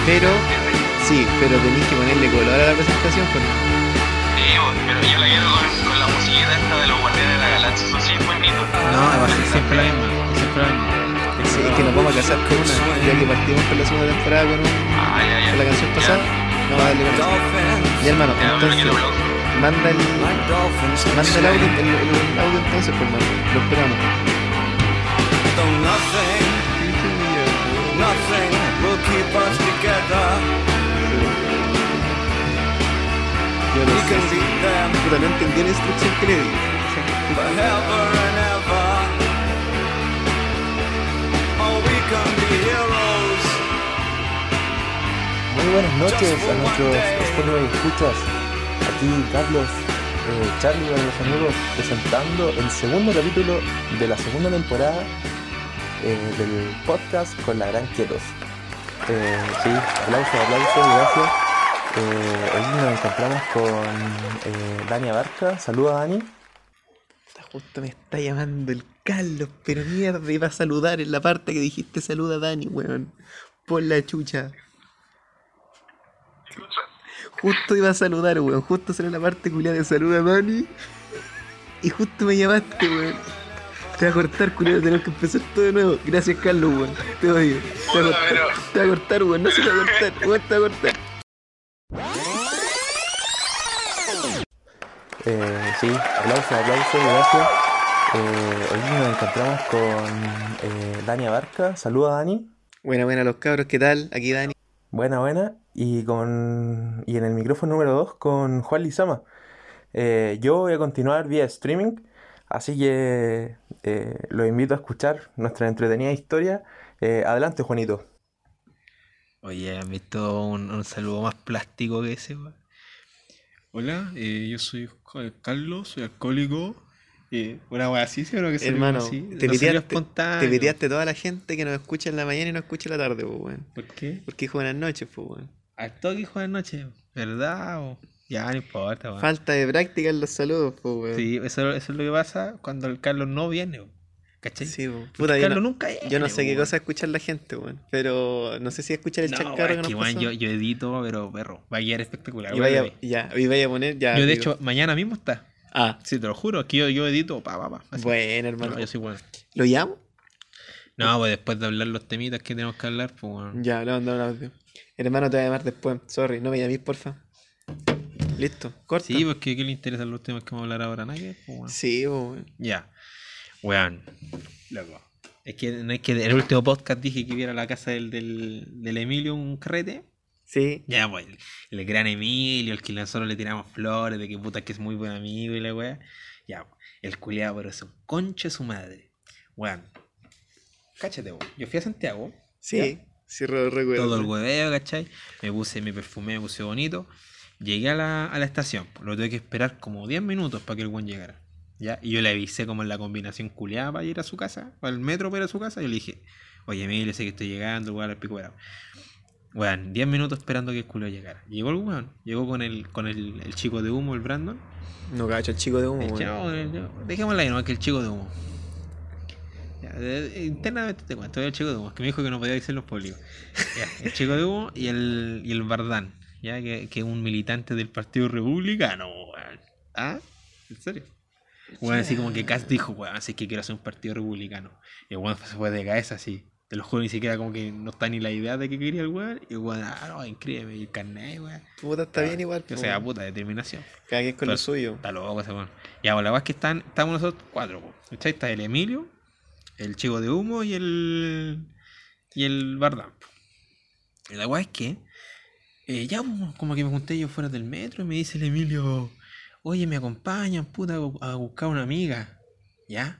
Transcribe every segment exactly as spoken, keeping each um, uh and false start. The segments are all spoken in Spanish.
Pero, sí, pero tenéis que ponerle color a la presentación, pues. Sí, pero yo la quiero con, con la musiquita esta de los Guardianes de la Galaxia, eso sí es bonito. No, va a ser siempre la misma, siempre la misma. Sí, es que nos vamos a casar con una, ya que partimos con la segunda temporada con, un, Ah, ya, ya. con la canción pasada, no va a darle con eso. Ya, hermano, Ya, pero entonces, quiero aplauso. manda el, manda el audio, el, el, el audio entonces, pues, hermano, lo esperamos. Though nothing, nothing will keep us together. Yo no We sé can si, beat them puta, no entendí la instrucción que le di. forever and ever. Oh, we can be heroes. Muy buenas noches a nuestros escuchas y escuchas. Aquí Carlos, eh, Charlie y los amigos presentando el segundo capítulo de la segunda temporada eh, del podcast con la gran Quietos. Eh, sí, aplausos, aplausos, gracias. Eh, hoy nos encontramos con eh, Dani Abarca. Saluda, Dani. Justo me está llamando el Carlos, pero mierda, iba a saludar en la parte que dijiste saluda a Dani, weón. Por la chucha. Justo iba a saludar, weón. Justo salió la parte culiada de saluda a Dani. Y justo me llamaste, weón. Te va a cortar, culiado, tenemos que empezar todo de nuevo. Gracias, Carlos, weón. Te odio. Te va a cortar, te va a cortar, weón. No se te va a cortar, weón, te va a cortar. Eh, sí, aplausos, aplausos, gracias. Eh, hoy nos encontramos con eh, Dani Abarca. Saluda, Dani. Buena, buena, los cabros, ¿qué tal? Aquí Dani. Buena, buena. Y con y en el micrófono número dos con Juan Lizama. Eh, yo voy a continuar vía streaming, así que eh, los invito a escuchar nuestra entretenida historia. Eh, adelante, Juanito. Oye, ¿han visto un, un saludo más plástico que ese, weón? Hola, eh, yo soy Juan Carlos, soy alcohólico. Eh, una wea así, ¿sí o no? Que salió Hermano, así? te no salió piteaste, espontáneo. te piteaste toda la gente que nos escucha en la mañana y no escucha en la tarde, pues, weón. ¿Por qué? Porque dijo buenas noches, pues, weón. Al toque, hijo de noche, ¿verdad? O... Ya, no importa, weón. Falta de práctica en los saludos, pues, weón. Sí, eso, eso es lo que pasa cuando el Carlos no viene, weón. ¿Cachai? Sí, po. Porque Puta, el yo Carlos no, nunca viene, yo no sé qué weón. cosa escuchar la gente, weón. Pero no sé si escuchar el No, chascarro weón, que es que, nos weón, pasó. yo, yo edito, pero perro, va a quedar espectacular. Y weón, vaya, ahí. ya, y vaya a poner ya. Yo, de digo. hecho, mañana mismo está. Ah, Sí, te lo juro, que yo, yo edito, pa, pa, pa. así. bueno, hermano. No, yo soy bueno. ¿Lo llamo? No, pues después de hablar los temitas que tenemos que hablar, pues, weón. Ya, le voy a mandar un audio. Hermano, te voy a llamar después. Sorry, no me llamís, porfa. Listo, corta. Sí, pues, ¿qué, qué le interesan los temas que vamos a hablar ahora? ¿Nada que ver, pues, weón? Sí, po, weón. Ya. Weón. Loco. Es que no es que en el último podcast dije que iba a la casa del, del, del Emilio un carrete. Sí. Ya, pues, el, el gran Emilio, el que nosotros le tiramos flores, de que puta que es muy buen amigo y la weá. Ya, pues, el culiado, pero es un concha de su madre. Weón. Cáchate, weón. Yo fui a Santiago. Sí, sí, re- recuerdo. Todo el hueveo, ¿cachai? Me puse, me perfumé, me puse bonito. Llegué a la, a la estación. Lo tuve que esperar como diez minutos para que el buen llegara. ¿Ya? Y yo le avisé como en la combinación culiada para ir a su casa, para el metro para ir a su casa. Yo le dije, oye, Emilio, sé que estoy llegando, weón, al pico, weón. Weón, diez minutos esperando que el culo llegara. Llegó el weón, llegó con el, con el, el chico de humo, el Brandon. No cacho, el chico de humo, El weón. chico- el- el- dejémosla ahí, no, que el chico de humo. Ya, de- de- internamente te cuento, el chico de humo, que me dijo que no podía decir los públicos. Ya, el chico de humo y el, y el Bardán, ya, que, que es un militante del Partido Republicano, weón. ¿Ah? ¿En serio? Weón, así como que Cass dijo, weón, así que quiero hacer un partido republicano. Y el weón se fue de cabeza así. Te lo juro, ni siquiera como que no está ni la idea de que quería el weón. Y el weón, ah, no, inscríbeme, y el carnet, weón. Puta, está bien igual, O po, sea, weón. puta, determinación. Cada quien con Pero lo suyo. Está loco ese weón. Ya, bueno, la verdad es que están, estamos nosotros cuatro, po. ¿Cachai? Está el Emilio, el chico de humo y el. y el Bardán, po. Y la weá es que. eh, ya, po, como que me junté yo fuera del metro y me dice el Emilio, oye, me acompañan, puta, a buscar una amiga. ¿Ya?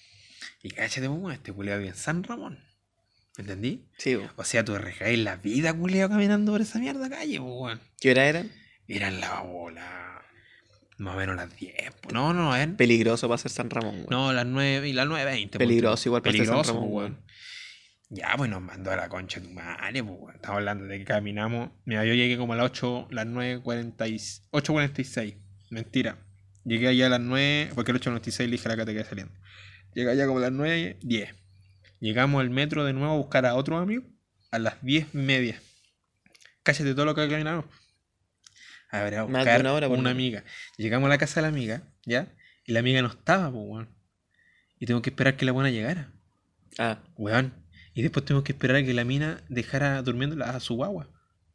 Y cállate, po, weón, este culiao vive en San Ramón. ¿Me entendí? Sí, po. O sea, tú arregláis la vida, culiao, caminando por esa mierda calle, po, weón. ¿Qué hora eran? Eran la bola. Más o menos las diez. po. No, no, a ver. Peligroso para ser San Ramón, weón. No, las nueve y las nueve veinte. Peligroso igual para ser San Peligroso, Ramón, po, weón. weón. Ya, pues nos mandó a la concha de tu madre, pues, weón. Estamos hablando de que caminamos. Mira, yo llegué como a las ocho, las nueve cuarenta y ocho cuarenta y seis. Mentira. Llegué allá a las nueve, porque el ocho cuarenta y seis le dije a la categoría saliendo. Llegué allá como a las nueve diez. Llegamos al metro de nuevo a buscar a otro amigo a las diez y media. cállate todo lo que caminamos. A ver, a Más de buscar una hora, por una lo menos. amiga. Llegamos a la casa de la amiga, ¿ya? Y la amiga no estaba, pues, weón. Y tengo que esperar que la buena llegara, Ah, weón. Y después tengo que esperar a que la mina dejara durmiendo la- a su guagua.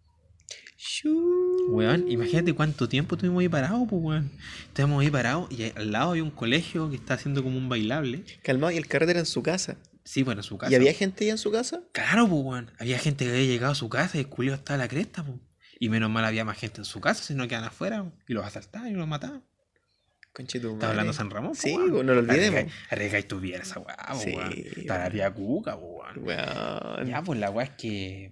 Weón, imagínate cuánto tiempo estuvimos ahí parados, pues, weón. Estuvimos ahí parados y al lado hay un colegio que está haciendo como un bailable. calmado, y el carrete era en su casa. Sí, bueno, en su casa. ¿Y había gente ya en su casa? Claro, pues, weón. Había gente que había llegado a su casa y el culio estaba a la cresta, pues. Y menos mal había más gente en su casa, sino que iban afuera, po, y los asaltaban y los mataban. Conchito, Estaba hablando de San Ramón, po, Sí, weón. pues, no lo olvidemos. Arriesgáis- Arriesgáis tu vida esa weá, po, Sí, weón. weón. Está la tía Cuca, po, weón. Weón. Ya, pues la weá es que.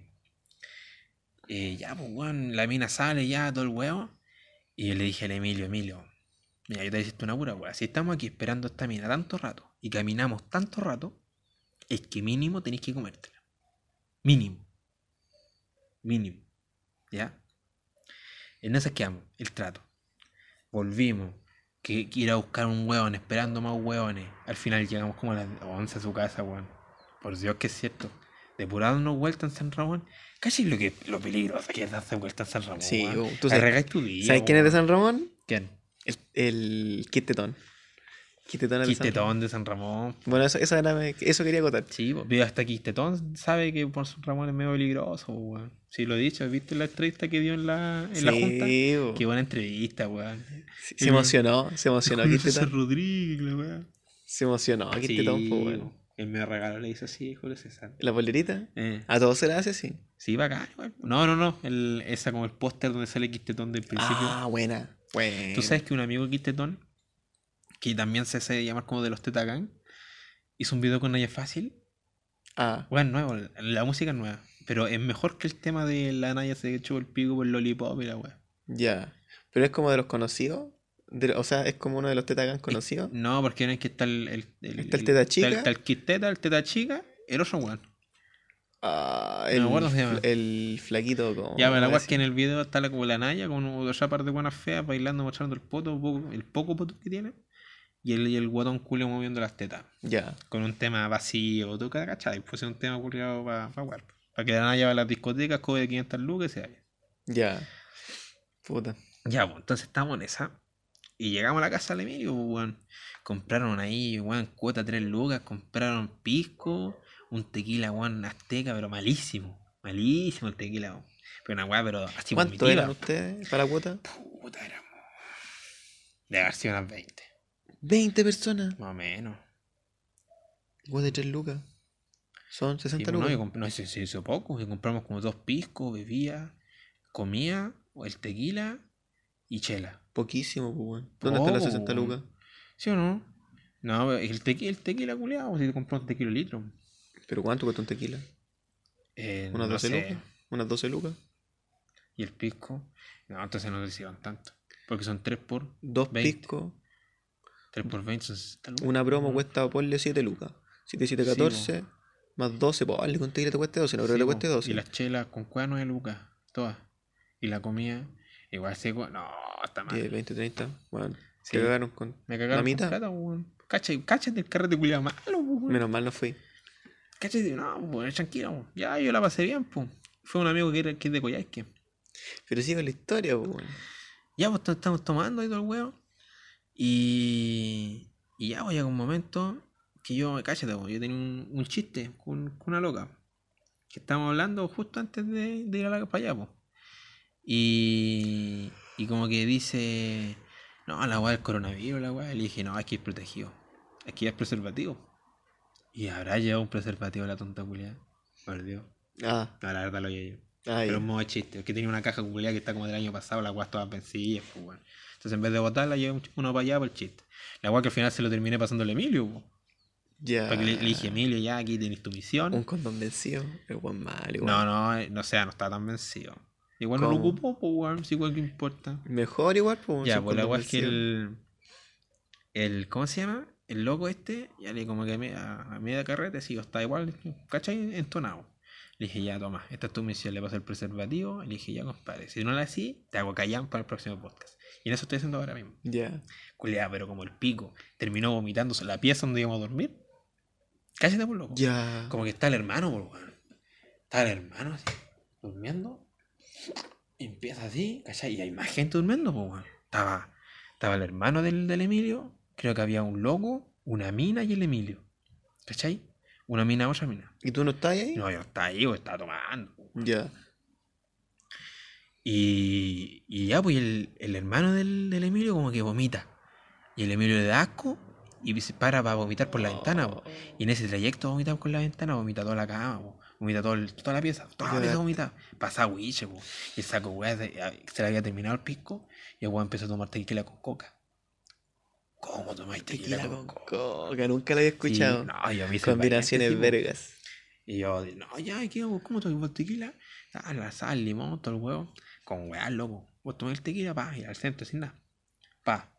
eh, ya, pues, weón, la mina sale ya, todo el weón. Y yo le dije al Emilio, Emilio, mira, yo te decía una pura weá. Si estamos aquí esperando a esta mina tanto rato y caminamos tanto rato, es que mínimo tenéis que comértela. Mínimo. Mínimo. ¿Ya? En esas quedamos, el trato. Volvimos. Que, que ir a buscar un hueón, esperando más hueones. Al final llegamos como a las once a su casa, weón. Por Dios que es cierto. Depurándonos vuelta en San Ramón. Casi lo que lo peligroso que es darse vuelta en San Ramón. Sí, weón. weón. ¿Tú sabes- Arregláis tu día, ¿Sabes quién es de weón. San Ramón? ¿Quién? El, el Quistetón. Quistetón es de San Ramón. Quistetón de San Ramón. Bueno, eso, eso, era, eso quería acotar. Sí, pues, pero hasta Quistetón sabe que por San Ramón es medio peligroso, weón. Sí, lo he dicho, ¿viste la entrevista que dio en la, en la junta? Sí, bo. Qué buena entrevista, weón. Sí, se emocionó, se emocionó Con César Quistetón. Rodríguez, la weón. Se emocionó Quistetón, Sí, pues, bueno. po. Él me regaló, le hizo así, Julio César. ¿La bolerita? Eh. A todos se la hace así. Sí, bacán, igual. No, no, no. El, esa como el póster donde sale Quistetón del principio. Ah, buena. Buena. Tú sabes que un amigo de Quistetón, que también se hace llamar como de los Tetagang, hizo un video con Naya Fácil. Ah, Bueno, nuevo, la- la música es nueva. Pero es mejor que el tema de la Naya se echó el pico por Lollipop y la weá. ya. Pero es como de los conocidos. De- o sea, es como uno de los Tetagan conocidos. No, porque no es que está el. el, Está el Teta Chica. Está el, está el Kid Teta, el Teta Chica, el otro weón. Ah, No me el, acuerdo cómo se llama. el flaquito como. Ya, pero la weá es ese. que en el video está la, como la Naya con otra parte de buenas feas bailando, mostrando el poto, poco- el poco poto que tiene. Y el, y el guatón culio moviendo las tetas. Ya. Con un tema vacío, tú cada cachai. Pues es un tema culiado para pa jugar. Para que la Naya vaya a las discotecas, cobre quinientas lucas y se vaya. Ya. Puta. Ya, pues entonces estamos en esa. Y llegamos a la casa del Emilio, pues, weón. Compraron ahí, weón, cuota tres lucas. Compraron pisco, un tequila, weón, azteca, pero malísimo. Malísimo el tequila, weón. Pero una weá, pero así ¿Cuánto vomitiva. eran ustedes para la cuota? Puta, éramos. De haber sido unas veinte. veinte personas. Más o menos. Cuota de tres lucas. Son Sí, sesenta pues, no, lucas. yo comp- no, se, se hizo poco. Y compramos como dos piscos, bebía, comía, o el tequila y chela. Poquísimo, pues, weón. ¿Dónde están las Poco, sesenta weón. lucas? ¿Sí o no? No, pero el tequila, el tequila culiado, si te compramos tequila litro. ¿Pero cuánto cuesta un tequila? Eh, ¿Unas no doce sé. lucas? ¿Unas doce lucas? Y el pisco. No, entonces no se llevan tanto. Porque son tres por Dos veinte. piscos. tres por veinte son sesenta lucas. Una promo Ujú. cuesta, ponle siete lucas. siete, siete, Sí, catorce. Más doce, pues vale, con tequila te cueste doce. No creo Sí, que te po. cueste doce. Y las chelas con cueva nueve lucas. Todas. Y la comida. Igual seco. No, está mal. diez, veinte, treinta. Bueno, Sí. te cagaron con. Me cagaron la con mitad. plata, weón. Cáchate, cáchate el carrete culiado malo, po, weón. Menos mal no fui. Cáchate, no, weón, tranquilo, weón. Ya, yo la pasé bien, pues. Fue un amigo que, era, que es de Coyhaique. Pero sigue la historia, pues, weón. Ya, pues to- estamos tomando y todo el huevo. Y. Y ya, pues llega un momento que yo, cállate, pues, yo tenía un, un chiste con, con una loca. Que estábamos hablando justo antes de, de ir a la, para allá, pues. Y. Y como que dice. No, la weá del coronavirus, la weá. Y le dije, no, aquí es protegido. Aquí es preservativo. Y habrá llevado un preservativo la tonta culiada. Por Dios. Ah, No, la verdad lo oye yo. ah, Pero ya. en modo de chiste, es que tenía una caja culiada que está como del año pasado, la weá todas vencidas, pues weón. Entonces en vez de botarla, llevé un- uno para allá por el chiste. La weá que al final se lo terminé pasando a Emilio, pues. Ya. Porque le, le dije, Emilio, ya aquí tenés tu misión. Un condón vencido. Es buen mal, igual. No, no, eh, no sea, no está tan vencido. Igual no lo ¿Cómo? ocupó, pues weón, si igual que importa. Mejor igual, pues. Ya, un pues la condón weá es que vencido. el, el. ¿Cómo se llama? El loco este, ya le como que a, me- a, a media carrete, sí, está igual, ¿cachai? Entonado. Le dije, ya, toma, esta es tu misión, le paso el preservativo. Le dije, ya, compadre, si no la así, te hago callar para el próximo podcast. Y en eso estoy haciendo ahora mismo. Ya. Culeada, pero como el pico, terminó vomitándose en la pieza donde íbamos a dormir. Cállate, por loco. Ya. Como que está el hermano, por weón. Está el hermano así, durmiendo. Y empieza así, ¿cachai? Y hay más gente durmiendo, pues, weón. Estaba, estaba el hermano del, del Emilio, creo que había un loco, una mina y el Emilio. ¿Cachai? Una mina, otra mina. ¿Y tú no estás ahí? No, yo estaba ahí, pues, estaba tomando. Ya. Y, y ya, pues el, el hermano del, del Emilio como que vomita. Y el Emilio le da asco y se para para vomitar por la ventana, po. Y en ese trayecto vomita por la ventana, vomita toda la cama, po. Vomita todo el- toda la pieza, toda la pieza vomita. Pasa huiche, po. Y el saco weá se, a- se le había terminado el pisco y el weón empezó a tomar tequila con coca. ¿Cómo tomáis tequila, Tequila con con coca? coca, nunca lo había escuchado. Sí, no, yo me hice el Combinaciones valiente, sí, po. vergas. Y yo, no, ya, ¿qué hago? ¿Cómo tomo el tequila? Ah, la sal, limón, todo el huevo. Con weá, loco. Vos tomé el tequila, pa, y al centro, sin nada. Pa.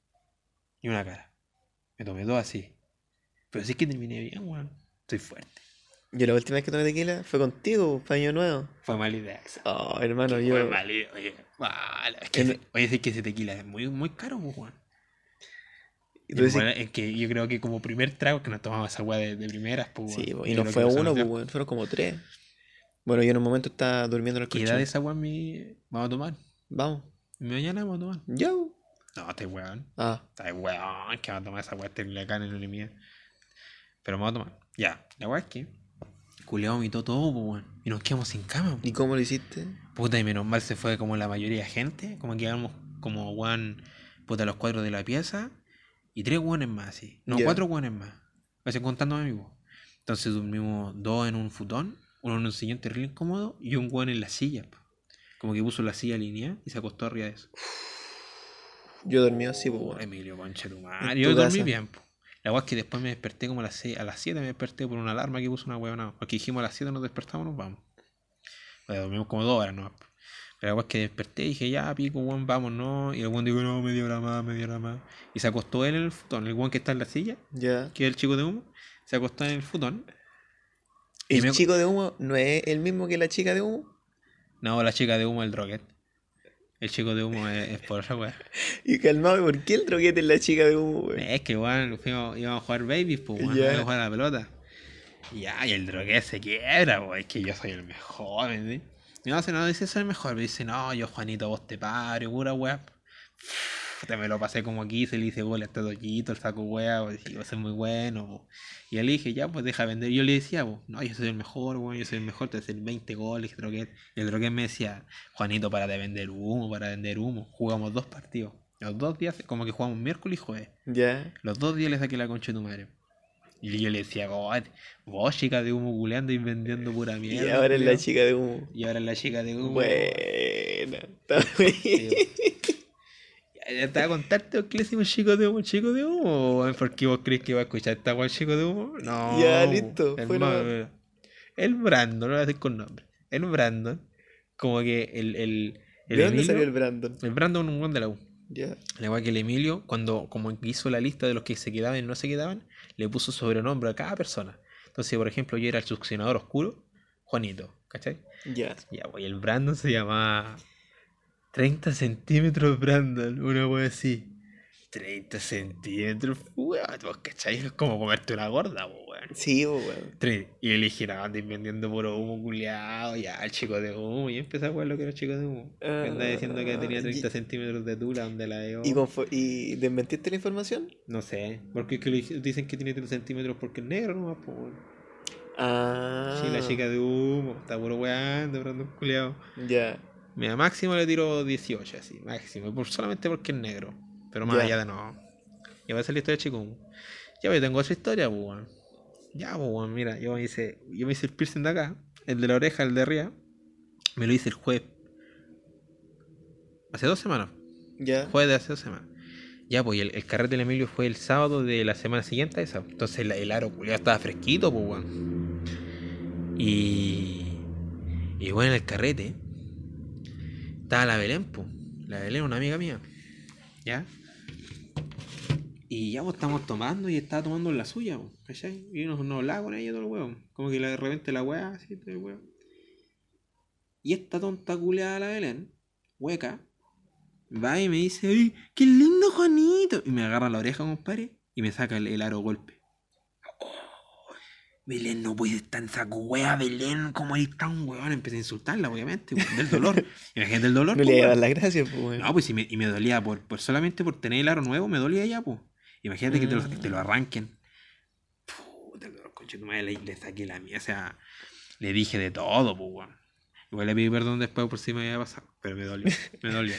Y una cara. Me tomé dos así. Pero sí que terminé bien, weón. Estoy fuerte. Yo la última vez que tomé tequila fue contigo, para Año Nuevo. Fue mala idea esa. Oh, hermano, Fue yo... mala idea, oye. Vale, es que En- ese- oye, es que ese tequila es muy, muy caro, pues, weón. Y tú decís- Bueno, es que yo creo que como primer trago que nos tomamos esa weá de, de primeras, pues, Sí, weón. po, y Yo no creo fue que eso uno, nos pues, dio- weón, fueron como tres. Bueno, yo en un momento estaba durmiendo en el ¿Qué edad colchón. de esa weá mi... vamos a tomar? Vamos. Mañana vamos a tomar. Ya. po. No, este weón. Ah, Está weón, que va a tomar esa weá terrible acá en el mía. Pero vamos a tomar. Ya, la weá es que culiao vomitó todo, pues weón. Y nos quedamos sin cama, po. ¿y cómo lo hiciste? Puta, y menos mal se fue como la mayoría de gente. Como que quedamos como weón, puta, los cuatro de la pieza. Y tres weones más, sí. No, Ya. cuatro weones más. Así contando amigos. Entonces dormimos dos en un futón, uno en un sillón terrible incómodo y un weón en la silla, po. Como que puso la silla alineada y se acostó arriba de eso. Yo dormí así, pues, weón. Emilio, concha tu En madre. tu Yo dormí casa. bien, po. La weá es que después me desperté como a las seis, a las siete me desperté por una alarma que puso una weá. Porque dijimos a las siete nos despertamos, nos vamos. O sea, dormimos como dos horas, ¿no? Pero la weá es que desperté y dije, ya, pico, weón, vamos, ¿no? Y el weón dijo, no, media hora más, media hora más. Y se acostó él en el futón, el weón que está en la silla, Ya. que es el chico de humo, se acostó en el futón. Y ¿El me- chico de humo no es el mismo que la chica de humo? No, la chica de humo, el droguet. El chico de humo es, es por esa weá. Y calmado, ¿por qué el droguete es la chica de humo, weón? Es que, weón, fuimos, íbamos a jugar babies, pues, weón, Ya. íbamos a jugar a la pelota. Y ya, y el droguet se quiebra, weón, es que yo soy el mejor, ¿sí? Y no, se no dice soy el mejor, pero dice, no, yo Juanito, vos te paro, pura weá. Te me lo pasé como aquí, se le hice gol a este doquito, el saco weá, pues, y va a ser muy bueno, po. Y yo le dije, ya, pues deja vender. Y yo le decía, pues, no, yo soy el mejor, weón, yo soy el mejor, te voy a hacer veinte goles, droguet. Y el droguet me decía, Juanito, para de vender humo, para de vender humo. Jugamos dos partidos. Los dos días, como que jugamos miércoles y jueves. Ya. Los dos días le saqué la concha de tu madre. Y yo le decía, "God, vos chica de humo culeando y vendiendo pura mierda. Y ahora es la culiao". chica de humo. Y ahora es la chica de humo. Buena. Está bien. Sí, Ya, ya te voy a contarte qué le decimos chico de humo, chico de humo. weón, ¿Por qué vos crees que va a escuchar esta weá chico de humo? No. Ya, listo, El, fue ma- nomás. el Brandon, no lo voy a decir con nombre. El Brandon, como que el. el, el ¿De dónde Emilio- salió el Brandon? El Brandon, un buen de la U. Ya. Al igual que el Emilio, cuando como hizo la lista de los que se quedaban y no se quedaban, le puso sobrenombre a cada persona. Entonces, por ejemplo, yo era el succionador oscuro, Juanito, ¿cachai? Ya. Ya, pues el Brandon se llamaba treinta centímetros Brandon, una wea así. treinta centímetros, weón, vos, ¿cachai? Es como comerte una gorda, weón. Sí, po, weón. Tre- Y le dije, no, andáis vendiendo puro humo culiado, ya, el chico de humo. Y empecé a jugar lo que era el chico de humo. Ah, Me andaba diciendo que tenía treinta y- centímetros de tula, donde la veo. ¿Y, confo- ¿Y desmentiste la información? No sé, porque es que le dije- dicen que tiene treinta centímetros porque es negro nomás, pues. weón. Ah. Sí, la chica de humo, está puro weando, Brandon culiado. Ya. Mira, máximo le tiro dieciocho, así, máximo, por, solamente porque es negro. Pero más Ya. allá de no. Ya va a ser la historia de chico. Ya, yo tengo otra historia, pues, weón. Ya, pues, weón, mira, yo me hice, yo me hice el piercing de acá, el de la oreja, el de arriba. Me lo hice el jueves. Hace dos semanas. Ya. Jueves de hace dos semanas. Ya, pues, y el, el carrete del Emilio fue el sábado de la semana siguiente a esa. Entonces el, el aro culiado estaba fresquito, pues, weón. Y. Y bueno, en el carrete estaba la Belén, pues. La Belén, una amiga mía. ¿Ya? Y ya, pues, estamos tomando y estaba tomando la suya, pues, ¿cachai? Y nos, nos hablaba con ella todo el huevo. Como que de repente la weá, así, todo el huevo. Y esta tonta culeada la Belén, hueca, va y me dice, ¡ay, qué lindo Juanito! Y me agarra la oreja, compadre, y me saca el, el aro golpe. Belén, no puedes estar en saco wea, Belén, ¿cómo eres tan weón? Empecé a insultarla, obviamente, weón, del dolor. Imagínate el dolor. No po, le iba a weón. dar las gracias, pues, weón. No, pues y me, y me dolía por, por solamente por tener el aro nuevo, me dolía ya, pues. Imagínate que te lo, Mm. te lo arranquen. Puta, conche tu madre, le, le saqué la mía, o sea, le dije de todo, pues, weón. Igual le pedí perdón después por si me había pasado, pero me dolió, me dolió.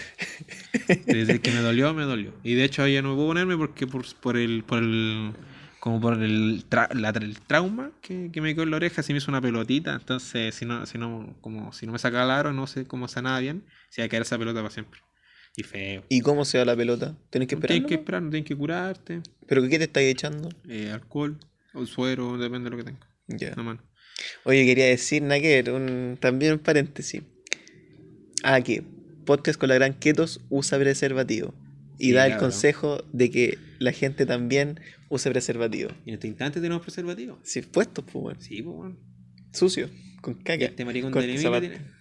Desde que me dolió, me dolió. Y de hecho ahí ya no me puedo ponerme porque por, por el, por el, como por el, tra- la- el trauma que, que me quedó en la oreja, se me hizo una pelotita, entonces si no, si no, como si no me sacaba el aro, no sé cómo sanaba bien, se iba a caer esa pelota para siempre. Y feo. ¿Y cómo se va la pelota? ¿Tienes que No esperar? tienes que nomás? esperar, no tienes que curarte, ¿Pero qué te estáis echando? eh, alcohol o suero, depende de lo que tengas. Ya. La mano. Oye, quería decir, nada que ver, un, también un paréntesis. Ah, que podcast con la gran Ketos usa preservativo. Y Sí, da el cabrón. consejo de que la gente también use preservativo. Y en este instante tenemos preservativo. Si puestos, pues, weón. Sí, pues bueno. Sucio, con Y caca. este maricón Corta de esa Emilio parte.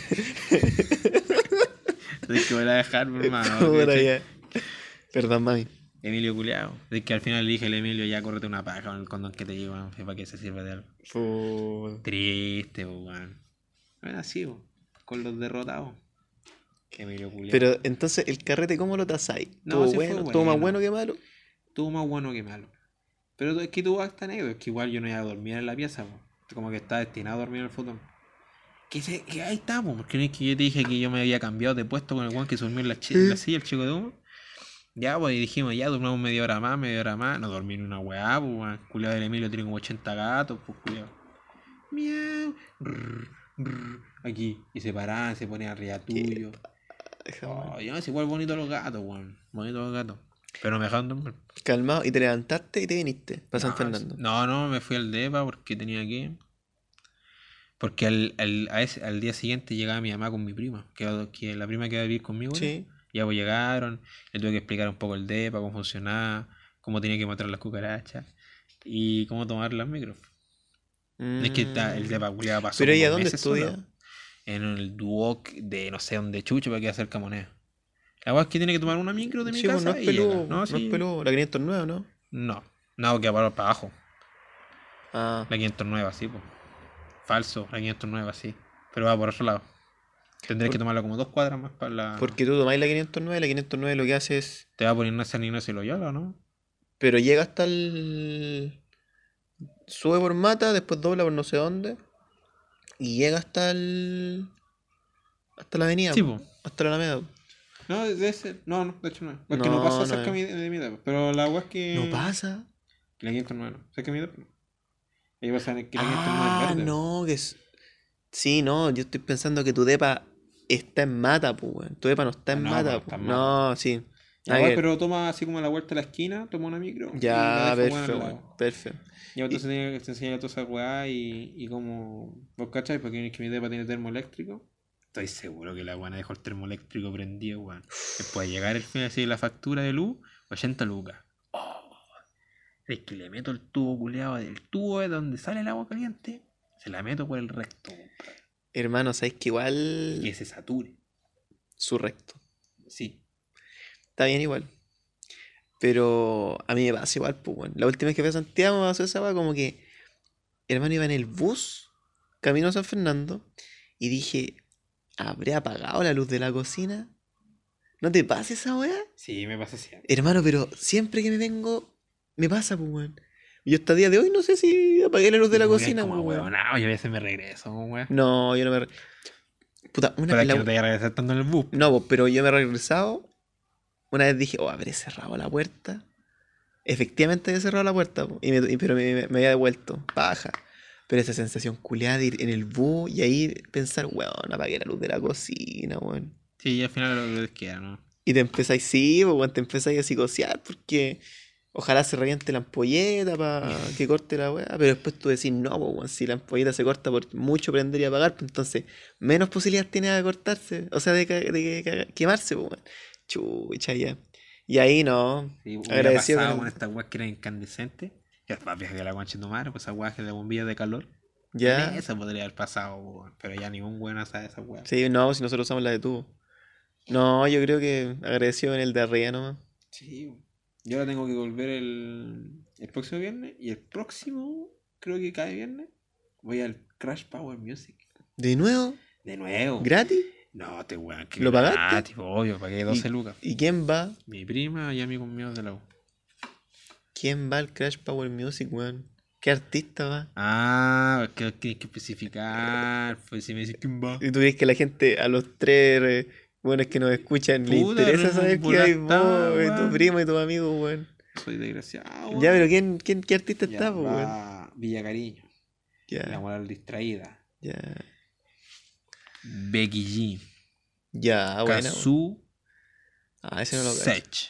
tiene. Tienes que volver a dejar, mi hermano. Puta, ¿cachai? ya. Perdón, mami. Emilio culeado. Es que al final le dije al Emilio, ya córrete una paja con el condón que te llevan, para que se sirva de algo. Puta. Triste, pues, weón. Bueno, así, po, con los derrotados. Emilio culeado. Pero entonces, ¿el carrete cómo lo tasáis? No, ¿Tuvo sí fue bueno? ¿Tuvo más bueno. bueno que malo? Tuvo más bueno que malo. Pero es que tuvo hasta negro, es que igual yo no iba a dormir en la pieza, po. Como que estaba destinado a dormir en el futón. Que, se, que ahí estamos, porque no es que yo te dije que yo me había cambiado de puesto con el guan que se durmió en la, chi- en la silla, el chico de humo. Ya, pues y dijimos, ya durmamos media hora más, media hora más. No dormí ni una weá, pues, weón. Culeado del Emilio tiene como ochenta gatos, pues, culeado. Miau. Rrr, rrr, aquí. Y se paraban, se ponían arriba tuyo. Déjame. Oh, ya, es igual bonito los gatos, weón. Bonito los gatos. Pero no me dejaron dormir. Calmado, y te levantaste y te viniste para San No, Fernando. No, no, me fui al depa porque tenía que. Porque al, al, a ese- al día siguiente llegaba mi mamá con mi prima, que, que la prima que iba a vivir conmigo. ¿no? Sí. Ya pues llegaron, le tuve que explicar un poco el depa, cómo funcionaba, cómo tenía que matar las cucarachas y cómo tomar las micros. Es que está, el depa culiado pasó. Pero ella, como ¿dónde meses estudia? solo. En el Duoc de no sé dónde chucho para que hacer camonea. La weá es que tiene que tomar una micro de mi Sí, pues casa no es y llega. peludo, No, no, sí. es peludo. La quinientos nueve, ¿no? No, no, que para para abajo. Ah, La quinientos nueve, sí, pues. Falso, la quinientos nueve, sí. Pero va por otro lado. Tendré Por- que tomarla como dos cuadras más para la. porque tú tomáis la quinientos nueve, la quinientos nueve lo que hace es... Te va a poner una San Ignacio de Loyola, ¿no? Pero llega hasta el... Sube por Mata, después dobla por no sé dónde. Y llega hasta el... Hasta la avenida. Sí, po. po. Hasta la Alameda. po. No, debe ser. No, no, de hecho no. Es que No, no pasa no cerca es. mi- de mi depa. Pero la weá es que. No pasa. La quinientos nueve, no. Cerca de mi depa. Ahí pasa que la quinientos nueve Ah, es verde. no, que es... Sí, no, yo estoy pensando que tu depa está en Mata, pues, weón. Tu depa no está en No, Mata, pues, po. está en No, sí. La Nada weá, que ver. pero toma así como a la vuelta de la esquina, toma una micro. y Ya, la deja weá al perfecto, lado. weón. Perfecto. Y entonces tenía que te enseñar toda esa weá y, y como. ¿Vos cachai? Porque es que mi depa tiene termoeléctrico. Estoy seguro que la weá dejó el termoeléctrico prendido, weón. Después de llegar el fin de decir la factura de luz, ochenta lucas. Oh, es que le meto el tubo culeado del tubo de donde sale el agua caliente. Se la meto por el recto, compadre. Hermano, ¿sabes que igual... Que se sature. Su recto. Sí. Está bien igual. Pero a mí me pasa igual, pues, weón. La última vez que fui a Santiago me pasó esa weá como que... Hermano, iba en el bus, camino a San Fernando, y dije... ¿Habré apagado la luz de la cocina? ¿No te pasa esa weá? Sí, me pasa siempre. Hermano, pero siempre que me vengo, me pasa, pues, weón. Yo hasta el día de hoy no sé si apagué la luz de la Como que cocina, como pues, weón. huevonao, y a veces me regreso, weón. No, yo no me... re- Puta, una Pero es la- que no te voy a regresar estando en el bus. No, pues, pero yo me he regresado. Una vez dije, oh, habré cerrado la puerta. Efectivamente había cerrado la puerta, po, y me- y- pero me, me- me había devuelto. Paja. Pero esa sensación culiada de ir en el bus y ahí pensar, weón, apagué la luz de la cocina, weón. Sí, y al final lo que queda, ¿no? Y te empezáis, sí, pues, weón, te empezáis a psicosear porque ojalá se reviente la ampolleta para que corte la weá. Pero después tú decís, no, pues, weón, si la ampolleta se corta por mucho prender y apagar, pues entonces menos posibilidades tiene de cortarse, o sea, de, ca- de ca- quemarse, pues, weón. Chucha, ya. Y ahí no, Sí, hubiera agradecido pasado con con el- estas weas que eran incandescentes. Ya es más vieja que la guancha de tu madre, pues esas weas que de bombillas de calor. ya. Eso podría haber pasado, weón. Pero ya ningún weón sabe esas weas. Sí, no, si nosotros usamos la de tubo. No, yo creo que agradecido en el de arriba nomás. Sí, weón. Yo ahora tengo que volver el, el próximo viernes y el próximo creo que cada viernes, voy al Crash Power Music. ¿De nuevo? De nuevo. ¿Gratis? No, te weón. que ¿Lo pagaste? gratis, obvio, pagué doce ¿Y- lucas. ¿Y quién va? Mi prima y amigos míos de la U. ¿Quién va al Crash Power Music, weón? ¿Qué artista va? Ah, es que tienes que especificar. Pues si me dices quién va. ¿Y tú crees que la gente, a los tres eh, buenos que nos escuchan, le Puta, interesa no, saber por qué hay acá, vos, y tu weón. primo y tu amigo, weón? Soy desgraciado. Ya, weón. pero ¿quién, quién, qué artista Ya, está, po, weón? va Villa Cariño. La Ya, moral distraída. ya. Becky G. Ya, bueno. Kazu Ah, ese no lo cacho. Sech.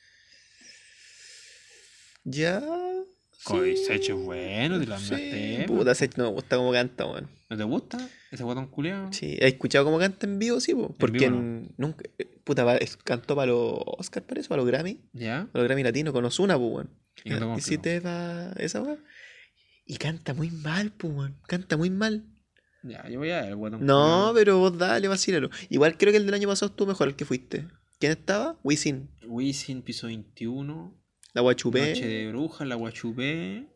Ya. Coy, sí. Sech es bueno, te lo Sí, andaste. puta, Sech no me gusta cómo canta, weón. ¿No te gusta? Ese guatón culiao. Sí, ¿has escuchado cómo canta en vivo? Sí, po? Porque vivo no. en- nunca. eh, Puta, va- es- cantó para los Oscar, parece, para los Grammy. ¿Ya? Para los Grammy Latinos, con Ozuna, pues, weón. ¿Y cantó con Y si Flo? te va esa weón. Y canta muy mal, pues, weón. Canta muy mal. Ya, yo voy a ver el guatón No, culiao. pero vos dale, vacílalo. Igual creo que el del año pasado estuvo mejor el que fuiste. ¿Quién estaba? Wisin. Wisin, piso veintiuno. La Guachupé. Noche de Brujas, la Guachupé.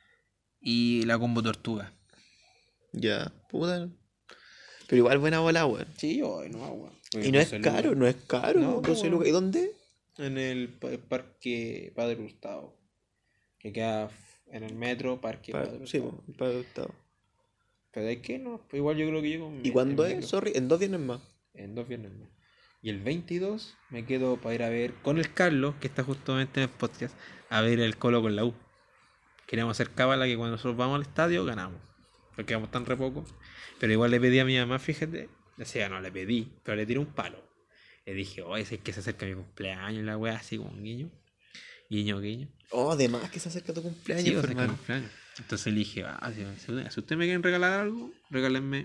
Y la Combo Tortuga. Ya, puta. Pero igual buena bola, weón. Sí, yo no, weón. Y no es caro, no es caro. No, doce weón. lucas. ¿Y dónde? En el pa- parque Padre Hurtado. Que queda f- en el metro, parque Pa- Padre sí, Hurtado. po, para Gustavo. Pero es que no, pues igual yo creo que llego en ¿Y en cuándo es? micro. Sorry, en dos viernes más. En dos viernes más. Y el veintidós me quedo para ir a ver con el Carlos, que está justamente en el podcast, a ver el Colo con la U. Queríamos hacer cábala que cuando nosotros vamos al estadio ganamos. Porque vamos tan re poco. Pero igual le pedí a mi mamá, fíjate. O sea, no le pedí, pero le tiré un palo. Le dije, oye, si es que se acerca mi cumpleaños, la wea, así como un guiño. Guiño, guiño. Oh, de más que se acerca tu cumpleaños, Sí, pues, se acerca mi hermano. cumpleaños. Entonces le dije, ah, si, si si ustedes me quieren regalar algo, regálenme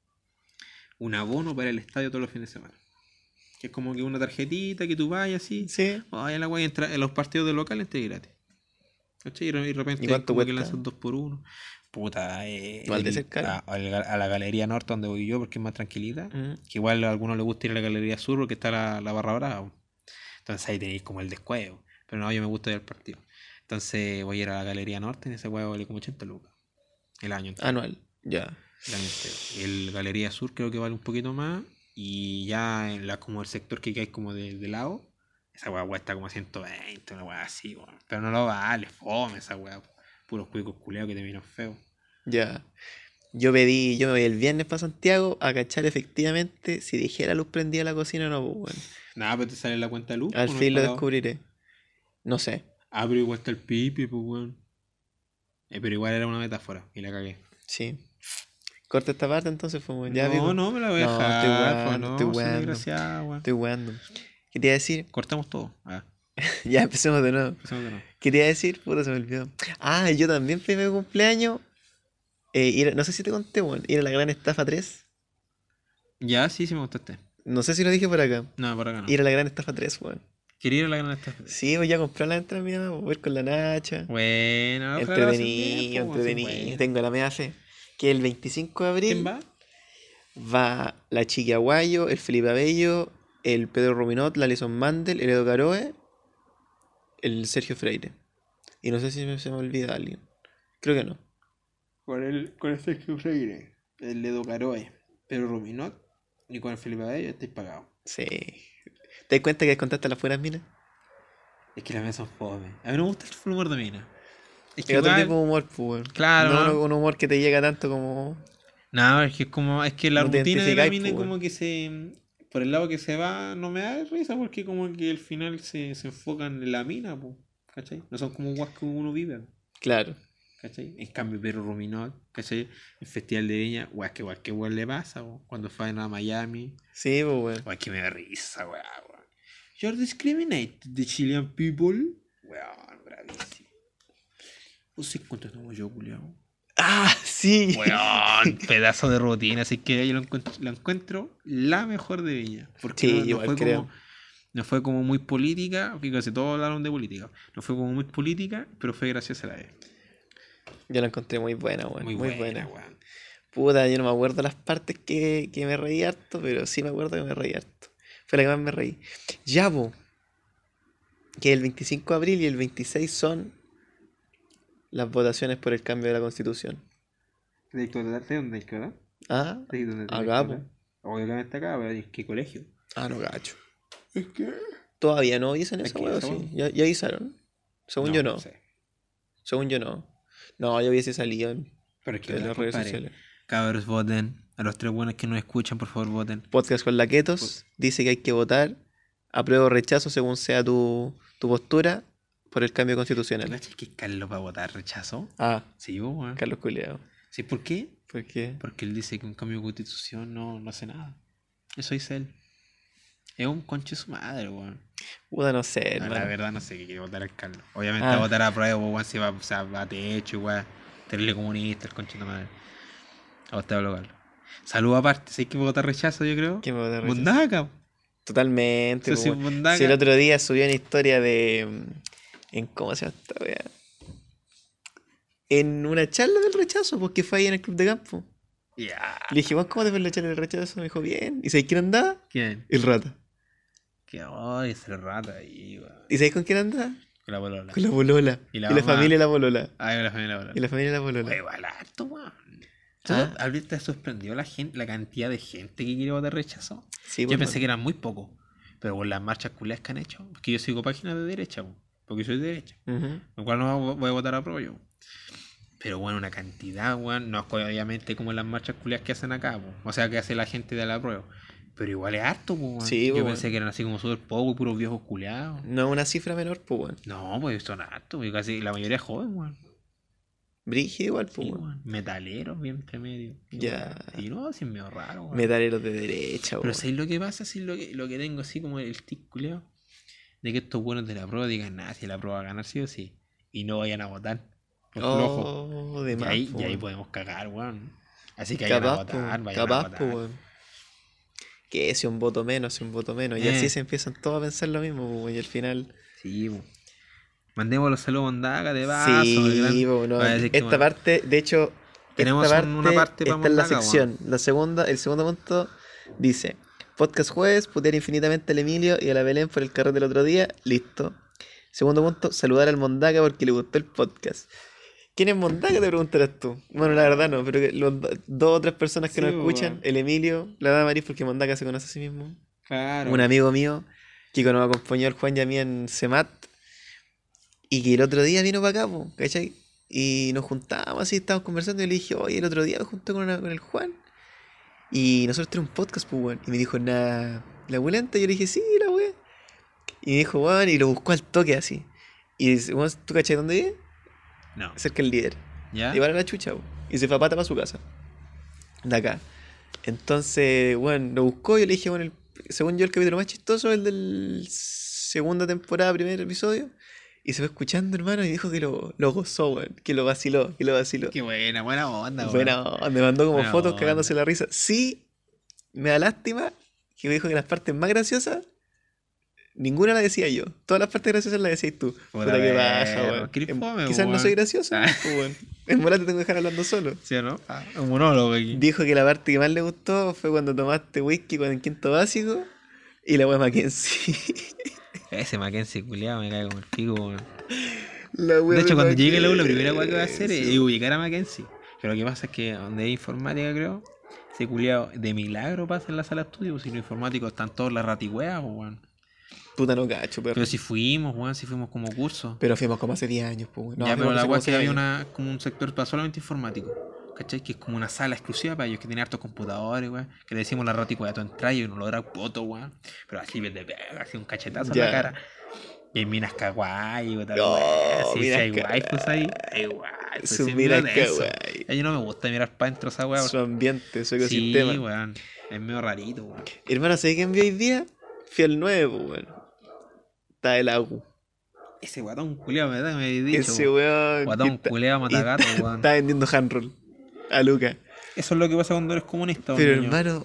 un abono para el estadio todos los fines de semana. Que es como que una tarjetita que tú vayas así. Sí. Vaya la wea, entra en los partidos de local entré gratis. ¿Cachai? Y de repente ¿Y cuánto como que cuesta? lanzan dos por uno. Puta, eh, Igual de el- ser caro. a, a la- a la galería norte donde voy yo porque es más tranquilita. Mm. Que igual a algunos les gusta ir a la galería sur porque está la, la barra brava. Entonces ahí tenéis como el descuevo. Pero no, yo me gusta ir al partido. Entonces voy a ir a la galería norte en ese huevo vale como ochenta lucas. El año entero. Anual. Ya. El año entero. El galería sur creo que vale un poquito más. Y ya en la como el sector que hay como de, de lado. Esa hueá cuesta como ciento veinte, una hueá así, weón. Pero no lo vale, fome esa hueá. Puros cuicos culeados que te miran feo. Ya. Yo pedí, yo me voy el viernes para Santiago a cachar efectivamente si dijera luz prendida la cocina o no, pues, bueno. Nada, pero te sale la cuenta de luz. Al ¿o no fin has lo pagado? descubriré. No sé. Ah, pero igual está el pipi, pues weón. Eh, pero igual era una metáfora y la cagué. Sí. Corta esta parte entonces, pues, bueno. Ya, no, Vico. no, me la voy a No, dejar. estoy pues, weando, no, estoy soy weando. desgraciado, weón. Estoy weando. ¿Qué te iba a decir? Cortamos todo. Ah, Ya empecemos de nuevo. empecemos de nuevo. ¿Qué te iba a decir? Puta, se me olvidó. Ah, yo también fui a mi cumpleaños. Eh, ir- no sé si te conté, weón. Ir a la gran estafa tres. Ya, sí, sí me contaste. No sé si lo dije por acá. No, por acá no. Ir a la gran estafa tres, weón. Quería ir a la gran estafa. Sí, voy a comprar la entrada mía, voy a ir con la Nacha. Bueno, ojalá lo hacen bien, Entretenido, pues, entretenido. sí, bueno. Tengo la media fe. Que el veinticinco de abril ¿Quién va? va la Chiqui Aguayo, el Felipe Abello, el Pedro Ruminot, la Alison Mandel, el Edo Caroe, el Sergio Freire. Y no sé si me- se me olvida alguien. Creo que no. Con el, con el Sergio Freire, el Edo Caroe, Pedro Ruminot y con el Felipe Abello estáis pagados. Sí. ¿Te das cuenta que contaste a las fueras minas? Es que las mías son fome. A mí no me gusta el humor de mina. Es que Es otro igual- tipo de humor, pues, weón. Claro, No, ¿no? uno- un humor que te llega tanto como. No, es que es como, es que la No te rutina de la identificáis, mina po, como que se, por el lado que se va, no me da risa porque como que al final se, se enfocan en la mina, po, ¿cachai? No son como guas que uno vive, Claro. ¿cachai? En cambio Pedro Ruminot, ¿cachai? El Festival de Viña, guas que guas que guas le pasa, po, cuando fue a Miami, Sí, pues, weón. guas que me da risa, weón, weón. You're discriminated the Chilean people, weón, bravísimo. ¿Vos sí encuentras como yo, culiao? Ah, sí. Weón, pedazo de rutina, así que yo lo encuentro, lo encuentro la mejor de Viña. Porque Sí, no, no igual fue creo. como, no fue como muy política, fíjate, todos hablaron de política. No fue como muy política, pero fue graciosa a la vez. Yo la encontré muy buena, weón. Muy, Muy, buena, buena. weón. Puta, yo no me acuerdo las partes que, que me reí harto, pero sí me acuerdo que me reí harto. Fue la que más me reí. Ya, po. Que el veinticinco de abril y el veintiséis son las votaciones por el cambio de la constitución. ¿De dónde hay que votar? Ah, ¿De dónde acá, po. Obviamente acá, pero ¿en qué colegio? Ah, no gacho. Todavía no avisan Es esa que weá, esa sí. weá. Ya, ya avisaron. Según yo no. sé. Según yo no. No, ya hubiese salido en Pero es que en votar, las redes compadre. sociales. Cabros, voten. A los tres buenos que nos escuchan, por favor, voten. Podcast con laquetos dice que hay que votar. Apruebo o rechazo según sea tu, tu postura por el cambio constitucional. ¿Cachai que Carlos va a votar rechazo? Ah, Sí, vos, weón. Carlos Culeado. ¿Sí? ¿Por qué? ¿Por qué? Porque él dice que un cambio de constitución no, no hace nada. Eso dice él. Es un conche su madre, weón. Puta, no sé, No, hermano. la verdad no sé qué quiere votar el Carlos. Obviamente Ah. va a votar a prueba, weón, si va, o sea, va a techo, weón. Terrible comunista, el conche de madre. A votar a Carlos. Salud aparte, si hay que votar rechazo, yo creo. ¿Quién va a votar rechazo? Mundaca. Totalmente. Eso sí, po, weón. Mundaca. Si el otro día subió una historia de. mm, ¿En cómo se llama esta weá? En una charla del rechazo, porque fue ahí en el club de campo. Ya. Le dije, Juan, ¿cómo te fue la charla del rechazo? Me dijo, bien. ¿Y sabes quién andaba? ¿Quién? El rata. Que ay, es el rata ahí, weón. ¿Y sabes con quién andaba? Con la bolola. Con la bolola. Y Y la la, mamá. familia de la bolola. Ay, con la familia bolola. Y la familia de la bolola. Oye, igual harto, weón. ¿Ah? ¿A te sorprendió la gente, la cantidad de gente que quiere votar rechazo? Sí, Yo pues, pensé man. que eran muy pocos. Pero con las marchas culiadas que han hecho, porque yo sigo páginas de derecha, po, porque soy de derecha. Ujú. Lo cual no voy a votar a prueba yo. Pero bueno, una cantidad, weón. No es obviamente como las marchas culiadas que hacen acá, po. O sea, que hace la gente de la prueba. Pero igual es harto, po, weón. Sí, Yo po, pensé weón. que eran así como súper pocos, puros viejos culiados. No es una cifra menor, pues, weón. No, pues son hartos, porque casi la mayoría es joven, weón. Brígido igual, pues, Sí, weón. weón. Metaleros, bien entre medio. Qué Ya. weón. Y no, sí es medio raro, weón. Metaleros de derecha, Pero weón. ¿sabes lo que pasa? Sí, lo que, lo que tengo así como el tic culiao, de que estos buenos de la prueba digan, nada, si la prueba va a ganar sí o sí, y no vayan a votar. Los flojos. Oh, de Y más, ahí, po, y ahí weón. podemos cagar, weón. Así que vayan a Capaz, po, votar, vayan a capaz, votar. po, weón. Que si un voto menos, si un voto menos. Y Eh. así se empiezan todos a pensar lo mismo, po, weón. Y al final. Sí, po. Mandemos los saludos a Mondaga de vaso. el Sí, gran- po, no, va a decir que, esta bueno, parte, de hecho, Tenemos esta un- una parte pa' está en la Mondaga, sección. La segunda, el segundo punto dice: Podcast jueves, putear infinitamente al Emilio y a la Belén por el carrete del otro día. Listo. Segundo punto, saludar al Mondaga porque le gustó el podcast. ¿Quién es Mondaga? Te preguntarás tú. Bueno, la verdad no, pero que los do- dos o tres personas que Sí, nos po, escuchan, weón. el Emilio, la Damaris, porque Mondaga se conoce a sí mismo. Claro. Un amigo mío que nos acompañó el Juan y a mí en Semat y que el otro día vino para acá, po, ¿cachai? Y nos juntábamos así, estábamos conversando y le dije, oye, el otro día me junté con, una- con el Juan y nosotros tenemos un podcast, pues, weón. Y me dijo, nada, ¿la abuelanta? Y yo le dije, sí, la weón. Y me dijo, weón, y lo buscó al toque así. Y dice, weón, ¿tú cachai dónde vive? No. Cerca del líder. ¿Ya? Y para la chucha, po. Y se fue a pata para su casa. De acá. Entonces, bueno, lo buscó y yo le dije, bueno, el- según yo el capítulo más chistoso es el del segunda temporada, primer episodio. Y se fue escuchando, hermano, y dijo que lo, lo gozó, weón. Que lo vaciló, que lo vaciló. Qué buena, buena onda, weón. Bueno, me mandó como Buena fotos onda. cagándose la risa. Sí, me da lástima que me dijo que las partes más graciosas, ninguna la decía yo. Todas las partes graciosas las decías tú. Puta Puta que perro, baja, weón. qué Em, fome, Quizás no weón. soy gracioso, Ah. pues, weón. En bola te tengo que dejar hablando solo. ¿Sí o no? Ah, un monólogo aquí. Dijo que la parte que más le gustó fue cuando tomaste whisky con el quinto básico y la wea Mackenzie. Ese Mackenzie culiado me cae como el pico, weón. La wea De hecho, cuando llegue la U, la Mackenzie. primera cosa que va a hacer es ubicar a Mackenzie. Pero lo que pasa es que donde hay informática, creo, ese culiado de milagro pasa en la sala de estudio, pues si los informáticos están todos las ratihueas, pues, weón. Puta no cacho, pero. Pero si fuimos, weón, si fuimos como curso. Pero fuimos como hace diez años, pues. No, ya, pero fuimos la hace weá como es que seis había años. una, como un sector para solamente informático. ¿Cachai? Que es como una sala exclusiva para ellos que tienen hartos computadores, weón. Que le decimos la ratihuea, tú entras y uno lo da poto, weón. Pero así ves de pega, así un cachetazo Ya. en la cara. Y hay minas kawaii, weón. No, Sí, sí, minas hay waifus ahí. Hay waifus. Su sí, minas mira de eso. kawaii. A mí no me gusta mirar para adentro esa weá. Su ambiente, su Sí, ecosistema. weón. Es medio rarito, weón. Hermano, ¿sabes quién vi hoy día? Fui al nuevo, weón. Está el Agu. Ese guatón culeado, ¿verdad? Me habéis dicho. Ese weón. weón. Guatón que está- culeado matagato, está- weón. Está vendiendo handroll a Luca. Eso es lo que pasa cuando eres comunista, Pero weón, niño. hermano,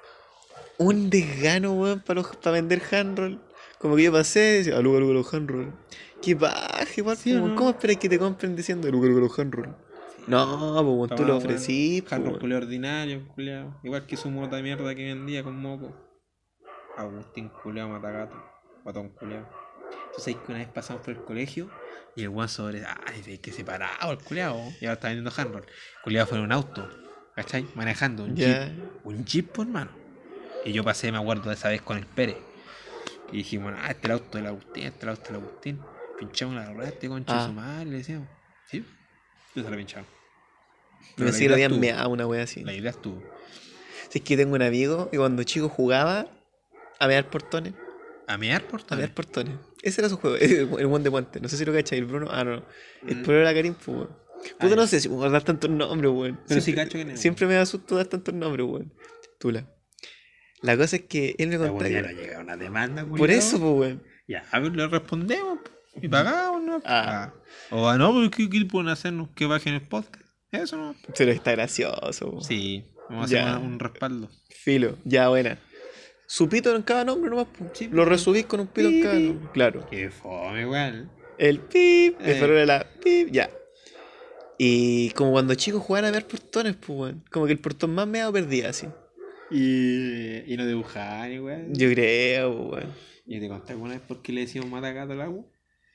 un desgano, weón, para vender handroll. Como que yo pasé y decía, ah, Luca, Luca, los handroll. Qué baje, igual, Sí, po, ¿no? ¿cómo esperas que te compren diciendo Luca, Luca, los handroll? No, pues weón, tú Toma, lo weón. ofrecís, po, Jarro weón. culeado ordinario, culeado. Igual que su mota de mierda que vendía con moco. Agustín culeado matagato. Guatón culeado. Entonces, que una vez pasamos por el colegio Y el weón sobre. Ay, es que se paraba el culiao. Y ahora está vendiendo handball. El culiao fue en un auto. ¿Cachai? Manejando un Ya. jeep. Un jeep, por mano. Y yo pasé, me acuerdo de esa vez con el Pérez. Y dijimos, ah, este es el auto del Agustín, este es el auto del Agustín. Pinchamos la rueda, este concha de Ah. su madre, le decíamos. Sí, yo se la pinchamos. Me Pero la pensé que lo idea habían estuvo. meado una wea así. La idea estuvo. Si es que tengo un amigo que cuando chico jugaba a mear portones. A mear por A todo. mear portones. Ese era su juego, el buen de Puente. No sé si lo cachai, el Bruno. Ah, no, no. El Mm. Bruno era Karim, pues, weón. Puta, Ah, no ya. sé si puedo dar tantos nombres, weón. Pero sí Siempre- cacho quién es, Siempre me da susto dar tantos nombres, weón. Tula. La cosa es que él me La contaba. weá no llega a una demanda, Por culiao. eso, pues, weón. Ya, a ver, le respondemos y pagamos, ¿no? Ah. Ah. O ah, no, porque ¿qué pueden hacernos que bajen el podcast? Eso no. Pero está gracioso, weón. Sí, vamos a hacer Ya. una- un respaldo. Filo, ya, buena. Su pito en cada nombre nomás, pues. Sí, Lo pues. resubís con un pito en Pi, cada pi. nombre. Claro. Que fome, igual. El pip, el Eh. ferro de la pip, ya. Y como cuando chicos jugaban a ver portones, pues, weón. Como que el portón más meado perdía, así. Y, y no dibujaban, igual. Yo creo, pues, weón. ¿Y te conté alguna vez por qué le decíamos mata gato al agua?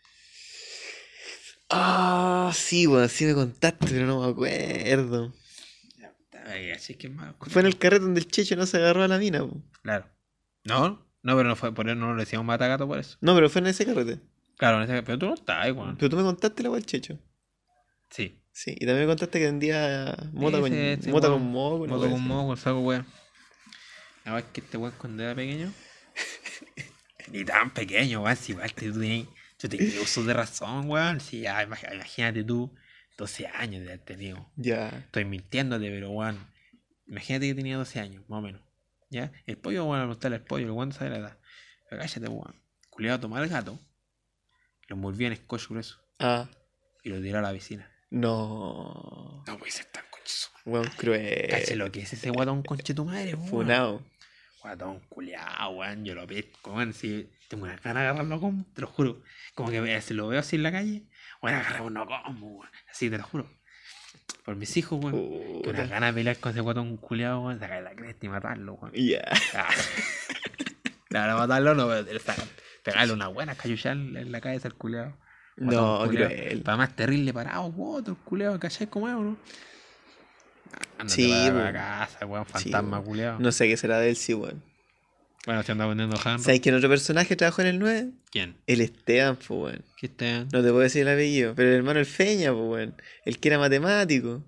Ah, sí, weón, sí me contaste, pero no me acuerdo. Ay, así que es malo. Fue en el carrete donde el Checho no se agarró a la mina, pues. Claro. No, no, pero no fue por eso, no le decíamos mata gato por eso. No, pero fue en ese carrete. Claro, en ese- pero tú no estabas, igual. Pero tú me contaste la weá del Checho. Sí. Sí, y también me contaste que vendía mota con, Ese- ese mota weón, con moco. una Moto weá con así. moco, saco weón. La verdad es que este weón cuando era pequeño. Ni tan pequeño, weón. Si igual te, tú tenías, tú tenías uso de razón, weón. Si ya, imag- imagínate tú, doce años de haber tenido. Ya. Estoy mintiéndote, pero weón. Imagínate que tenía doce años, más o menos. ¿Ya? El pollo, weón, a preguntarle al pollo, el weón no sabe la edad. Pero cállate, weón. Culeado a tomar el gato, lo envolvía en scotch grueso Ah, y lo tiró a la piscina. no. No puede ser tan conchazo. Weón cruel. Cache lo que es ese guatón conche tu madre, weón. Funao. Guatón culiao, weón. Yo lo pesco, weón. Si tengo una gana de agarrarlo como, te lo juro. Como que eh, si lo veo así en la calle, weón, agarramos no como, weón. Así te lo juro. Por mis hijos, weón. Que una Puta. gana de pelear con ese guatón culiao, weón. Sacar la cresta y matarlo, weón. Ya. Ah. Claro, matarlo no, pero saca- pegarle una buena cayuchal en la cabeza al culiao. No, cruel. Para más terrible parado, weón, el culiao, ¿cachai cómo es, o no? Ándate Sí, para, para weón. casa, weón, Sí, fantasma weón. culiao. No sé qué será de él, sí, weón. Bueno, se anda vendiendo hand. ¿Sabes quién otro personaje trabajó en el nueve? ¿Quién? El Esteban, pues, weón. ¿Qué está? No te puedo decir el apellido, pero el hermano el Feña, pues, weón. El que era matemático.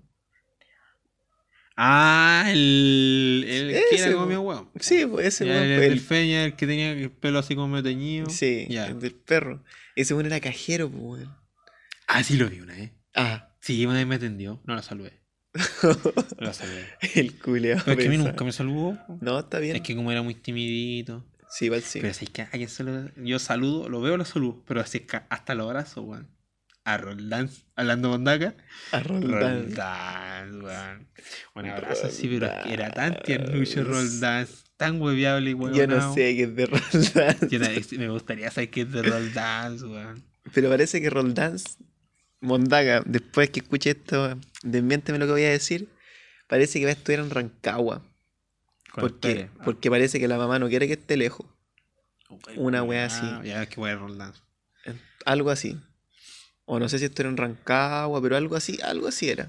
Ah, el. El que Ese, era como po. mi weón. Sí, pues ese Ya, weón el, fue el el. Feña, el que tenía el pelo así como teñido. Sí, Ya. el del perro. Ese weón era cajero, pues, weón. Ah, sí lo vi una vez. Ah, Sí, una vez me atendió. No la saludé. No la saludé. el culeado. Pero es que a mí pesado. nunca me saludó. po. No, está bien. Es que como era muy timidito. Sí, igual sí. Pero si es que a quien saluda- yo saludo, lo veo, lo saludo. Pero así es que hasta los abrazos, weón. A Roldán, hablando con Daca. A Roldán. Roldán, weón. Un abrazo así, pero es que era tan tiernucho Roldán. Tan hueviable y weón. Yo no sé qué es de Roldán. Yo no- me gustaría saber qué es de Roldán, weón. Pero parece que Roldán, Mondaga, después que escuche esto, desmiénteme lo que voy a decir, parece que va a estudiar en Rancagua. Con el Porque, Pérez. Ah, porque parece que la mamá no quiere que esté lejos. ok, una ah, wea así. Ya es que voy a Roldán. En- Algo así. O no sé si esto era en Rancagua, pero algo así, algo así era.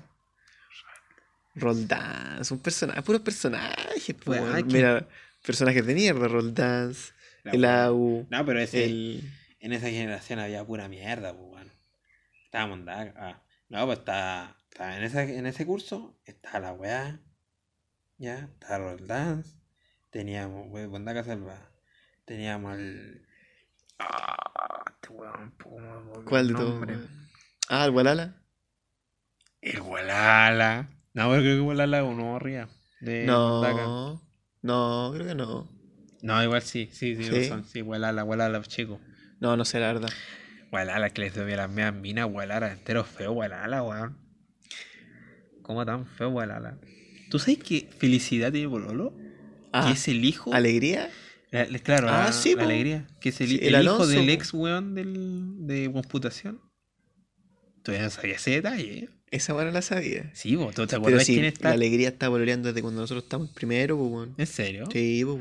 Roldán, un personaje, puros personajes. po, Weón, weón. hay que- Mira, personajes de mierda, Roldán, La el wea. A U, No, pero ese, el... en esa generación había pura mierda, pues, weón. Estaba Mondaca. Ah, no, pues está, está en, esa, en ese curso, está la weá. Ya, está Roldán. Teníamos, weón, Mondaca Salva. Teníamos el. Ah, este weón, ¿cómo me olvidó ¿Cuál de el todos? nombre? weón? Ah, el Walala. El Gualala. No, pero creo que Gualala es uno arriba. De Mondaca. No, no, creo que no. No, igual sí, sí, sí, ¿Sí? razón. Sí, Gualala, Gualala, chico. No, no sé la verdad. Gualala, que les doy las medias minas, Gualala, entero feo, Gualala, weón. ¿Cómo tan feo, Gualala? ¿Tú sabes que Felicidad tiene pololo? Ah, Que es el hijo. ¿Alegría? La- la- claro, Ah, la, sí, la po. alegría. Que es el, Sí, el el hijo Alonso, del po. ex weón del, de computación. Todavía no sabía ese detalle, ¿eh? Esa buena la sabía. Sí, vos, ¿tú te Pero acuerdas sí, quién la está? alegría está pololeando desde cuando nosotros estamos en primero, pues, weón. ¿En serio? Sí, pues, weón.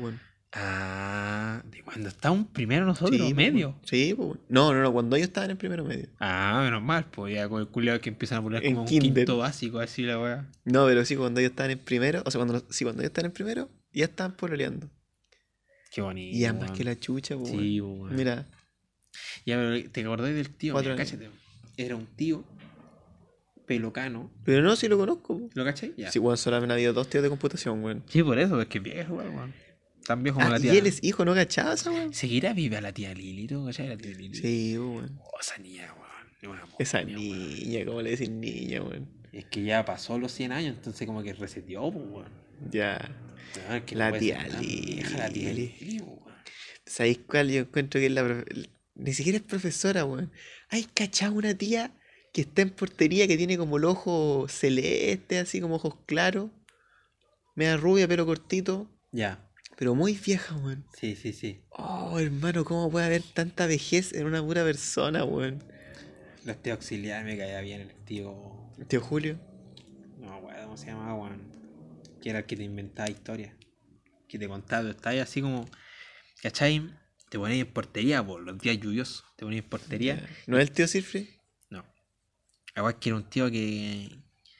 Ah, de cuando estábamos primero nosotros, Sí, po, medio. weón. Sí, po, weón. No, no, no, cuando ellos estaban en primero medio. Ah, menos mal, pues ya con el culiado que empiezan a poner En como un kinder. quinto básico, así la weá. No, pero sí, cuando ellos estaban en primero, o sea, cuando, sí, cuando ellos estaban en primero, ya estaban pololeando. Qué bonito. Y ambas weón. que la chucha, po, Sí, weón. weón. Mira, Ya, pero ¿te acordás del tío? Cuatro Mira, años. cáchate. Era un tío pelocano. pero no, sí lo conozco, po. ¿Lo cachai? Ya. Sí, weón, solamente ha habido dos tíos de computación, weón. Sí, por eso, es que es viejo, igual, weón. Tan viejo como Ah, la y tía. él es hijo, ¿no cachaba esa, weón? ¿Seguirá viva la tía Lili, tú? ¿Cachai? La tía Lili. Sí, weón. Oh, esa niña, weón. Es una Esa momia, weón. niña, ¿cómo le decís niña, weón? Es que ya pasó los cien años, entonces como que reseteó, pues, weón. Ya. No, es que La no puede tía ser tan Lili. vieja la tía Lili, weón. ¿Sabéis cuál? Yo encuentro que es la... profe- Ni siquiera es profesora, weón. Hay cachado una tía que está en portería que tiene como el ojo celeste, así como ojos claros. Media rubia, pero cortito. Ya. Pero muy vieja, weón. Sí, sí, sí. Oh, hermano, ¿cómo puede haber tanta vejez en una pura persona, weón? Los tíos auxiliares me caía bien el tío. Tío Julio. No, weón, ¿cómo se llamaba, weón? Que era el que te inventaba historias. Que te contaba, tú estabas así como. ¿Cachai? Te ponías en portería por los días lluviosos. Te ponías en portería. ¿No es el tío Silfrid? No. Igual que era un tío que.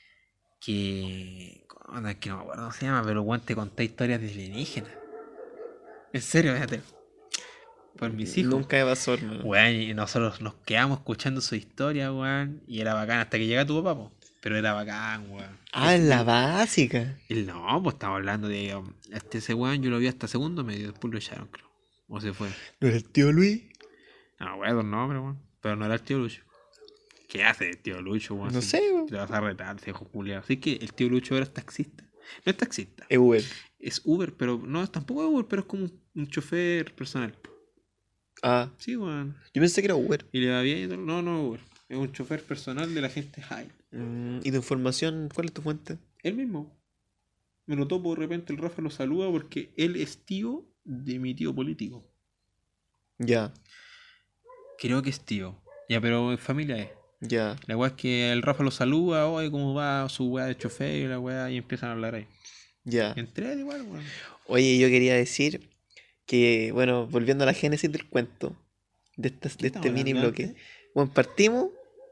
Que. ¿Cómo es que no me acuerdo cómo se llama? Pero weón te contaba historias de alienígenas. En serio, fíjate. Por mis hijos. Nunca me pasó, hermano. Weón, y nosotros nos quedamos escuchando su historia, weón. Y era bacán hasta que llega tu papá, po. Pero era bacán, weón. Ah, en la básica. Y no, pues estamos hablando de. um, este ese weón yo lo vi hasta segundo medio, después lo echaron, creo. O se fue. ¿No era el tío Luis? No, weón, no, pero weón. Pero no era el tío Lucho. ¿Qué hace el tío Lucho, weón? No Si sé, weón. Te vas a retar, viejo culiao. Así que el tío Lucho ahora es taxista. No es taxista. Es Uber. Es Uber, pero no, es tampoco es Uber, pero es como un, un chofer personal. Ah, Sí, weón. yo pensé que era Uber. Y le va bien y todo. No, no, Uber. Es un chofer personal de la gente high. Mm, ¿y tu información? ¿Cuál es tu fuente? Él mismo. Me lo topo de repente, el Rafa lo saluda porque él es tío de mi tío político. Ya, Creo que es tío. Ya, pero en familia es. ya. La weá es que el Rafa lo saluda, oye, ¿cómo va su weá de chofer? Y la weá, y empiezan a hablar ahí. Ya. Entre él igual, weón. Oye, yo quería decir que, bueno, volviendo a la génesis del cuento, de, estas- ¿Qué de estamos este mini hablando bloque. antes? Bueno, partimos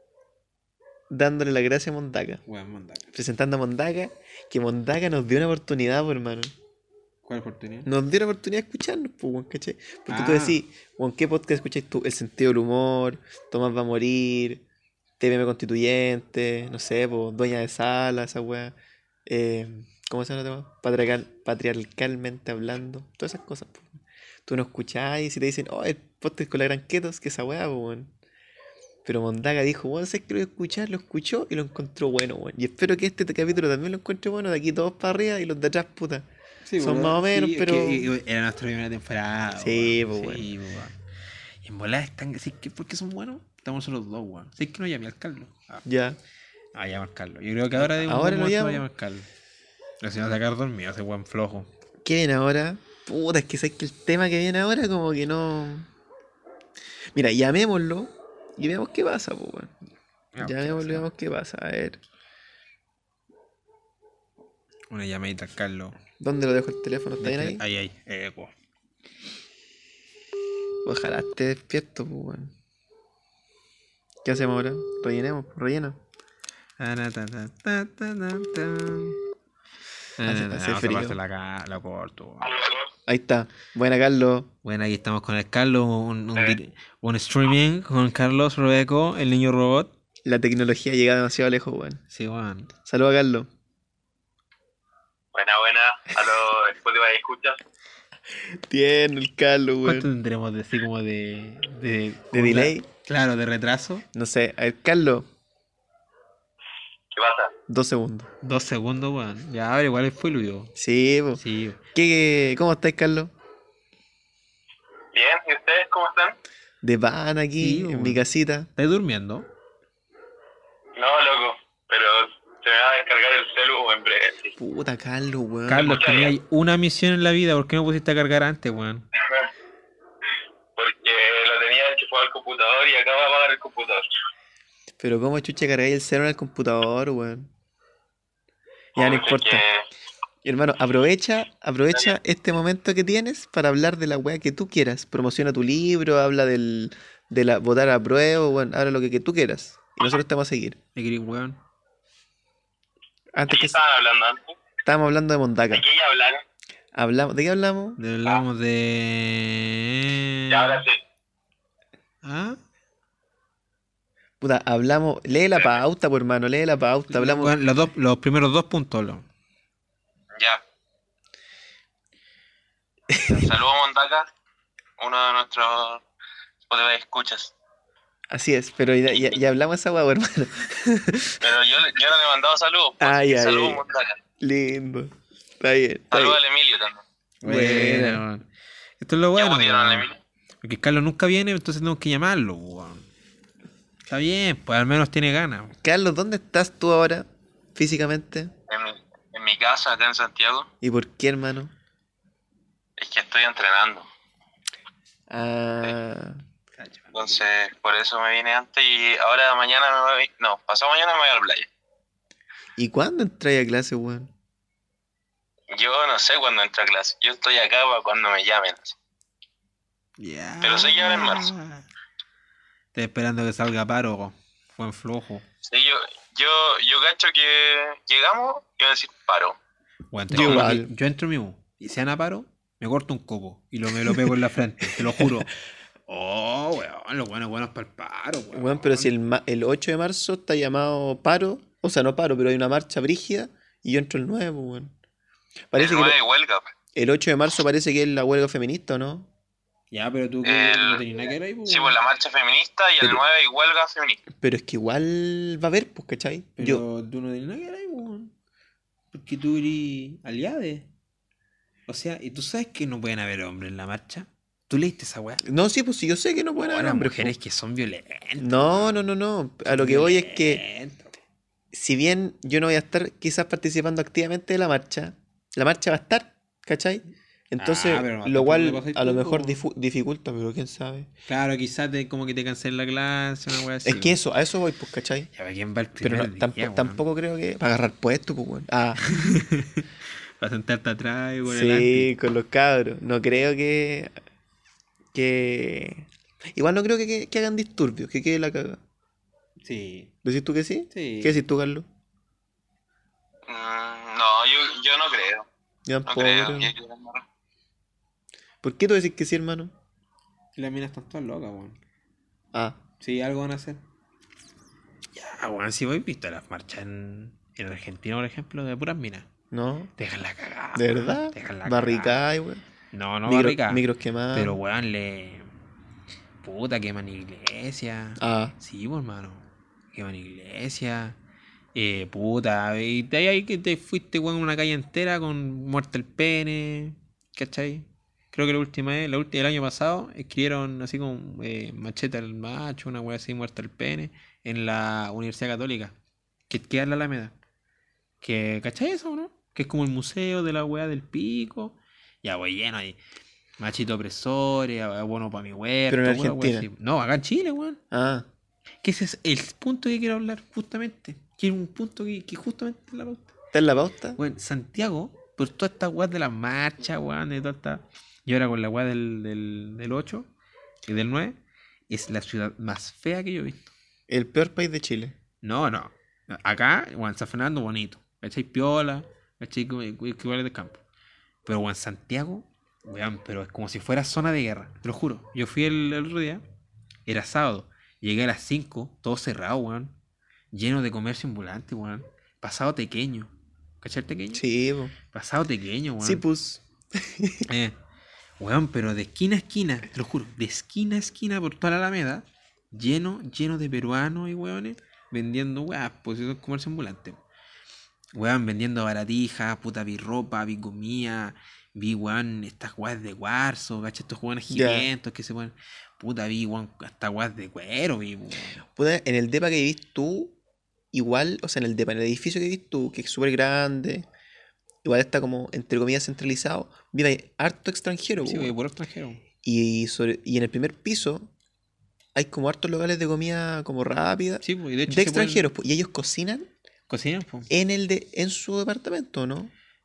dándole la gracia a Mondaca, Weón, manda. presentando a Mondaca, que Mondaca nos dio una oportunidad, pues, hermano. ¿Cuál oportunidad? Nos dio la oportunidad de escucharnos, pues, weón, ¿cachai? Porque tú Ah. decís, weón, ¿qué podcast escucháis tú? El sentido del humor, Tomás va a morir, T V M Constituyente, no sé, pues, Dueña de Sala, esa weá. Eh, ¿cómo se llama la otra weá? Patriarcal, patriarcalmente hablando, todas esas cosas, pues. Tú no escucháis y si te dicen, oh, el podcast con la gran Ketos, que esa weá, pues, weón. Pero Mondaga dijo, bueno, sé que lo voy a escuchar, lo escuchó y lo encontró bueno, weón. Y espero que este capítulo también lo encuentre bueno, de aquí todos para arriba y los de atrás, puta. Sí, Son weón. más o menos, Sí, es pero- que, eh, era nuestra primera temporada. Sí, weón. pues, Sí, pues, weón. Y en volada están. ¿Sí que ¿por qué son buenos? Estamos solo dos, weón. ¿Sí que no llamé al Carlos? Ah, Ya. ah llama al Carlos. Yo creo que ahora de un Ahora buen lo momento llamo. va a llamar al Carlos. Pero si no sacar dormido, ese weón flojo. ¿Qué viene ahora? Puta, es que sabes que el tema que viene ahora como que no... Mira, llamémoslo y veamos qué pasa, pues, weón. Ya, Llamémoslo y ¿qué veamos qué pasa. A ver, Una llamadita al Carlos. ¿dónde lo dejo el teléfono? ¿Está bien ahí? Ahí, ahí. Eh, pues. Ojalá esté despierto, pues, weón. ¿Qué hacemos ahora? Rellenemos, pues, rellena. Hace- hace frío. La, ca- la corto. weón. Ahí está. Buena, Carlos. Bueno, aquí estamos con el Carlos, un, un, dir- un streaming con Carlos Rebeco, el niño robot. La tecnología llega demasiado lejos, weón. Sí, weón. Saludos a Carlos. Buena, buena. A los Spotify escuchas. Tierno el Carlos, ¿Cuánto weón. tendremos de así como de... ¿De, ¿De delay? Claro, de retraso. No sé. A ver, Carlos. ¿Qué pasa? Dos segundos. Dos segundos, weón. Ya, a ver, igual es fluido. Sí, pues. Sí. ¿Qué, ¿Cómo estáis, Carlos? Bien, ¿y ustedes cómo están? De pan aquí, Sí, en weón. mi casita. ¿Estás durmiendo? No, loco, pero se me va a descargar el celu en breve, sí. Puta, Carlos, weón. Carlos, escucha tenías bien. una misión en la vida. ¿Por qué no pusiste a cargar antes, weón? Porque lo tenía enchufado al computador y acaba de apagar el computador. Pero ¿cómo chucha cargáis el celular al computador, weón? Ya, no Pues es importa. que Hermano, aprovecha, aprovecha este momento que tienes para hablar de la weá que tú quieras. Promociona tu libro, habla del, de la votar a prueba, bueno, habla lo que, que tú quieras. Y nosotros te vamos a seguir. ¿De qué weón? Antes ¿De qué que estaban hablando antes? estábamos hablando de Mondaca. ¿De qué ya hablaron? Hablamos, ¿de qué hablamos? De- Hablamos de. Y ahora sí. ¿Ah? Puta, hablamos, lee la pauta, pues hermano, lee la pauta. Hablamos. Weón, los, dos, los primeros dos puntos hablamos. Ya. Saludos a Mondaca, uno de nuestros Spotify escuchas. Así es, pero ya, ya, ya hablamos esa weá, pues, hermano. Pero yo, yo no le he mandado saludos. pues. Ay, ay, Saludos, ay. Mondaca. Lindo. Está bien. Está Saludos bien. al Emilio también. Buena. weón. Esto es lo ¿Ya bueno. mutieron al weón. Emilio? Porque Carlos nunca viene, entonces tenemos que llamarlo, weón. Está bien, pues al menos tiene ganas. Carlos, ¿dónde estás tú ahora, físicamente? En mi, en mi casa, acá en Santiago. ¿Y por qué, hermano? Es que estoy entrenando. Ah, Entonces, por eso me vine antes y ahora mañana me voy. No, pasado mañana me voy a la playa. ¿y cuándo entráis a clase, weón? Yo no sé cuándo entra a clase. Yo estoy acá para cuando me llamen. Ya. Pero sé que ahora en marzo. Estoy esperando que salga paro, buen flojo. Sí, yo, yo, yo cacho que llegamos y voy a decir paro. Bueno, Yo igual. yo entro en mi U y si a paro, me corto un coco y lo, me lo pego en la frente, te lo juro. Oh, weón, lo bueno, bueno es para el paro, weón. Weón, pero si el, ma- el ocho de marzo está llamado paro, o sea, no paro, pero hay una marcha brígida y yo entro el nueve, pues, weón. Parece el que nueve el, de huelga. pues. el ocho de marzo parece que es la huelga feminista, ¿o no? Ya, pero tú que El- no tenías nada que ver ahí, pues, Sí, weón. pues la marcha feminista y el Pero- nueve y huelga feminista. Pero es que igual va a haber, pues, ¿cachai? Pero Yo, tú no tenías nada que ver ahí, pues, weón. Porque tú eres aliade. O sea, ¿y tú sabes que no pueden haber hombres en la marcha? ¿Tú leíste esa weá? no, sí, pues sí, yo sé que no pueden haber Ahora hombres, mujeres pues. que son violentas. No, no, no, no. A lo que voy es que, Violentas. si bien yo no voy a estar quizás participando activamente de la marcha, la marcha va a estar, ¿cachai? Entonces, Ah, pero no, lo tampoco cual te pasáis a lo tú, mejor po. difu- dificulta, pero quién sabe. Claro, quizás te, como que te cancelen la clase, una weá así. Es que eso, a eso voy, pues, ¿cachai? Ya, ¿para quién va el Pero primer no, día, tampoco, weón? tampoco creo que. Para agarrar puesto, pues, weón. Ah, Para sentarte atrás y con sí, con los cabros. No creo que. Que. Igual no creo que, que, que hagan disturbios, que quede la caga. Sí, ¿Decís tú que sí? sí. ¿Qué decís tú, Carlos? Mm, no, yo, yo no creo. Yo No tampoco creo creo. que quieran morrer. ¿Por qué tú decís que sí, hermano? Las minas están todas locas, weón. Ah, Sí, algo van a hacer. Ya, weón, si voy visto las marchas en, en Argentina, por ejemplo, de puras minas. ¿no? Dejan la cagada. ¿De weón, verdad? Dejan la Barricada, y weón. cagada. No, no Micro- barricada. micros quemados. Pero, weón, le. Puta, queman iglesia. Ah, Sí, pues, hermano. Queman iglesia. Eh, puta. Y de ahí que te fuiste, weón, una calle entera con muerte el pene. ¿Cachai? Creo que la última vez, la última, el año pasado, escribieron así como eh, machete al macho, una weá así, muerta el pene, en la Universidad Católica, que queda en la Alameda. Que, ¿cachai eso, no? Que es como el museo de la weá del pico. Ya, wey, lleno ahí. Machito opresores, ah, bueno para mi huerto. Pero en pura weá Argentina. así. No, acá en Chile, weón. ah. Que ese es el punto que quiero hablar, justamente. Que es un punto que, que justamente es la pauta. ¿Está en la pauta? Bueno, Santiago, por todas estas weas de las marchas, weón, de toda esta. Y ahora con la wea del, del, del ocho y del nueve, es la ciudad más fea que yo he visto. El peor país de Chile. No, no. Acá, weón, San Fernando, bonito. ¿Cachai? Piola, ¿cachai? Que igual es de campo. Pero, weón, Santiago, weón, pero es como si fuera zona de guerra. Te lo juro. Yo fui el, el otro día, era sábado. Llegué a las cinco, todo cerrado, weón. Lleno de comercio ambulante, weón. Pasado tequeño. ¿Cachai el tequeño? Sí, po. Pasado tequeño, weón. Sí, pues. Eh, weón, pero de esquina a esquina, te lo juro, de esquina a esquina por toda la Alameda, lleno, lleno de peruanos y weones vendiendo weas, pues eso es comercio ambulante. Weón, vendiendo baratijas, puta, vi ropa, vi comida, vi weón, estas weas de cuarzo, ¿cachai? Estos weones Ya. gigantes que se ponen, puta, vi weón, hasta weas de cuero, vi weón. Puta, en el depa que vivís tú, igual, o sea, en el depa, en el edificio que vivís tú, que es súper grande, igual está como, entre comillas, centralizado, vive ahí harto extranjero, Sí, po, wey, weón. por extranjero. y, sobre- y en el primer piso hay como hartos locales de comida como rápida, Sí, pues, y de hecho de se pueden- extranjeros, po, y ellos cocinan cocinan, pues. en el de en su departamento, ¿no?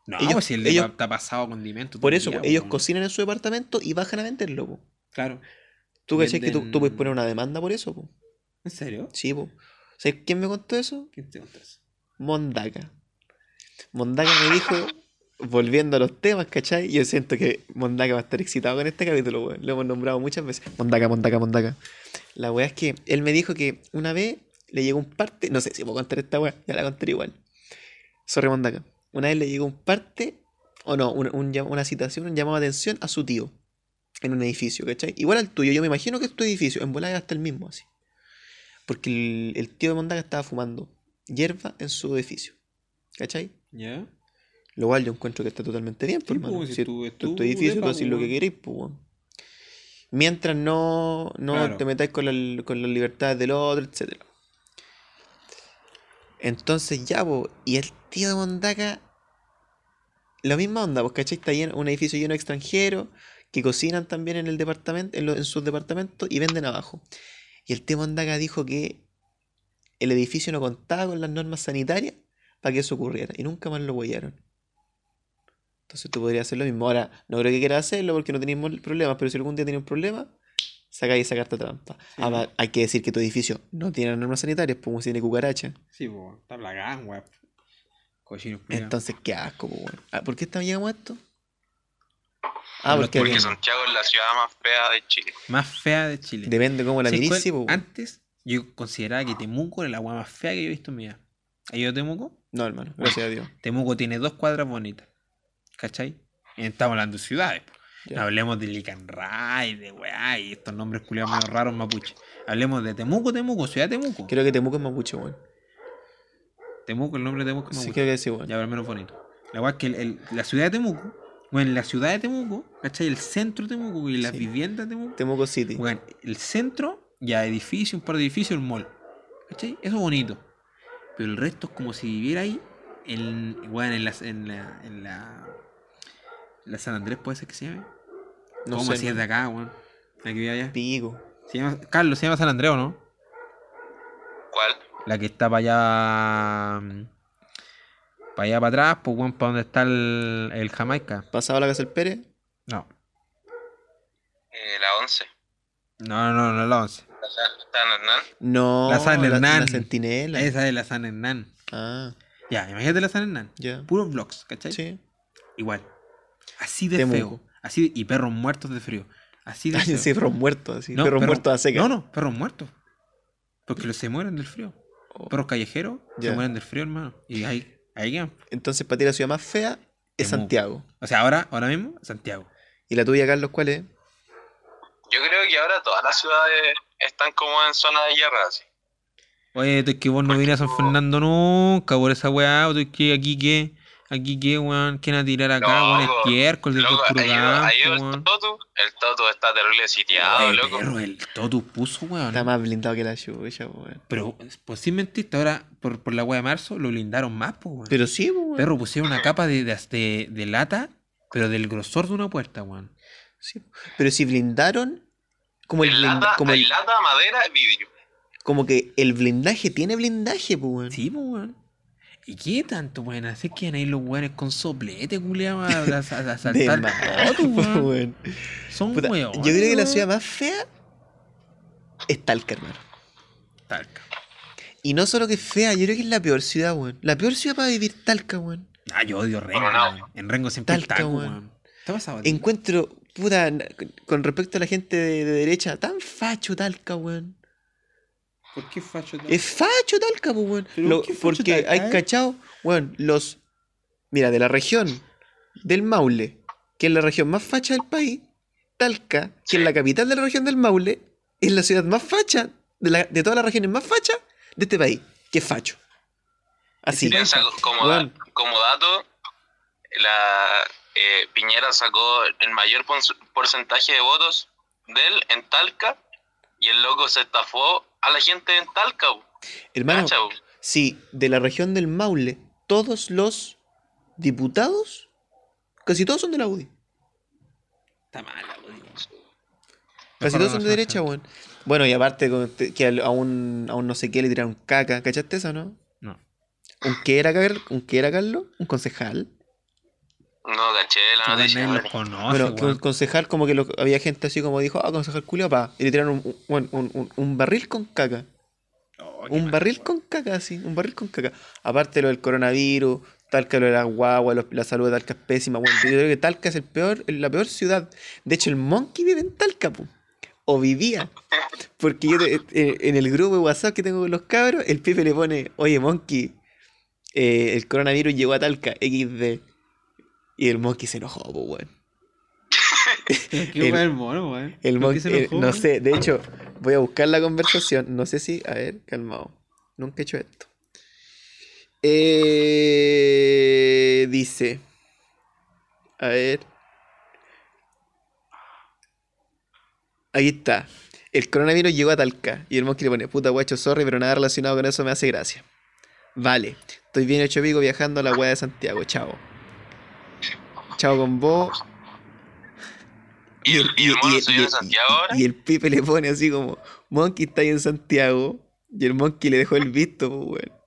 No, ellos- pues si el ellos- depa está pasado condimento. Por todo eso, el po, día, ellos po. cocinan en su departamento y bajan a venderlo, po. Claro. ¿Tú cachai que tú, Venden- tú puedes poner una demanda por eso, po? ¿En serio? Sí, po. ¿Sabes quién me contó eso? ¿Quién te contó eso? Mondaca. Mondaca me dijo, volviendo a los temas, ¿cachai? Yo siento que Mondaca va a estar excitado con este capítulo, weón. Lo hemos nombrado muchas veces. Mondaca, Mondaca, Mondaca. La weá es que él me dijo que una vez le llegó un parte, no sé si puedo contar esta weá, ya la contaré igual. Sorry, Mondaca. Una vez le llegó un parte, o no, un- un llam- una citación, un llamado de atención a su tío en un edificio, ¿cachai? Igual al tuyo, yo me imagino que es tu edificio, en volada hasta el mismo, así. Porque el, el tío de Mondaca estaba fumando hierba en su edificio, ¿cachai? ¿Ya? Lo cual yo encuentro que está totalmente bien, Sí, pues, hermano. pues, si Si tú- es es tu, tu tu edificio, depa, tú haces lo pues, que queréis, pues, weón. Mientras no, no Claro. te metáis con, la- con las libertades del otro, etcétera. Entonces ya, pues, y el tío de Mondaca, la misma onda, pues, ¿cachai? Está lleno, un edificio lleno de extranjeros que cocinan también en el departamento, en, lo- en sus departamentos y venden abajo. Y el tío Mondaca dijo que el edificio no contaba con las normas sanitarias para que eso ocurriera. Y nunca más lo huellaron. Entonces tú podrías hacer lo mismo. Ahora, no creo que quieras hacerlo porque no tenemos problemas, pero si algún día tienes un problema, sacáis esa carta trampa. Además, hay que decir que tu edificio no tiene normas sanitarias, pues como si tiene cucaracha. Sí, pues, está plagada, weón. Cochino culiao. Entonces, qué asco, pues, weón. Ah, ¿por qué está- llegamos a esto? Por Ah, los porque, Porque había- Santiago es la ciudad más fea de Chile. Más fea de Chile. depende cómo la ¿Sabes mirís, cuál? sí, pues, weón. Antes yo consideraba que Temuco era la agua más fea que yo he visto en mi vida. ¿Has ido a Temuco? No, hermano, gracias a Dios. Temuco tiene dos cuadras bonitas. ¿Cachai? Y estamos hablando de ciudades. po. Ya. No hablemos de Licanray, de weá, y estos nombres culiados medio raros mapuche. Hablemos de Temuco, Temuco, ciudad de Temuco. Creo que Temuco es mapuche, weón. Temuco, el nombre de Temuco es Sí, mapuche. creo que sí, weón. Ya, pero al menos bonito. La weá es que el- el- la ciudad de Temuco, bueno, la ciudad de Temuco, ¿cachai? El centro de Temuco y las Sí. viviendas de Temuco. Temuco City. Bueno, el centro, ya edificio, un par de edificios, el mall. ¿Cachai? Eso es bonito. Pero el resto es como si viviera ahí en, bueno, en, la, en, la, en la. La San Andrés, puede ser que se llame. No ¿Cómo sé, si es de hermano. acá, weón? La que vive allá. Pico. Se llama, Carlos, se llama San Andrés, ¿o no? ¿Cuál? La que está para allá. Para allá para atrás, pues, weón, para donde está el, el Jamaica. ¿Pasaba la casa del Pérez? No. Eh, la once. No, no, no es la once. La San San Hernán. No. La San Hernán. La, Centinela. Esa es la San Hernán. Ah, Ya, imagínate la San Hernán. ya. Puros vlogs, ¿cachai? Sí. Igual. Así de Temuco. feo. Así de- y perros muertos de frío. Así de feo. Sí, perros muertos, así. No, perros perro- muertos a seca. No, no, perros muertos. Porque los se mueren del frío. Oh. Perros callejeros Ya. se mueren del frío, hermano. Y ahí, ahí quedan. Entonces, para ti la ciudad más fea es Temuco. Santiago. O sea, ahora, ahora mismo, Santiago. ¿Y la tuya, Carlos, cuál es? Yo creo que ahora todas las ciudades están como en zona de guerra, así. Oye, tú es que vos no viniste a San Fernando nunca por esa weá. Tú es que aquí que, aquí que, weón, ¿quién a tirar acá? Loco, Weón, estiércol de todo Loco, puro ahí va- ahí va campo, el weón. Totu. El Totu está terrible sitiado, Oye, loco. perro, el Totu puso, weón. Está más blindado que la chucha, weón. Pero, pues sin mentirte, ahora, por, por la weá de marzo, lo blindaron más, pues, weón. Pero sí, weón. Perro, pusieron una capa de, de, de- de lata, pero del grosor de una puerta, weón. Sí. Pero si blindaron, como el, Hay blind- lata, como, hay el- lata, madera, vidrio. como que el blindaje tiene blindaje, pues, weón. Sí, pues, weón. ¿Y qué tanto, weón? Así que ahí los weones con soplete, culiao, a, a, a- a De saltar más, todo, pues, weón. weón. Son Puta, weones. yo creo que la weón. ciudad más fea es Talca, hermano. Talca. Y no solo que es fea, yo creo que es la peor ciudad, weón. La peor ciudad para vivir Talca, weón. Ah, yo odio Rengo, Coronado. weón. En Rengo siempre Talca, Talca, weón. weón. ¿Qué ha pasado a ti? Encuentro, puta, na- con respecto a la gente de, de derecha, tan facho Talca, weón. ¿Por qué facho Talca? Es facho Talca, pues, weón. ¿Pero Lo- qué facho porque Talca, hay eh? cachado, weón, los. Mira, de la región del Maule, que es la región más facha del país, Talca, que es la capital de la región del Maule, es la ciudad más facha, de, la- de todas las regiones más fachas de este país, que es facho. Así. Piensa, como, da- Weón. como dato, la eh, Piñera sacó el mayor pon- porcentaje de votos de él en Talca y el loco se estafó a la gente en Talca. po. Hermano, Cacha, po. si de la región del Maule, todos los diputados, casi todos son de la U D I. Está mala, weón. Casi todos son de derecha, weón. Bueno, y aparte con- que a un, a un no sé qué le tiraron caca, ¿cachaste eso, no? No. ¿Un qué era, Car- un qué era Carlos? ¿Un concejal? No caché la Puta, noticia. nadie los weón. conoce, Bueno, que un weón. concejal, como que lo- había gente así como dijo, ah, concejal culiao, pa. Y le tiraron un, un, un, un- un barril con caca. Oh, qué Un mal, barril weón. con caca, así, un barril con caca. Aparte lo del coronavirus, Talca lo de las guaguas, lo- la salud de Talca es pésima. Bueno, yo creo que Talca es el peor, la peor ciudad. De hecho, el Monkey vive en Talca, pu. O vivía. Porque yo te- en, en el grupo de WhatsApp que tengo con los cabros, el Pipe le pone, oye, Monkey, eh, el coronavirus llegó a Talca, equis de. Y el Monkey se enojó, pues, weón. Qué el- weón el mono, weón. El ¿Por qué Monkey, se eh, enojó, no weón? sé, de hecho, voy a buscar la conversación. No sé si, a ver, calmado. Nunca he hecho esto. Eh, dice, a ver. Ahí está. El coronavirus llegó a Talca. Y el Monkey le pone, puta guacho, sorry, pero nada relacionado con eso me hace gracia. Vale, estoy bien hecho pico viajando a la weá de Santiago. Chao. Chao con vos. ¿Y el, y el mono se vive en el- Santiago ahora? y el Pipe le pone así como, Monkey está ahí en Santiago. Y el Monkey le dejó el visto, pues, weón.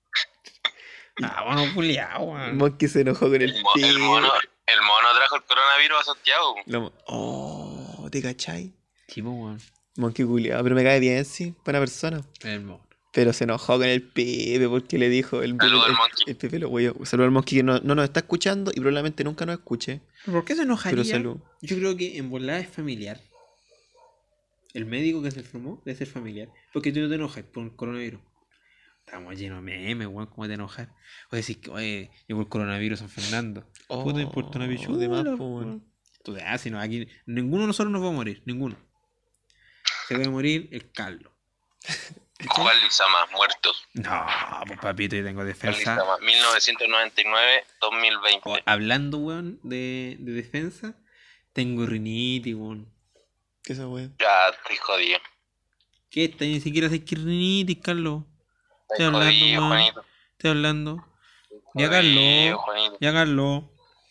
Ah, bueno, culiao, El weón. Monkey se enojó con el El, mo- el Pipe. mono, el mono trajo el coronavirus a Santiago. Lo- Oh, ¿te cachai? Chivo, weón. Monkey culiao, pero me cae bien, sí, buena persona. El mono. Pero se enojó con el Pipe porque le dijo el, Saludo al el, Monkey. el Pipe lo hueó. Saludos al Monkey que no, no nos está escuchando y probablemente nunca nos escuche. ¿Por qué se enojaría? Pero salud. Yo creo que en volada es familiar. El médico que se enfermó debe ser familiar. Porque tú no te enojas por el coronavirus. Estamos llenos de memes, weón. ¿Cómo te enojas? O decir que, oye, llegó el coronavirus San Fernando. Puta, me importa una pichula. de más, po, weón. Tú ah, si no, aquí ninguno de nosotros nos va a morir. Ninguno. Se va a morir el Carlos. Juan Lizama, muertos. No, pues papito, yo tengo Juan defensa. Lizama, mil novecientos noventa y nueve a dos mil veinte. O- hablando, weón, de, de defensa, tengo rinitis, weón. ¿Qué esa weón? Ya, estoy jodido. ¿Qué está? Ni siquiera sé qué rinitis, Carlos. Estoy hablando, jodido, weón. Juanito. Estoy hablando. Ya, Jodido, Carlos. Juanito. Ya, Carlos.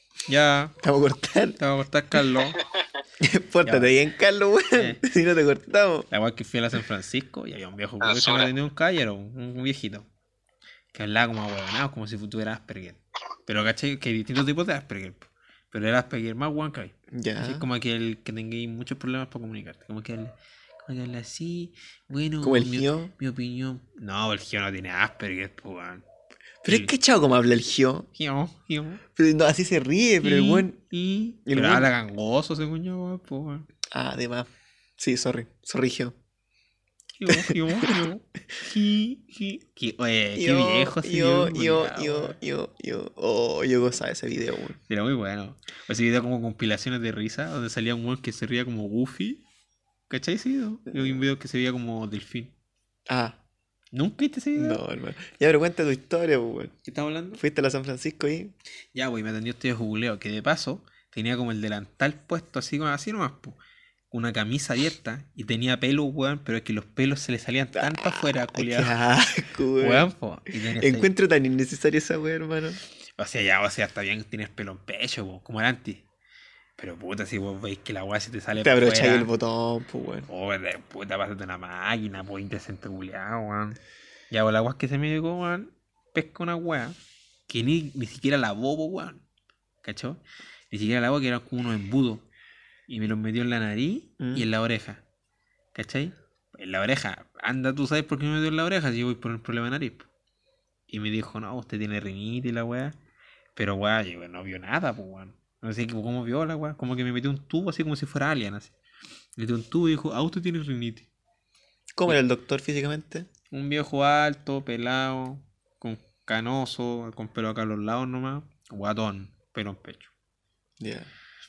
Ya. Te vamos a cortar. Te va a cortar, Carlos. Pórtate Ya. bien, Carlos, weón. Eh. Si no te cortamos. La weá que fui a la San Francisco y había un viejo Ah, que se sobre. me atendió un caballero, un, un viejito. Que hablaba como huevonado, como si tuviera Asperger. Pero caché que hay distintos tipos de Asperger. po. Pero era Asperger más weón que hay. Ya. Así como que el que tengáis muchos problemas para comunicarte. Como que habla, como que habla así. Bueno, Como el mi, Gio. mi opinión. No, el Gio no tiene Asperger, pues weón. Pero es que chao como habla el Gio. Gio, Gio. Pero no, así se ríe, pero el Y- buen. y- el Pero buen- habla gangoso, según yo, weón, pues weón. Ah, además. Sí, sorry. Sorry, Gio. Gio, Gio, Gio. Gi, gi, gi- Oye, qué Yo, viejo ese yo, video, yo, culiao, yo, weón. yo, yo. Oh, yo gozaba ese video, weón. Era muy bueno. O ese video como compilaciones de risa, donde salía un weón que se ría como Goofy. ¿Cachai ese video? Y un video que se veía como delfín. Ah, ¿Nunca viste ese video? no, hermano. Ya, pero cuenta tu historia, pues, weón. ¿Qué estamos hablando? Fuiste a la San Francisco y. Ya, güey, me atendió este googleo, que de paso tenía como el delantal puesto así como así nomás, po. Una camisa abierta y tenía pelo, weón, pero es que los pelos se le salían tan para afuera, Ay, qué culiado. asco, weón. Weón, po. Y tenía ese- Encuentro tan innecesaria esa weón, hermano. O sea, ya, o sea, está bien tienes pelo en pecho, po, como el anti. Pero puta, si vos veis que la weá se te sale Te para abrocháis afuera. el botón, pues, weón. Oh, de puta, pásate una máquina, pues indecente culiado, weón. Ya, pues la weá es que se me llegó, weón, pesca una weá que ni, ni siquiera lavó, po, weón. ¿Cachó? Ni siquiera lavó, que eran como unos embudos. Y me los metió en la nariz Mm. y en la oreja. ¿Cachai? En la oreja. Anda, tú sabes por qué me metió en la oreja si yo voy por un problema de nariz. po. Y me dijo, no, usted tiene rinitis y la weá. Pero weá, yo no vio nada, pues weón. No sé cómo vio la weá. Como que me metió un tubo así como si fuera alien, así. Me metió un tubo y dijo, ah, usted tiene rinitis. ¿Cómo era el doctor físicamente? Un viejo alto, pelado, con canoso, con pelo acá a los lados nomás. Guatón, pelo en pecho. Ya.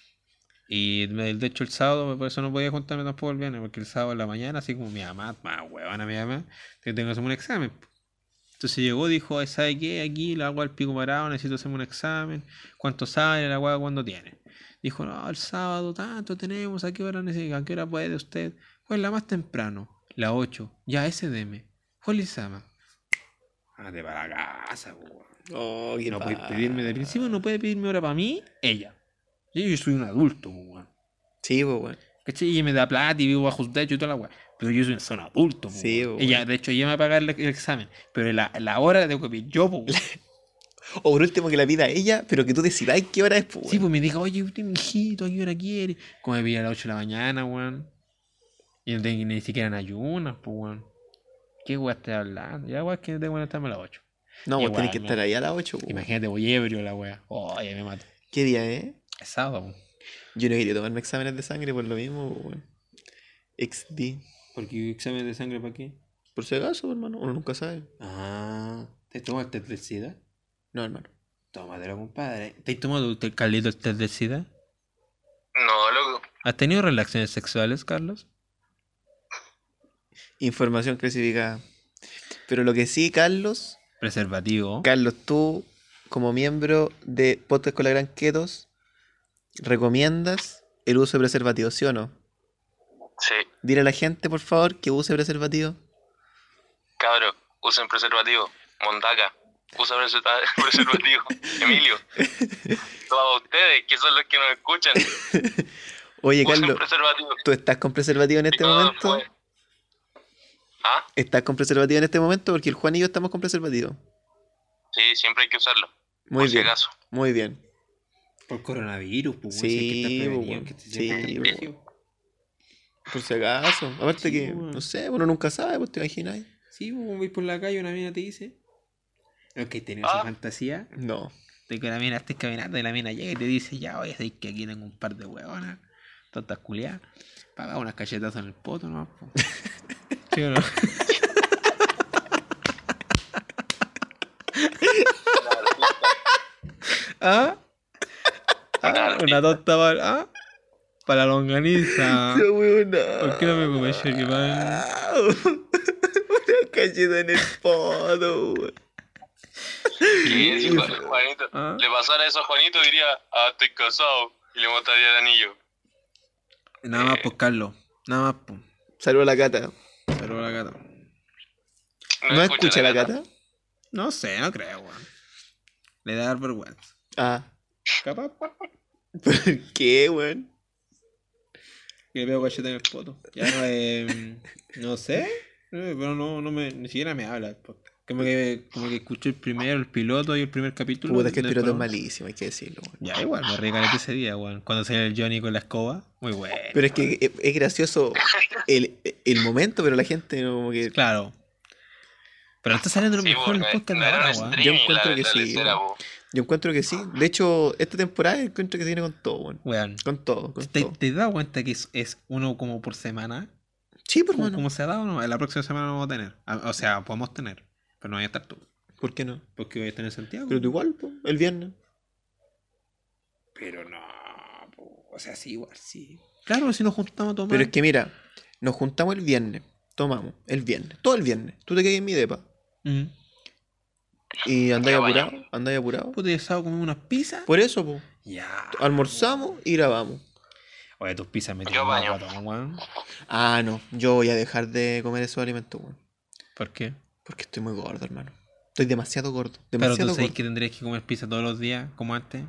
Y me- de hecho el sábado, por eso no podía juntarme tampoco el viernes, porque el sábado en la mañana, así como mi mamá, más huevona mi mamá, que tengo que hacerme un examen. po. Entonces llegó, dijo, "Ay, ¿sabe qué? Aquí la agua al pico parado, necesito hacerme un examen. ¿Cuánto sale la agua? ¿Cuándo tiene? Dijo, no, el sábado tanto tenemos, ¿a qué hora necesita? ¿A qué hora puede usted? Pues la más temprano, la ocho. Ya, ese deme. Juan Lizama. Ándate para la casa, po, weón. Oh, qué No puede pa- pedirme de principio, no puede pedirme hora para mí, ella. Yo, yo soy un adulto, po, weón. Sí, pues, weón. ¿Cachai? Ella me da plata y vivo bajo su techo y toda la weá. Pero yo soy, soy un adulto, po, Sí, weón. po, Ella, weón. de hecho, ella me va a pagar el, el examen. Pero la, la hora la tengo que pedir yo, po, weón. O por último que la pida ella, pero que tú decidáis qué hora es, pues, Sí, weón. pues me diga, oye, usted, mijito, ¿a qué hora quiere? Como me pilla a las ocho de la mañana, weón. Y no tengo ni siquiera en ayunas, pues, weón. ¿Qué weón estás hablando? Ya, weón, es que no tengo que estarme a las ocho. No, vos Igual, tenés que me- estar ahí a las ocho, pues, weón. Imagínate, voy ebrio la weá. Oye, me mato. ¿Qué día es? Es sábado, weón. Yo no quería tomarme exámenes de sangre por lo mismo, pues, weón. X D. ¿Por qué examen de sangre para qué? Por si acaso, hermano, uno nunca sabe. Ah, ¿te tomas el test de SIDA? No, hermano. Tómatelo, compadre. ¿Te has tomado el Carlito el test de SIDA? No, loco. ¿Has tenido relaciones sexuales, Carlos? Información clasificada. Pero lo que sí, Carlos, Preservativo. Carlos, tú, como miembro de Podcast con la Gran Ketos, ¿recomiendas el uso de preservativos, sí o no? Sí, Dile a la gente, por favor, que use preservativo. cabro, usen preservativo. Mondaca, usa preserva- preservativo. Emilio, todos ustedes, que son los que nos escuchan, Oye, usen Carlos, preservativo. ¿tú estás con preservativo en Y este todo momento? después. ¿Ah? ¿Estás con preservativo en este momento? Porque el Juan y yo estamos con preservativo. Sí, siempre hay que usarlo. Muy por si bien, acaso. muy bien. Por coronavirus, pues. Sí, si hay que estar prevenido, pues, que te sí, siempre estar pues. protegido. Por si acaso. Aparte Sí, que, bueno. no sé, uno nunca sabe, pues te imaginas. Sí, pues, vais por la calle, una mina te dice. ¿No que tenido esa Ah. fantasía? No. De que la mina estés caminando y la mina llega y te dice, ya, oye, sabes que aquí tengo un par de huevonas, tontas culiadas, paga unas cachetazos en el poto nomás, po. ¿Sí o no? ¿Ah? ¿Ah? Una tonta para... ¿Ah? Para la longaniza. Esa huevona. ¿Por qué no me comes choripán? Una cacheta en el poto, weón. Que si Ju- Juanito ¿Ah? le pasara eso a Juanito, diría, ah, estoy casado. Y le mostraría el anillo. Nada más, pues, Carlos. Nada más, pues. Saludos a la Cata. Saludos a la Cata. ¿No escucha la Cata? No sé, no creo, weón. Le da vergüenza. Ah. Capaz, ¿Por qué, weón? que le pego cacheta en el poto. Ya, eh, no sé, eh, pero no, no me, ni siquiera me habla el podcast. Como que, como que escuché el primero, el piloto y el primer capítulo. Puta, es que el después piloto es no. malísimo, hay que decirlo, weón. Ya, igual, me regalé ese día, weón. Cuando sale el Johnny con la escoba, muy bueno. Pero es que es, es gracioso el, el momento, pero la gente no, como que... Claro. Pero está saliendo lo Sí, mejor el no, podcast no de era ahora, un weón. stream, Yo encuentro la- que la sí, lecera, weón. po. Yo encuentro que sí. De hecho, esta temporada encuentro que viene con todo, weón. Weón. Con todo, con ¿Te, todo. te das cuenta que es, es uno como por semana? Sí, por ¿Cómo, mano. cómo se ha dado? No, la próxima semana no vamos a tener. A- O sea, podemos tener, pero no voy a estar tú. ¿Por qué no? Porque voy a estar en Santiago. Pero tú igual, po, el viernes. Pero no, po, o sea, sí, igual, sí. Claro, si nos juntamos a tomar. Pero es que mira, nos juntamos el viernes. Tomamos, el viernes. Todo el viernes. Tú te quedas en mi depa. Mm. Y andáis Ya, apurado. bañado. Andáis apurado. Puta, y el sábado comemos unas pizzas. Por eso, po. Ya. Almorzamos y grabamos. Oye, tus pizzas me Yo tienen baño. guatón, weón. Ah, no. Yo voy a dejar de comer esos alimentos, weón. ¿Por qué? Porque estoy muy gordo, hermano. Estoy demasiado gordo. Pero tú Demasiado sabes gordo. que tendrías que comer pizza todos los días, como antes.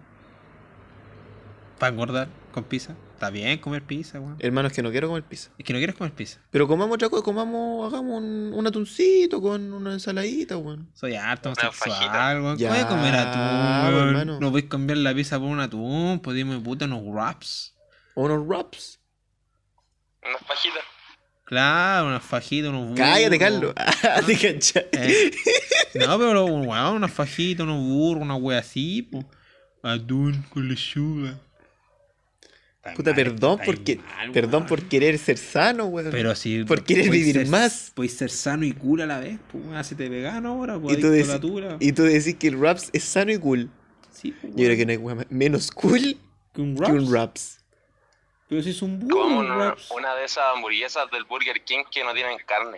Para engordar con pizza. Está bien comer pizza, weón. Hermano, es que no quiero comer pizza. Es que no quieres comer pizza. Pero comamos otra cosa, comamos, hagamos un, un atuncito con una ensaladita, weón. Soy harto Una sexual, fajita. weón. Ya, Voy a comer atún, weón. hermano. No voy a cambiar la pizza por un atún. Pues dime, puta, unos wraps. O unos wraps. Unas fajitas. Claro, unas fajitas, unos burros. Cállate, Carlos. Ah, te cachai. Eh, no, pero weón, unas fajitas, unos burros, una wea así, po. Atún con lechuga. Está Puta, mal, perdón está porque, mal, perdón weón. por querer ser sano, weón. Pero si. por querer podéis vivir ser- más. Podéis ser sano y cool a la vez, pues, weón. Hacete vegano ahora, pues. Y tú, adicto a deci- la tula. y tú decís que el raps es sano y cool. Sí, pues, Yo creo weón. que no hay weón menos cool que un que raps. un raps. Pero si es un burro, Como un una, raps. una de esas hamburguesas del Burger King que no tienen carne.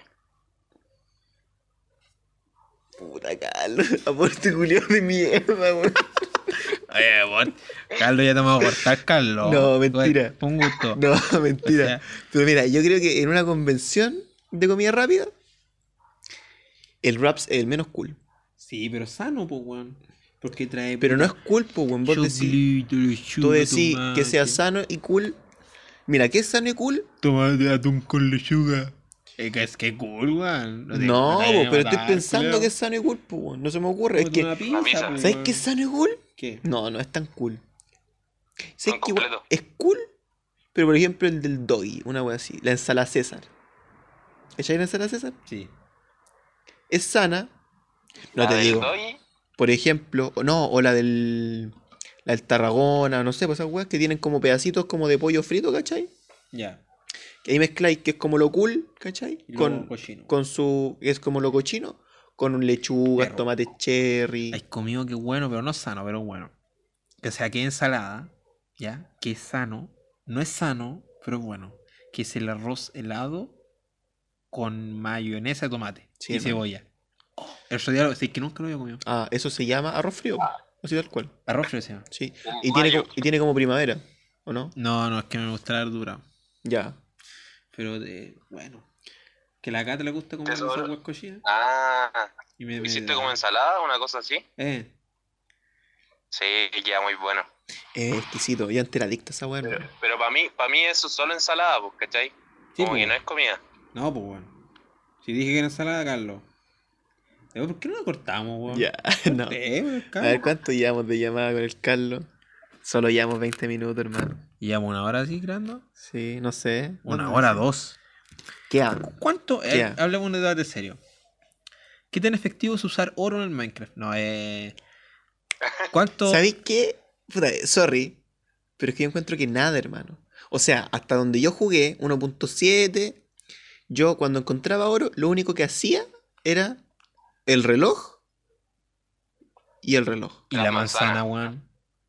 Puta, Carlos. Aporte culiao de mierda, weón. Oye, vos. Carlos, ya te vamos a cortar, Carlos. No, mentira. Oye, un gusto. No, mentira. O sea- Pero mira, yo creo que en una convención de comida rápida, el raps es el menos cool. Sí, pero sano, pues, weón. Porque trae. Pero no es cool, pues, weón. Vos decís, Choclito, lechuga, tú decís que sea tomate. sano y cool. Mira, ¿qué es sano y cool? Tomate, atún con lechuga. Es que es que cool, weón. te- No, te po, vayas a pero estoy matar, pensando culiao. que es sano y cool, po, weón. No se me ocurre. Es Cómete que, una pizza, pizza. po, ¿sabes weón. qué es sano y cool? ¿Qué? No, no es tan cool. Pan ¿Sabes que igual completo. es cool? Pero por ejemplo el del doggy, una wea así. La ensalada César. ¿Echáis la ensalada César? Sí. Es sana. No La te del digo. doggy, Por ejemplo, o no, o la del. La del Tarragona, no sé, pues esas weas que tienen como pedacitos como de pollo frito, ¿cachai? Ya. Que ahí mezcláis que es como lo cool, ¿cachai? Y Con, luego cochino. con su. Es como lo cochino. Con un lechuga, Perro. tomate cherry. Hay comido que es bueno, pero no sano, pero bueno. Que sea que ensalada, ¿ya? Que es sano. No es sano, pero es bueno. Que es el arroz helado con mayonesa de tomate Sí, y hermano. cebolla. El otro día lo sí, que nunca lo había comido. Ah, eso se llama arroz frío. Así tal cual. Arroz frío se llama. Sí. Un Y tiene, mayo. co- y tiene como primavera, ¿o no? No, no, es que me gusta la verdura. Ya. Pero de, bueno. Que la Cata le gusta comer Eso, esas ¿no? huevas cochinas. Ah, Y me, me- ¿hiciste como ensalada, una cosa así? Eh, Sí, queda muy bueno. Es exquisito. Ya antes era adicta a esa weá, Pero, hermano. pero para mí, para mí eso es solo ensalada, pues, ¿cachai? Sí, Como pues. que no es comida. no, pues bueno. Si dije que era ensalada, Carlos. Eh, ¿Por qué no la cortamos, weón? Ya, no. Eh, weón, A Carlos. ver, ¿cuánto llevamos de llamada con el Carlos? Solo llevamos veinte minutos, hermano. ¿Llevamos una hora así, grande? Sí, no sé. Una No, hora, no sé. dos. ¿Qué hago? ¿Cuánto? ¿Qué? Eh, hablemos de un debate serio. ¿Qué tan efectivo es usar oro en el Minecraft? No, eh. ¿Cuánto? ¿Sabéis qué? Puta, eh, sorry, pero es que yo encuentro que nada, hermano. O sea, hasta donde yo jugué, uno punto siete, yo cuando encontraba oro, lo único que hacía era el reloj y el reloj. Y La la manzana, manzana. weón.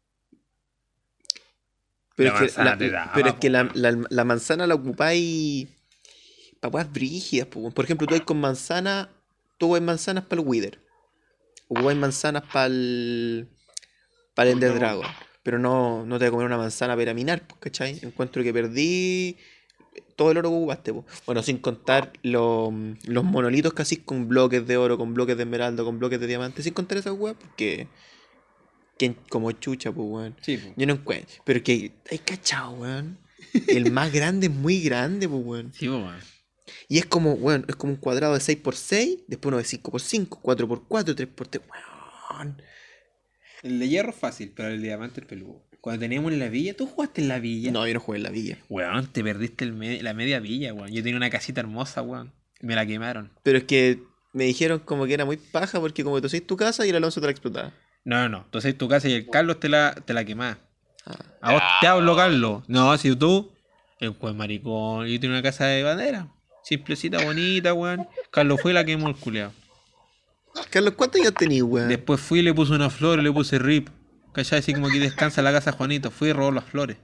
Pero La es que, manzana la, te daba, pero es que po, la, weón. la- la manzana la ocupáis para weas brígidas, po. Por ejemplo, tú hay con manzana, tú hay manzanas para el Wither. O hay manzanas para el. para el Ender Dragon. Pero no, no te voy a comer una manzana para ir a minar, pues, ¿cachai? Encuentro que perdí todo el oro que ocupaste, po. Bueno, sin contar los, los monolitos casi con bloques de oro, con bloques de esmeralda, con bloques de diamante, sin contar esas weas, porque. Que como chucha, pues, weón. Sí, pues. Yo no encuentro. Pero que hay cachado, weón. El más grande es muy grande, pues, weón. Sí, pues, weón. Y es como, weón, es como un cuadrado de seis por seis, después uno de cinco por cinco, cuatro por cuatro, tres por tres, weón. El de hierro es fácil, pero el de diamante es peludo. Cuando teníamos en la villa, ¿tú jugaste en la villa? No, yo no jugué en la villa. Weón, te perdiste el me- la media villa, weón. Yo tenía una casita hermosa, weón. Me la quemaron. Pero es que me dijeron como que era muy paja porque como tú hacías tu casa y el Alonso te la explotaba. No, no, no. Entonces tu casa y el Carlos te la, te la quemás. Ah. A vos te hablo, Carlos. No, si tú, el pues maricón. Yo tenía una casa de bandera. Simplecita, bonita, weón. Carlos fue y la quemó el culeado. Carlos, ¿cuántos años tenías, weón? Después fui y le puse una flor y le puse rip. ¿Cachai? Así como que descansa la casa Juanito. Fui y robó las flores.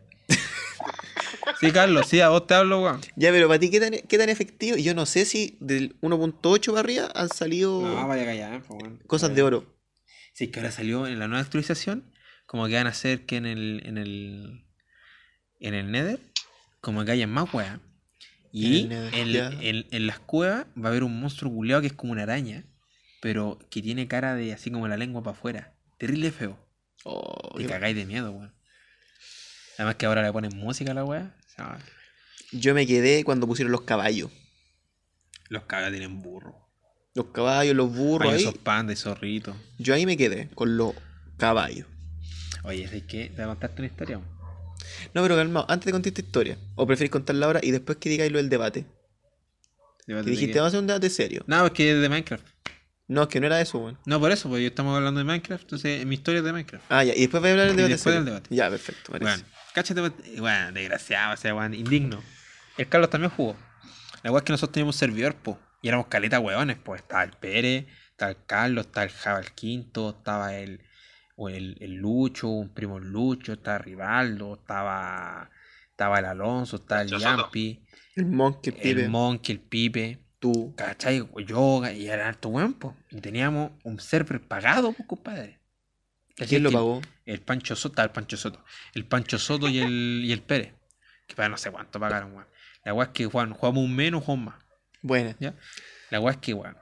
Sí, Carlos, sí, a vos te hablo, weón. Ya, pero para ti, ¿qué tan, qué tan efectivo? Yo no sé si del uno punto ocho para arriba han salido No, vaya a callar, pues, weón. cosas de oro. Sí, que ahora salió en la nueva actualización, como que van a hacer que en el, en el, en el Nether, como que haya más weas. Y En el Nether, en, ya. en- en las cuevas va a haber un monstruo culeado que es como una araña, pero que tiene cara de así como la lengua para afuera. Terrible feo. Oh, Te qué- cagáis de miedo, weón. Además que ahora le ponen música a la wea. O sea, Yo me quedé cuando pusieron los caballos. los cagas tienen burro. Los caballos, los burros Hay ahí. esos pandas y zorritos. Yo ahí me quedé con los caballos. Oye, ¿sabes qué? Te voy a contarte una historia, weón. No, pero calmado, antes de contar esta historia. ¿O preferís contarla ahora y después que digáis lo del debate? Debate Que de dijiste, qué. vamos a hacer un debate serio. No, es que es de Minecraft. No, es que no era eso, weón. No, por eso, porque estamos hablando de Minecraft, entonces mi historia es de Minecraft. Ah, ya, y después voy a hablar del Y debate después serio. del debate. Ya, perfecto, parece. Bueno, cáchate, bueno, desgraciado, o sea, weón, indigno. El Carlos también jugó. La weá es que nosotros teníamos un servidor, po, y éramos caleta weones, pues. Estaba el Pérez, estaba el Carlos, estaba el Java el Quinto, estaba el, o el, el Lucho, un primo Lucho, estaba Rivaldo, estaba, estaba el Alonso, estaba el Pancho Soto. Yampi, El Monkey, el el pibe, Monkey, el Pipe. tú. ¿Cachai? Yoga, y era harto weón, po. Y teníamos un server pagado, pues, compadre. ¿Cachai? ¿Quién lo Que pagó? El Pancho Soto, estaba el Pancho Soto. El Pancho Soto y el, y el Pérez. Que para no sé cuánto pagaron, weón. La weá es que, weón, jugamos un menos, jugamos más. Buena. ¿Ya? La weá es que, weón.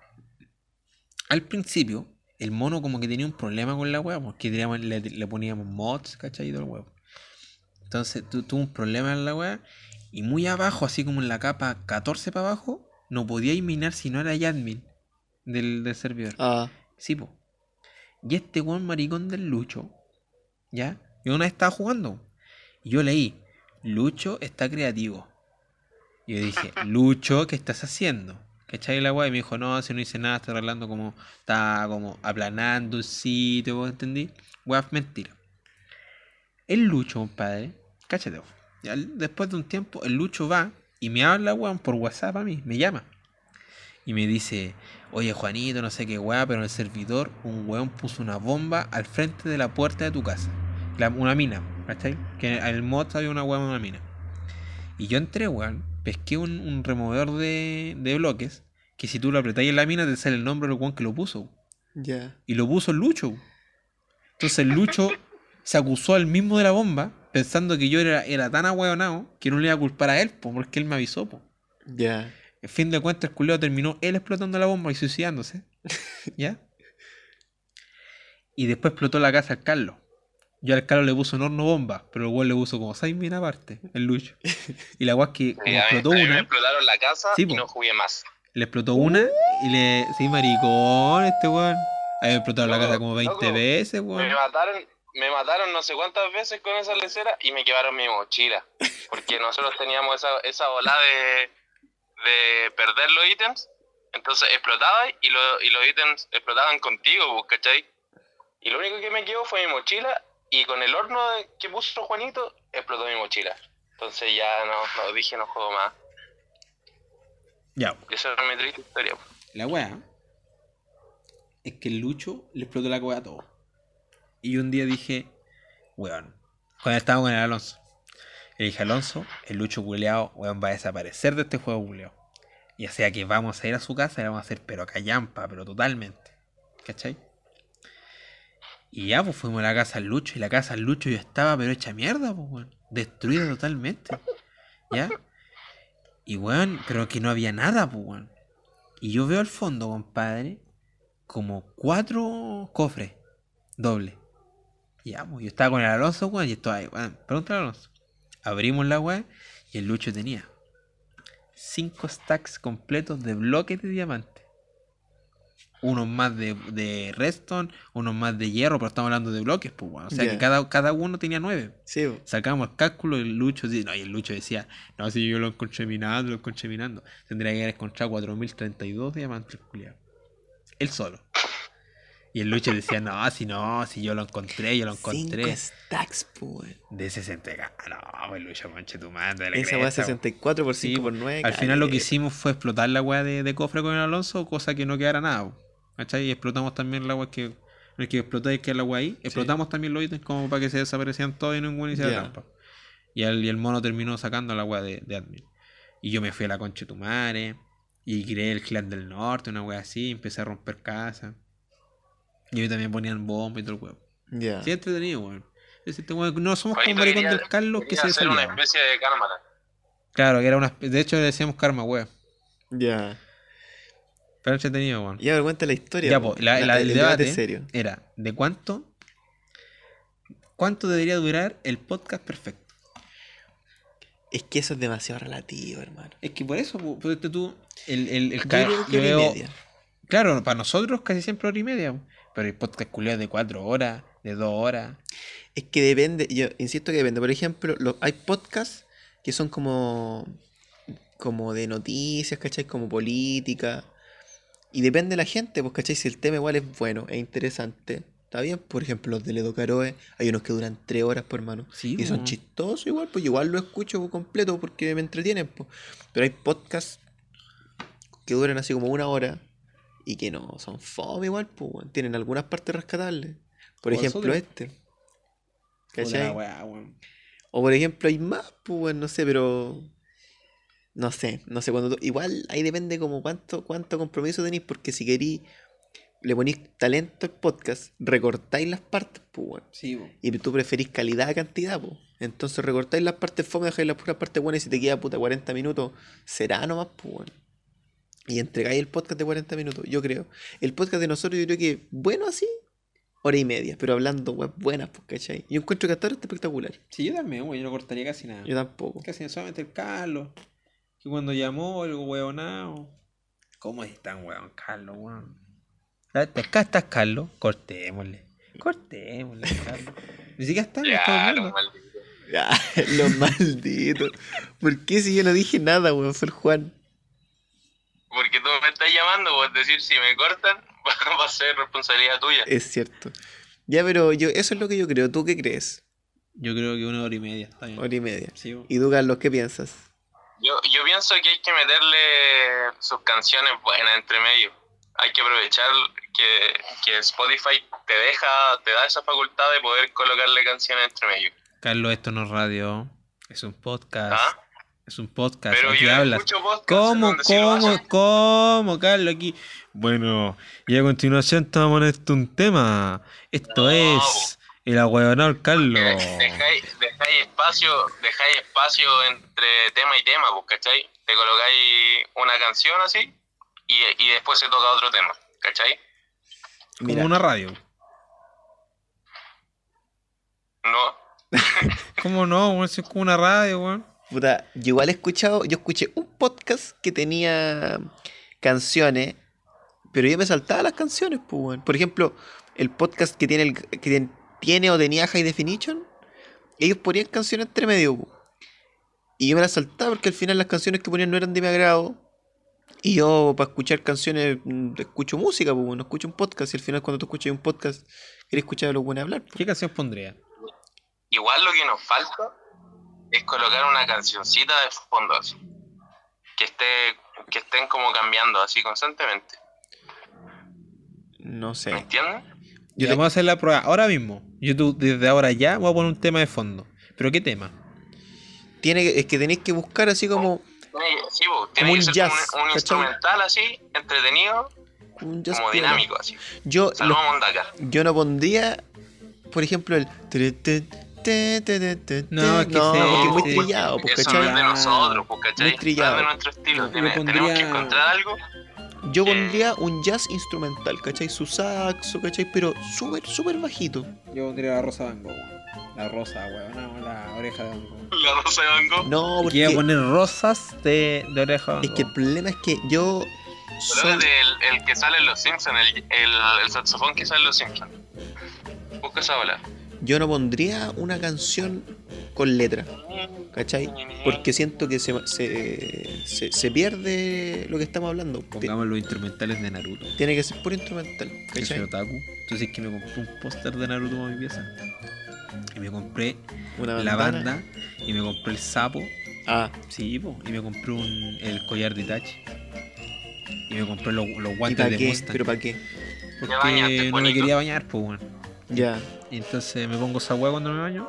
Al principio, el mono como que tenía un problema con la weá, porque teníamos- le, le poníamos mods, ¿cachai? Y todo el weón. Entonces tu- tuvo un problema en la weá. Y muy abajo, así como en la capa catorce para abajo, no podíais minar si no eras admin del, del servidor. Ah, Sí, po. Y este weón maricón del Lucho, ¿ya? Yo una vez estaba jugando. Y yo leí, Lucho está creativo. Y yo dije, Lucho, ¿qué estás haciendo? ¿Cachai la weá? Y me dijo, no, si no hice nada, estoy arreglando como, estaba como aplanando un sitio, ¿vos entendí? Weá, mentira. El Lucho, compadre, cáchate vos. Ya, después de un tiempo, el Lucho va y me habla, weón, por WhatsApp a mí, me llama. Y me dice, oye Juanito, no sé qué weá, pero en el servidor un weón puso una bomba al frente de la puerta de tu casa. La- una mina, ¿cachai? Que en el mod había una weá en una mina. Y yo entré, weón, pesqué un, un removedor de, de bloques, que si tú lo apretáis en la mina te sale el nombre del weón que lo puso. ya. Y lo puso el Lucho. Entonces el Lucho se acusó al mismo de la bomba, pensando que yo era, era tan ahueonado que no le iba a culpar a él, po, porque él me avisó, po. Ya. En fin de cuentas, el culeo terminó él explotando la bomba y suicidándose. ¿Ya? Y después explotó la casa al Carlos. Yo al Carlos le puso un horno bomba, pero el weón le puso como seis minas aparte, el Lucho. Y la weá es que como Sí, a mí- explotó a mí me una, explotaron la casa Sí, y po. no jugué más. le explotó una y le. Sí, maricón, este weón. A mí me explotaron la Loco, casa como veinte loco, veces, Me weón. mataron, me mataron no sé cuántas veces con esa lecera y me quedaron mi mochila. Porque nosotros teníamos esa, esa bola de, de perder los ítems. Entonces explotaba y, lo- y los ítems explotaban contigo, pues, ¿cachai? Y lo único que me quedó fue mi mochila y con el horno de- que puso Juanito explotó mi mochila. Entonces ya no, no dije no juego más. Ya, Y esa es mi triste historia. pues. la weá es que el Lucho le explotó la weá a todo. Y yo un día dije, weón, cuando estaba con el Alonso, le dije, Alonso, el Lucho culeado, weón, va a desaparecer de este juego culeado. Y o sea que vamos a ir a su casa y le vamos a hacer pero callampa, pero totalmente. ¿Cachai? Y ya, pues fuimos a la casa del Lucho. Y la casa del Lucho yo estaba pero hecha mierda, pues, weón. Destruida totalmente. ¿Ya? Y weón, pero que no había nada, pues, weón. Y yo veo al fondo, compadre, como cuatro cofres dobles. Y ya, pues yo estaba con el Alonso, weón, y esto ahí, weón. Pregúntale al Alonso. Abrimos la weá y el Lucho tenía cinco stacks completos de bloques de diamante. Unos más de, de redstone, unos más de hierro, pero estamos hablando de bloques, pues, weón. O sea Ya. que cada, cada uno tenía nueve. Sí, po. Sacamos el cálculo y el Lucho, di- no, y el Lucho decía, no, si yo lo encontré minando, lo encontré minando. Tendría que haber encontrado cuatro mil treinta y dos diamantes, culiao. Él solo. Y el Lucho decía, no, si no, si yo lo encontré, yo lo encontré. Cinco stacks, po, weón. De sesenta K. No, el Lucho, conche tu madre. la Esa weá cresta, sesenta y cuatro por Sí, cinco por nueve. Al final lo que caleta. hicimos fue explotar la weá de, de cofre con el Alonso, cosa que no quedara nada. po, ¿Cachai? Y explotamos también la weá que. El que explotáis que es la weá ahí. Explotamos también los ítems como para que se desaparecieran todos y ninguno hiciera Ya. trampa. Y el, y el mono terminó sacando la weá de, de admin. Y yo me fui a la concha de tu madre. Y creé el clan del norte, una weá así. Empecé a romper casas. Y hoy también ponían bomba y todo el weón. Ya. Sí, entretenido, weón. Es este weón, no somos como Juanito maricón quería- del Carlos que quería se hacer una salía. especie de cármara. Claro, que era una. De hecho, le decíamos karma, weón. Ya. Pero entretenido, weón. Ya me cuenta la historia. Ya, po. pues, la, la- el, el debate, serio. era de cuánto cuánto debería durar el podcast perfecto. Es que eso es demasiado relativo, hermano. Es que por eso, pu- pues, este tú, el, el, el Yo ca- creo que yo hora y veo- media. claro, para nosotros casi siempre hora y media, pu. Pero hay podcast culiados de cuatro horas, de dos horas. Es que depende, yo insisto que depende. Por ejemplo, lo- hay podcasts que son como, como de noticias, ¿cachai? Como política. Y depende de la gente, pues, ¿cachai? Si el tema igual es bueno, es interesante, está bien. Por ejemplo, los de Ledo Caroe, hay unos que duran tres horas, por hermano. Sí, Y son po. chistosos igual, pues igual lo escucho completo porque me entretienen, pues. Pero hay podcasts que duran así como una hora y que no son fome igual, pues, weón. Tienen algunas partes rescatables. Por Como ejemplo, nosotros. este. Puta ¿Cachai? la weá, weón. O por ejemplo, hay más, pues, weón, no sé, pero. No sé, no sé, cuando tú- igual ahí depende como cuánto, cuánto compromiso tenéis, porque si queréis, le ponís talento al podcast, recortáis las partes, pues, weón. Sí, po. Y tú preferís calidad a cantidad, pues. Entonces recortáis las partes fome, dejáis las puras partes buenas y si te queda puta cuarenta minutos, será nomás, pues, weón. Y entregáis el podcast de cuarenta minutos, yo creo. El podcast de nosotros yo creo que, bueno así, hora y media, pero hablando weas buenas, pues, ¿cachai? Yo encuentro que hasta ahora está espectacular. Sí, yo también, weón. Yo no cortaría casi nada. Yo tampoco. Casi solamente el Carlos. Que cuando llamó, el huevonao. ¿Cómo están, weón? Carlos, weón. Acá estás, Carlos. Cortémosle. Cortémosle, Carlos. Ni siquiera están, Ya, estamos los hablando. malditos. Ya, los malditos. ¿Por qué si yo no dije nada, weón? Fue el Juan. Porque tú me estás llamando, pues decir si me cortan, va a ser responsabilidad tuya. Es cierto. Ya, pero yo, eso es lo que yo creo. ¿Tú qué crees? Yo creo que una hora y media está bien. Hora y media. Sí, weón. ¿Y tú, Carlos, qué piensas? Yo, yo pienso que hay que meterle sus canciones buenas entre medio. Hay que aprovechar que, que Spotify te deja, te da esa facultad de poder colocarle canciones entre medio. Carlos, esto no es radio. Es un podcast. ¿Ah? Es un podcast. Pero Aquí yo hablas. escucho podcasts ¿Cómo, donde sí lo cómo, hacen. cómo, Carlos? Aquí. Bueno, y a continuación te vamos a poner esto un tema. Esto No, es el ahueonado Carlos. Que Dejáis, dejáis espacio, dejáis espacio entre tema y tema, pues, ¿cachai? Te colocáis una canción así y, y después se toca otro tema, ¿cachai? Como Mira, una radio. No, ¿Cómo no? Weón? Si es como una radio, weón. puta, yo igual he escuchado, yo escuché un podcast que tenía canciones, pero yo me saltaba las canciones, pues, weón. Por ejemplo, el podcast que tiene, el, que tiene, tiene o tenía High Definition, ellos ponían canciones entre medio, pues. Y yo me las saltaba porque al final las canciones que ponían no eran de mi agrado. Y yo, para escuchar canciones, mm, escucho música, pues, no escucho un podcast. Y al final, cuando tú escuchas un podcast, quieres escuchar a los buenos hablar, pues. ¿Qué canción pondría? igual lo que nos falta es colocar una cancioncita de fondo así. Que esté, que estén como cambiando así constantemente. No ¿Me sé. entiendes? Yo Yo te te- voy a hacer la prueba ahora mismo. Yo tú, desde ahora ya voy a poner un tema de fondo. ¿Pero qué tema? Tiene que, es que tenéis que buscar así como Sí, vos, tiene Como que un ser jazz, un, un ¿cachai? instrumental así, entretenido, un jazz como piola. dinámico así. Yo, lo- Saludos a Mondaca. yo no pondría, por ejemplo, el... tre- te- te- te- te- te- No, es que no, sí, porque es muy sí. trillado, pues, Eso no ¿cachai? es de nosotros, pues, ¿cachai? Muy trillado. No es de nuestro estilo. Yo Tiene- pondría- Tenemos que encontrar algo. Yo pondría un jazz instrumental, ¿cachai? Su saxo, ¿cachai? Pero súper, súper bajito. Yo pondría la rosa Van Gogh. La rosa, weón. No, la oreja de Van Gogh. La Rosa de Van Gogh. No, Porque iba a porque poner rosas de, de oreja de Van es que el Gogh. problema es que yo soy... Colócate el, el que sale en Los Simpsons, el, el, el saxofón que sale en Los Simpsons. Busca esa bola. Yo no pondría una canción con letra, ¿cachai? Porque siento que se, se, se, se pierde lo que estamos hablando. Ti- Pongamos los instrumentales de Naruto. Tiene que ser puro instrumental, Yo soy ¿cachai? otaku. Entonces es que me compré un póster de Naruto para mi pieza. Y me compré Una la bandana. banda. Y me compré el sapo. Ah, Sí, po. Y me compré un, el collar de Itachi. Y me compré los, los ¿y guantes para de qué? Mustang. ¿Pero para qué? Porque bañaste, no me bonito. quería bañar, pues, weón. Ya. Y entonces me pongo esa hueá cuando me baño.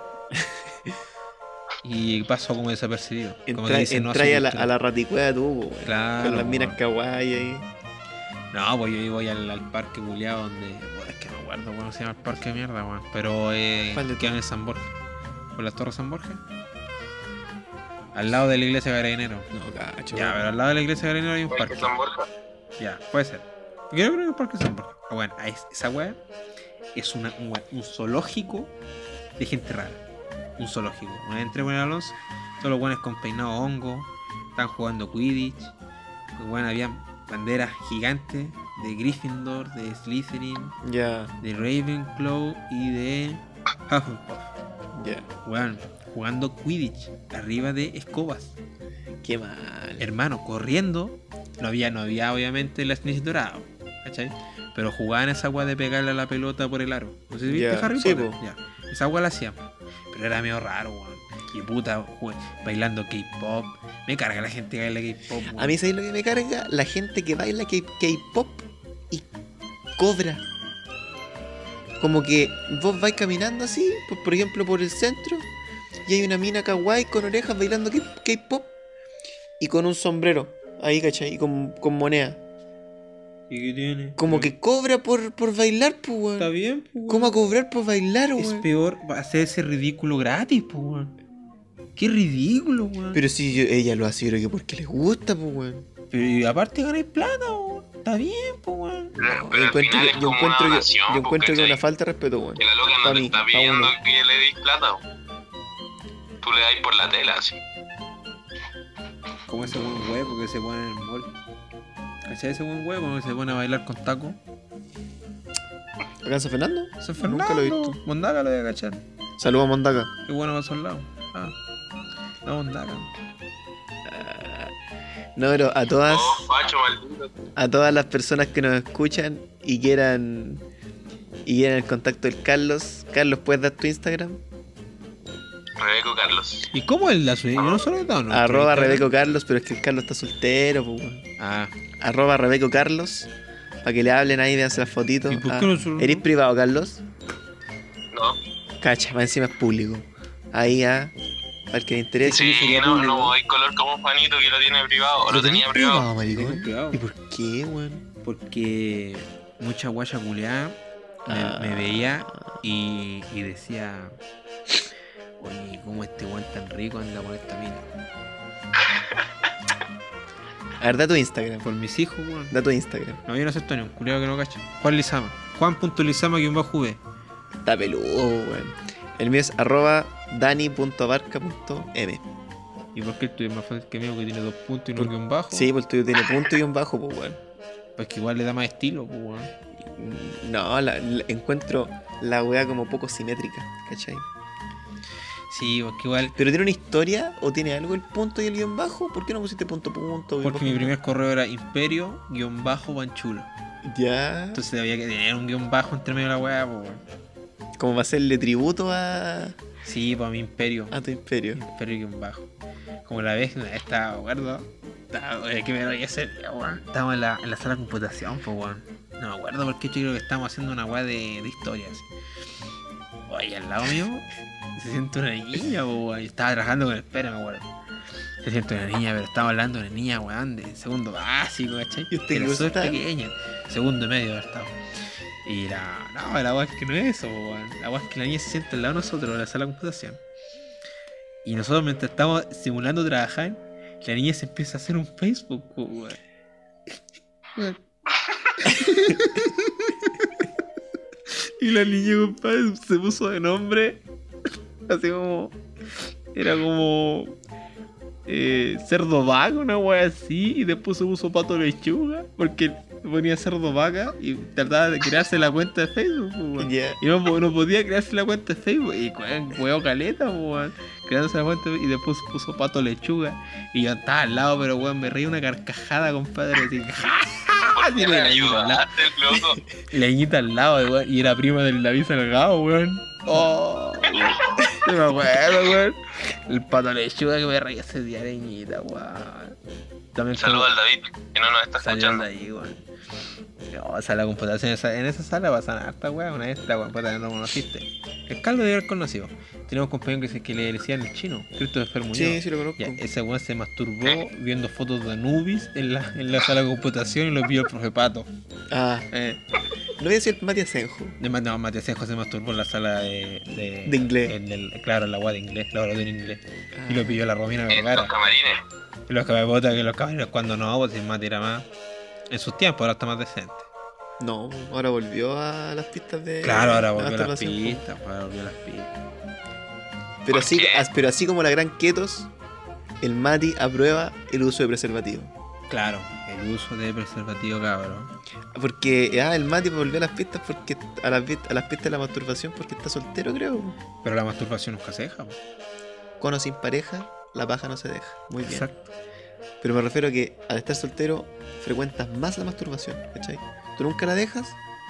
Y paso como desapercibido. Como que Entra, dicen, no, entra su a la, cultura. a la raticuea tú, po, weón. Claro, Con las minas weón. kawaii ahí. No, pues yo voy al, al parque culiado donde. Bueno, es que no me acuerdo cómo se llama el parque de mierda, weón. Pero eh, ¿Cuál de queda en San Borja. ¿Por las Torres San Borja? Al lado de la iglesia de Carabinero. No, cacho. Ya, weón. pero al lado de la iglesia de Carabinero hay un Parque parque. San Borja. Ya, puede ser. Yo creo que es el parque San Borja. Ah, bueno, ahí- esa weá es una, un, we- un zoológico de gente rara. Un zoológico. Una vez entré con el Alonso, todos los buenos con peinado hongo, están jugando Quidditch. Bueno, había banderas gigantes de Gryffindor, de Slytherin, Ya, de Ravenclaw y de Hufflepuff. ya. Weón, jugando Quidditch arriba de escobas. Qué mal. Hermano, corriendo. No había, no había obviamente el Snitch dorado, ¿cachai? Pero jugaban esa agua de pegarle a la pelota por el aro. No sé si viste Ya, Harry sí, Potter. po. Ya. Esa agua la hacíamos. Pero era medio raro, weón. Y puta, we- bailando K-pop. Me carga la gente que baila K-pop, weón. A mí, ¿sabes lo que me carga? La gente que baila K- K-pop y cobra. Como que vos vais caminando así, por, por ejemplo, por el centro, y hay una mina kawaii con orejas bailando K- K-pop y con un sombrero. Ahí, ¿cachai? Y con, con moneda. ¿Y qué tiene? Como que cobra por, por bailar, pues, weón. Está bien, pues, weón. ¿Cómo a cobrar por bailar, Es weón? peor hacerse ridículo gratis, pues, weón. Qué ridículo, weón. Pero si yo- ella lo hace, yo creo que porque le gusta, pues, weón. Pero y aparte ganáis plata, weón. Está bien, pues, weón. Pero, Yo pero al encuentro, final que, es yo como encuentro, una que, donación, yo po, encuentro que es ¿cachai? una falta de respeto, weón. Que la loca Pa' no te mí, está pa' pidiendo uno. que le deis plata. po. Tú le dais por la tela, así. Como ese buen hueco que se pone en el mall. ¿Cachai ese buen huevo que se pone a bailar con taco? ¿Acá en San Fernando? San Fernando. Nunca lo he visto. Mondaca lo voy a cachar. Saludos a Mondaca. Qué bueno va a esos lados. Ah. La Mondaca. No, pero a todas, Oh, facho, maldito. a todas las personas que nos escuchan y quieran y quieran el contacto del Carlos. Carlos, ¿puedes dar tu Instagram? Rebeco Carlos. ¿Y cómo es la suya? Yo no solo he dado, ¿no? Arroba Rebeco Carlos, pero es que el Carlos está soltero, pues, weón. Ah. Arroba Rebeco Carlos. Para que le hablen ahí, veanse las fotitos. ¿Y por Ah, qué no solo- ¿Eres privado, Carlos? No. Cacha, más encima es público. Ahí, ah, para el que le interese. Sí, sería no, público. no voy color como Juanito que lo tiene privado. O lo tenés tenía privado. maricón? Tengo privado. ¿Y por qué, weón? Porque mucha guaya culeada me, Ah. me veía y, y decía, oye, ¿cómo este weón tan rico anda con esta mina? A ver, da tu Instagram. Por mis hijos, weón. Da tu Instagram. No, yo no acepto ni un culeado que no cacha. Juan Lizama. Juan.lizama que un bajo V. Está peludo, weón. El mío es arroba dani.barca.m. ¿Y por qué el tuyo es más fácil que el mío que tiene dos puntos y no que un bajo? Sí, pues el tuyo tiene punto y un bajo, pues, weón. Pues que igual le da más estilo, pues, weón. No, la- la- encuentro la weá como poco simétrica, ¿cachai? Sí, porque igual. ¿Pero tiene una historia o tiene algo el punto y el guión bajo? ¿Por qué no pusiste punto punto? guión Porque mi bajo? primer correo era imperio-banchulo. Ya. Entonces había que tener un guión bajo entre medio de la weá, pues, weón. Como para hacerle tributo a, Sí, pues a mi imperio. a tu imperio. Imperio guión bajo. Como la vez, estaba, acuerdo. Estaba, eh, que me reía ese día, weón. Estábamos en la, en la sala de computación, pues, weón. No me acuerdo porque yo creo que estábamos haciendo una weá de, de historias. Oye, al lado mío se siente una niña, pues, weón. Yo estaba trabajando con el Pere, me acuerdo. Se siente una niña, pero estaba hablando de una niña, weón, de segundo básico, ¿cachai? ¿Y usted Era qué súper gusta? pequeña. Segundo y medio haber estado. Y la. No, la weá es que no es eso, po, weón. La weá es que la niña se siente al lado de nosotros en la sala de computación. Y nosotros mientras estamos simulando trabajar, la niña se empieza a hacer un Facebook, po, weón. Weón. Y la niña, compadre, se puso de nombre. Así como. Era como. Eh, cerdo vaca, una wea así. Y después se puso pato lechuga. Porque ponía cerdo vaca y trataba de crearse la cuenta de Facebook, po, weón. Ya. Y no, po- no podía crearse la cuenta de Facebook. Y weón, huevo caleta, po, weón. Creándose la cuenta y después puso pato lechuga. Y yo estaba al lado, pero weón, me reí una carcajada, compadre. Así, ¿Por qué y me la niñita al lado, ayudaste, loco? y la niñita al lado, weón, y era prima del David Salgado, weón. Oh, no me acuerdo, weón. El pato lechuga que me reía ese día, niñita, weón. También Saludos al David, que no nos está salieron de escuchando. ahí, weón. No, sala de computación, esa- en esa sala pasan harta weón, una vez la weón, puta, no conociste. El Carlos debe haber conocido. Tenemos un compañero que, se, que le decían el chino, Christopher Muñoz. Sí, sí lo conozco. Ya, ese weón se masturbó viendo fotos de Anubis en la, en la sala de computación y lo vio el profe Pato. Ah, Eh, no voy a decir Matías Senjo. de Ma- no, Matías Senjo se masturbó en la sala de... De, De inglés. en el- claro, en la weá de inglés, la oración en inglés. Ah. Y lo pilló la Romina En Vergara. los camarines. Y los caballeros, que los caballeros cuando no, pues el Mati era más... En sus tiempos ahora está más decente. No, ahora volvió a las pistas de. Claro, ahora de volvió a las masturbación. pistas, pues, ahora volvió a las pistas. Pero ¿Por así, qué? as- pero así como la gran Ketos, el Mati aprueba el uso de preservativo. Claro, el uso de preservativo, cabrón. Porque, ah, el Mati volvió a las pistas porque a las, pi- a las pistas de la masturbación porque está soltero, creo. Pero la masturbación nunca se deja, pues. Con o sin pareja, la paja no se deja. Muy bien. Exacto. Pero me refiero a que al estar soltero frecuentas más la masturbación, ¿cachai? Tú nunca la dejas,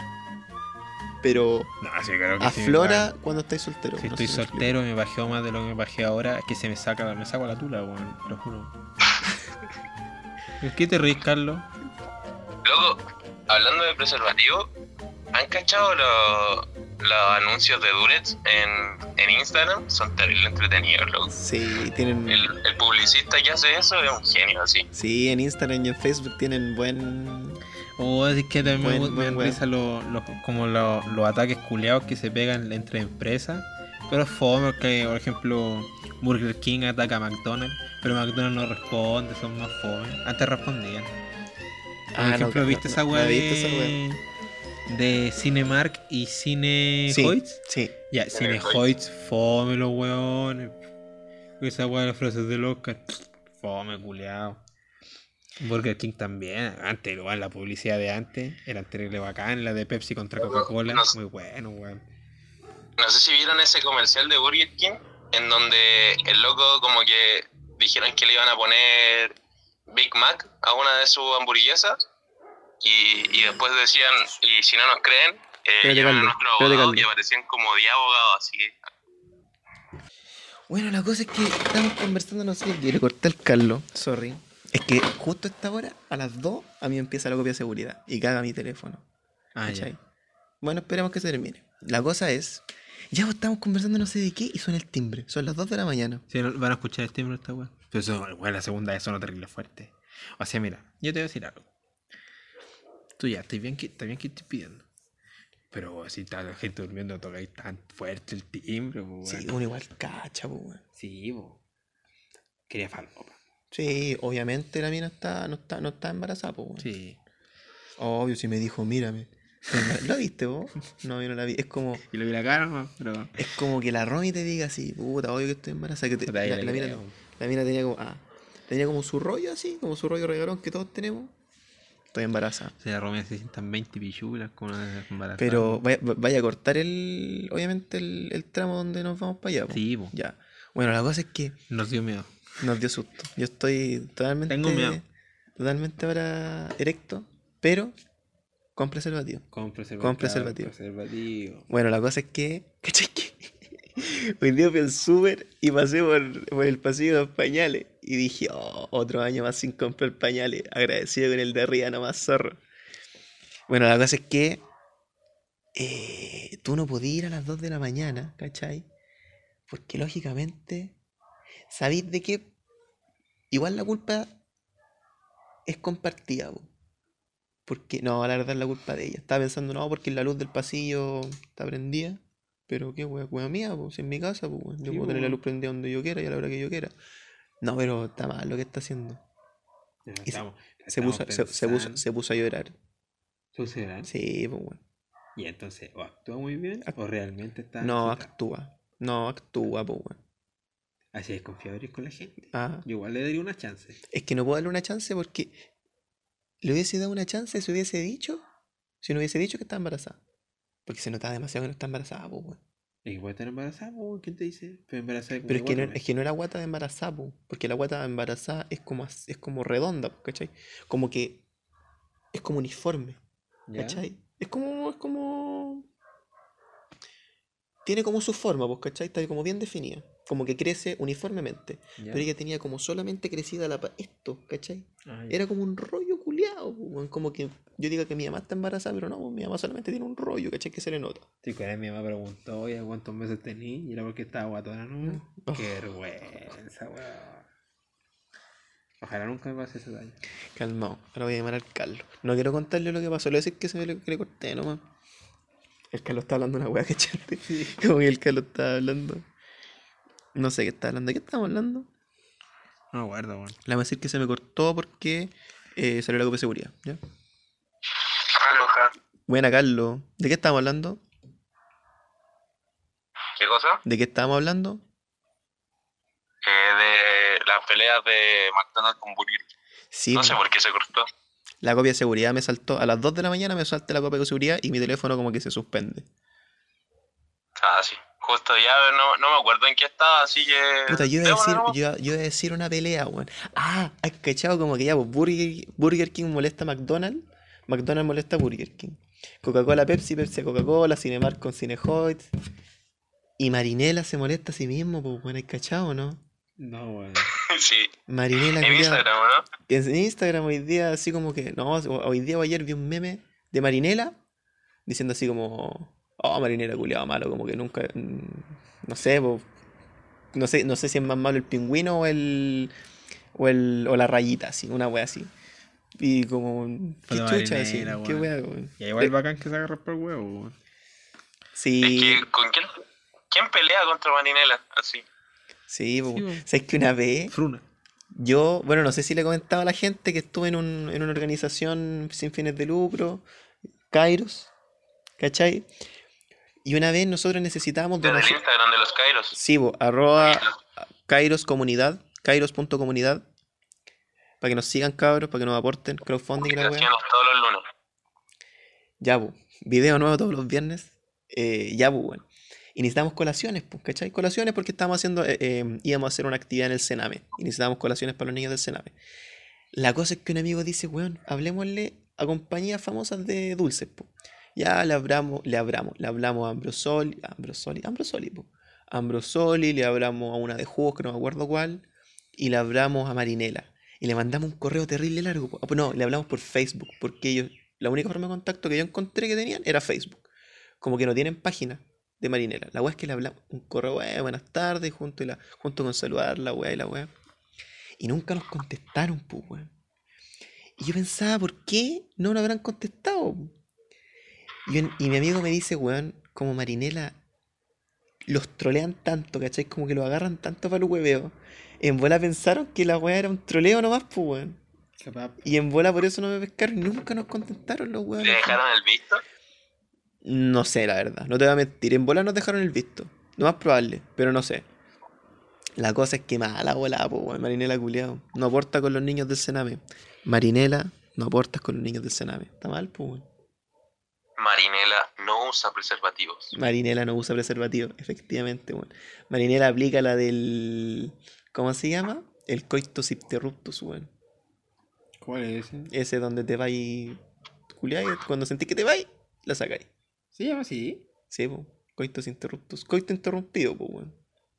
pero No, sí, claro que sí, aflora claro. cuando estás soltero. Si No estoy sé si me explico. soltero y me bajeo más de lo que me bajé ahora, es que se me saca, me saco la tula, weón, te lo juro. ¿En qué te reís, Carlos? Loco, hablando de preservativo, ¿han cachado los, los anuncios de Durex en, en Instagram? Son terrible entretenidos, loco. Sí, tienen. El, el publicista que hace eso es un genio, así. Sí, en Instagram y en Facebook tienen buen. O es que también me, Buen- me buen dan weón. risa los, los- como los, los ataques culeados que se pegan entre empresas. Pero es fome, que por ejemplo Burger King ataca a McDonald's, pero McDonald's no responde, son más fome. Antes respondían. Por Ah, no, ejemplo, no, ¿viste no, esa no weá he visto esa de, de Cinemark y Cine Sí, Hoyts? sí. Ya, Cine Hoyts, fome los weones. Esa weá de las frases del Oscar, fome, culeado. Burger King también. Antes, igual, la publicidad de antes era terrible bacán. La de Pepsi contra Coca-Cola. No sé. Muy bueno, weón. No sé si vieron ese comercial de Burger King, en donde el loco como que dijeron que le iban a poner Big Mac a una de sus hamburguesas y, y después decían, y si no nos creen, eh, Espérate, llamen a Carlos, nuestro espérate, abogado, Carlos. y aparecían como diez abogados, así que Bueno, la cosa es que estamos conversando, no sé qué, le corté al Carlos, sorry. Es que justo a esta hora, a las dos, a mí empieza la copia de seguridad y caga mi teléfono. Ah, ¿Cachai? ya. Bueno, esperemos que se termine. La cosa es, ya pues, estamos conversando no sé de qué y suena el timbre. Son las dos de la mañana. Sí, no- van a escuchar el timbre esta weón. Pero eso, weón, la segunda vez sonó terrible fuerte. O sea, mira, yo te voy a decir algo. Tú ya, está bien que, está bien que estoy pidiendo. Pero si está la gente durmiendo, toca ahí tan fuerte el timbre, po, weón. Sí, uno igual cacha, pues, weón. Sí, po. Quería falopa. Sí, obviamente la mina está, no está, no está embarazada, pues, weón. Sí. Obvio, si me dijo, mírame. ¿Lo viste vos? No, yo no la vi. Es como, Y lo vi la cara, ¿no? Pero. es como que la Romy te diga así, puta, obvio que estoy embarazada. Que te- Puta, ya la, le la mina, creo. la mina tenía como, ah, tenía como su rollo así, como su rollo regalón que todos tenemos. Estoy embarazada. O sea, Romeo se sientan veinte pichulas con una embarazada. Pero vaya, vaya a cortar el, obviamente, el, el tramo donde nos vamos para allá, po. Sí, po. Ya. Bueno, la cosa es que Nos dio miedo. nos dio susto. Yo estoy totalmente, Tengo miedo. totalmente ahora erecto, pero con preservativo. Con preservativo. Con preservativo. preservativo. Bueno, la cosa es que, ¿cachai? Que hoy día fui al súper y pasé por, por el pasillo de los pañales y dije, oh, otro año más sin comprar pañales, agradecido con el de arriba nomás, zorro. Bueno, la cosa es que eh, tú no podías ir a las dos de la mañana, ¿cachai? Porque lógicamente, ¿sabéis de qué? Igual la culpa es compartida, po. Porque, no, la verdad es la culpa de ella. Estaba pensando, no, porque la luz del pasillo está prendida. Pero qué wea, wea mía, pues, si en mi casa, pues, weón. Yo Sí, puedo tener la po. luz prendida donde yo quiera y a la hora que yo quiera. No, pero está mal lo que está haciendo. Ya, Y se- estamos- Se estamos puso, se, se puso, pensando. se puso a llorar. ¿Sucederá? Sí, pues, bueno. Y entonces, o actúa muy bien Act- o realmente está. No agitado. actúa. No actúa, pues, bueno. Así es confiado eres con la gente. Ah, Yo igual le daría una chance. es que no puedo darle una chance porque le hubiese dado una chance si hubiese dicho, si no hubiese dicho que está embarazada. Porque se notaba demasiado que no está embarazada, pues, bueno. ¿Y que puede estar embarazada? po? ¿Quién te dice? Pero embarazada como Pero es de que, no, cuatro es que no era guata de embarazada, po, porque la guata de embarazada es como, as- es como redonda, po, ¿cachai? Como que es como uniforme, meses. ¿Ya? ¿cachai? Es como, es como... Tiene como su forma, pues, ¿cachai? Está como bien definida, como que crece uniformemente. ¿Ya? Pero ella tenía como solamente crecida la pa- esto, ¿cachai? Ah, ya. Era como un rollo culiado, como que yo diga que mi mamá está embarazada, pero no, pues, mi mamá solamente tiene un rollo, ¿cachai? Que se le nota. Sí, que mi mamá preguntó, oye, ¿cuántos meses tenía? Y era porque estaba guatona, ¿no? Oh. Qué vergüenza, weón. Ojalá nunca me pase ese daño. Calmado, ahora voy a llamar al Carlos. No quiero contarle lo que pasó, le voy a decir que se me le, que le corté nomás. El Carlos está hablando una weá, ¿cachai? Como que el Carlos está hablando. No sé qué está hablando. ¿De qué estamos hablando? No me acuerdo, weón. Le voy a decir que se me cortó porque eh, salió la copia de seguridad. ¿Ya? Aloha. Buena, Carlos. ¿De qué estamos hablando? ¿Qué cosa? ¿De qué estábamos hablando? Eh, de las peleas de McDonald's con Burger King. Sí, No sé por qué se cortó. la copia de seguridad me saltó. A las dos de la mañana me salté la copia de seguridad y mi teléfono como que se suspende. Ah, sí. Justo ya no, no me acuerdo en qué estaba, así que... Puta, yo iba a démosle decir, nomás. yo, iba- yo iba a decir una pelea, weón. Ah, has cachado como que ya, pues, Burger, Burger King molesta a McDonald's, McDonald's molesta a Burger King. Coca-Cola, Pepsi, Pepsi a Coca-Cola, Cinemark con Cinehoids. Y Marinela se molesta a sí mismo, pues, bueno, ¿has cachado o no? No, weón. Sí. Marinela, En culiao, Instagram, ¿no? en Instagram hoy día, así como que, no, hoy día o ayer vi un meme de Marinela diciendo así como, oh, Marinela, culiado malo, como que nunca, mm, no sé, po, no sé, no sé si es más malo el pingüino o el, o el, o la rayita, así, una wea así. Y como, qué Puta chucha, así, Marinela, qué weón. wea, weón. Y igual bacán que se agarra por el huevo, weón. Sí, Es que, ¿con quién, quién pelea contra Marinela? Así. sí, po. Sí, po. ¿Sabes que una vez Fruna. yo, bueno, no sé si le comentaba a la gente que estuve en, un, en una organización sin fines de lucro, Kairos, ¿cachai? Y una vez nosotros necesitábamos Desde el donación. Instagram de los Kairos. Sí, po, arroba Kairos comunidad, kairos punto comunidad. Para que nos sigan, cabros, para que nos aporten crowdfunding y la weá. Publicaciones todos los lunes. Ya, pues. Video nuevo todos los viernes. Eh, ya, pues, bueno. Y necesitamos colaciones, pues, ¿cachai? Colaciones porque estábamos haciendo, eh, eh, íbamos a hacer una actividad en el Sename. Y necesitábamos colaciones para los niños del Sename. La cosa es que un amigo dice, weón, hablemosle a compañías famosas de dulces, pues. Ya le hablamos, le hablamos, le hablamos a Ambrosoli, Ambrosoli, Ambrosoli, pues. Ambrosoli, le hablamos a una de jugos que no me acuerdo cuál. Y le hablamos a Marinela. Y le mandamos un correo terrible largo. po. Ah, pues no, le hablamos por Facebook. Porque ellos, la única forma de contacto que yo encontré que tenían era Facebook. Como que no tienen página de Marinela. La weá es que le hablamos un correo, eh, buenas tardes, junto, y la, junto con saludar la weá y la weá. Y nunca nos contestaron, pues, weón. Y yo pensaba, ¿por qué no nos habrán contestado? po? Y, en- y mi amigo me dice, weón, como Marinela los trolean tanto, ¿cachai? Como que los agarran tanto para el hueveo. En bola pensaron que la weá era un troleo nomás, pues, weón. Capaz. Y en bola por eso no me pescaron y nunca nos contestaron los weones. ¿Le dejaron el visto? No sé, la verdad, no te voy a mentir. En bola nos dejaron el visto. Lo más probable, pero no sé. La cosa es que mala bola, pues, weón. Marinela culiao. No aporta con los niños del Sename. Marinela, no aportas con los niños del Sename. Está mal, pues, weón. Marinela no usa preservativos. Marinela no usa preservativo, efectivamente, weón. Marinela aplica la del. ¿Cómo se llama? El coitus interruptus, weón. ¿Cuál es ese? Ese donde te vais. Culiao, y cuando sentís que te vais, la sacáis. ¿Se llama así? Sí, po. Coitus interruptus. Coito interrumpido, pues, weón.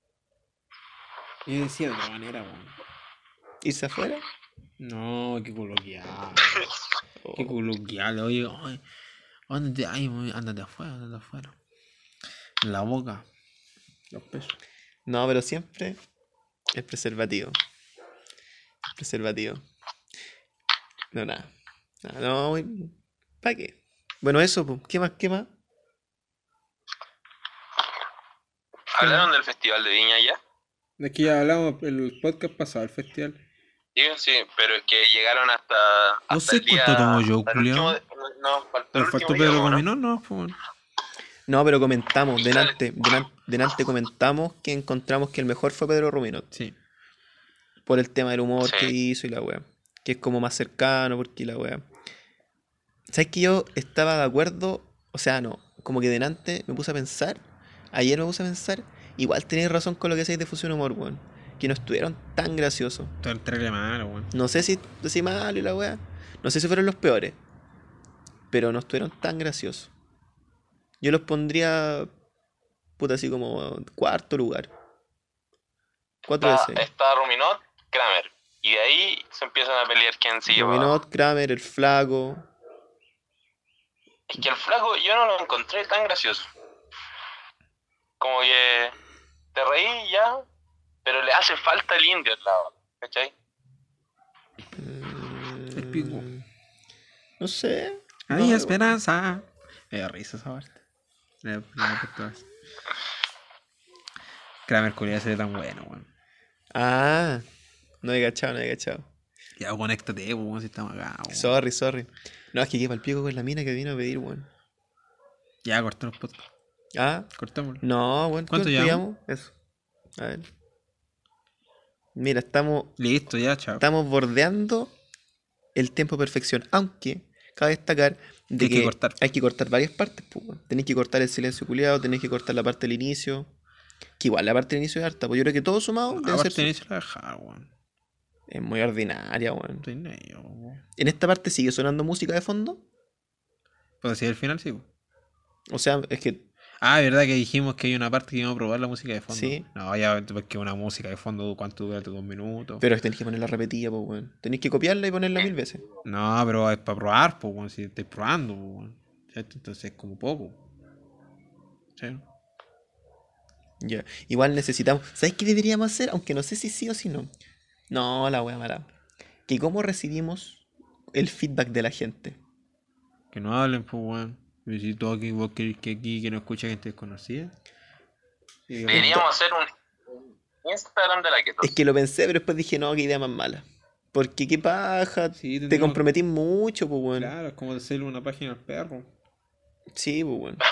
Yo decía de otra manera, weón. Irse afuera. No, qué coloquial. Oh. Qué coloquial, oye, oye. Ándate, ay, oye, ándate afuera, ándate afuera. En la boca. Los pesos. No, pero siempre es preservativo. Preservativo. No, nada. Nada, no, ¿para qué? Bueno, eso, pues. ¿Qué más? ¿Qué más? ¿Hablaron del Festival de Viña ya? Es que ya hablamos el podcast pasado, el festival. Sí, sí, pero es que llegaron hasta. No hasta sé el día- cuánto tomo yo, hasta el culiao. último- No, faltó el Pero último faltó día, Pedro ¿no? Cominón, no, pues, bueno. No, pero comentamos, delante, delante, delante comentamos que encontramos que el mejor fue Pedro Ruminot. Sí. Por el tema del humor Sí. que hizo y la wea. Que es como más cercano, porque la wea. ¿Sabes que yo estaba de acuerdo? O sea, no. Como que delante me puse a pensar. Ayer me puse a pensar. Igual tenéis razón con lo que decís de Fusión Humor, weón. Que no estuvieron tan graciosos. Todo el trailer malo, weón. No sé si si mal y la wea. No sé si fueron los peores. Pero no estuvieron tan graciosos. Yo los pondría. Puta, así como cuarto lugar. Cuatro Está, veces. está Ruminot, Kramer. Y de ahí se empiezan a pelear quién se lleva. Ruminot, Kramer, el flaco. Es que el flaco yo no lo encontré tan gracioso. Como que te reí ya, pero le hace falta el indio al lado. ¿Cachai? El pico. Mm, No sé. Hay No, esperanza. Me da risa esa parte. Le- le he puesto eso. Kramer culiao se ve tan bueno, weón. Ah, no he cachado, no he cachado. Ya, conéctate, pues, weón, si estamos acá, weón. Sorry, sorry. No, es que queda el pico con la mina que vino a pedir, weón. Ya, cortamos el podcast. Ah, Cortémoslo. no, weón. ¿Cuánto llevamos? Eso. A ver. Mira, estamos, Listo, ya, chao. estamos bordeando el tiempo de perfección. Aunque, cabe destacar de Hay que, que cortar. hay que cortar varias partes, pues, weón. Tenéis que cortar el silencio culiado, tenéis que cortar la parte del inicio. Que igual la parte del inicio es harta, pues yo creo que todo sumado debe Aparte, ser. ni se la dejar, weón. Es muy ordinaria, weón. Estoy negro, weón. En esta parte sigue sonando música de fondo. Pues así al final, sí, pues. O sea, es que Ah, ¿verdad que dijimos que hay una parte que íbamos a probar la música de fondo? Sí. No, ya, porque una música de fondo, ¿cuánto dura? ¿Dos minutos? Pero tenéis que ponerla repetida, pues, weón. Tenéis que copiarla y ponerla mil veces. No, pero es para probar, pues, weón, si estoy probando, pues, weón. ¿Cierto? Entonces es como poco. ¿Sí? Ya. Igual necesitamos. ¿Sabes qué deberíamos hacer? Aunque no sé si sí o si no. No, la wea mala. Que cómo recibimos el feedback de la gente. Que no hablen, pues, weón. Y si tú aquí, vos querés que aquí, que no escucha gente desconocida. Sí, Deberíamos hacer un Instagram de la Keto. Es que lo pensé, pero después dije, no, qué idea más mala. Porque qué paja. Sí, te tendríamos- comprometís mucho, pues, weón. Claro, es como hacerle una página al perro. Sí, pues, weón.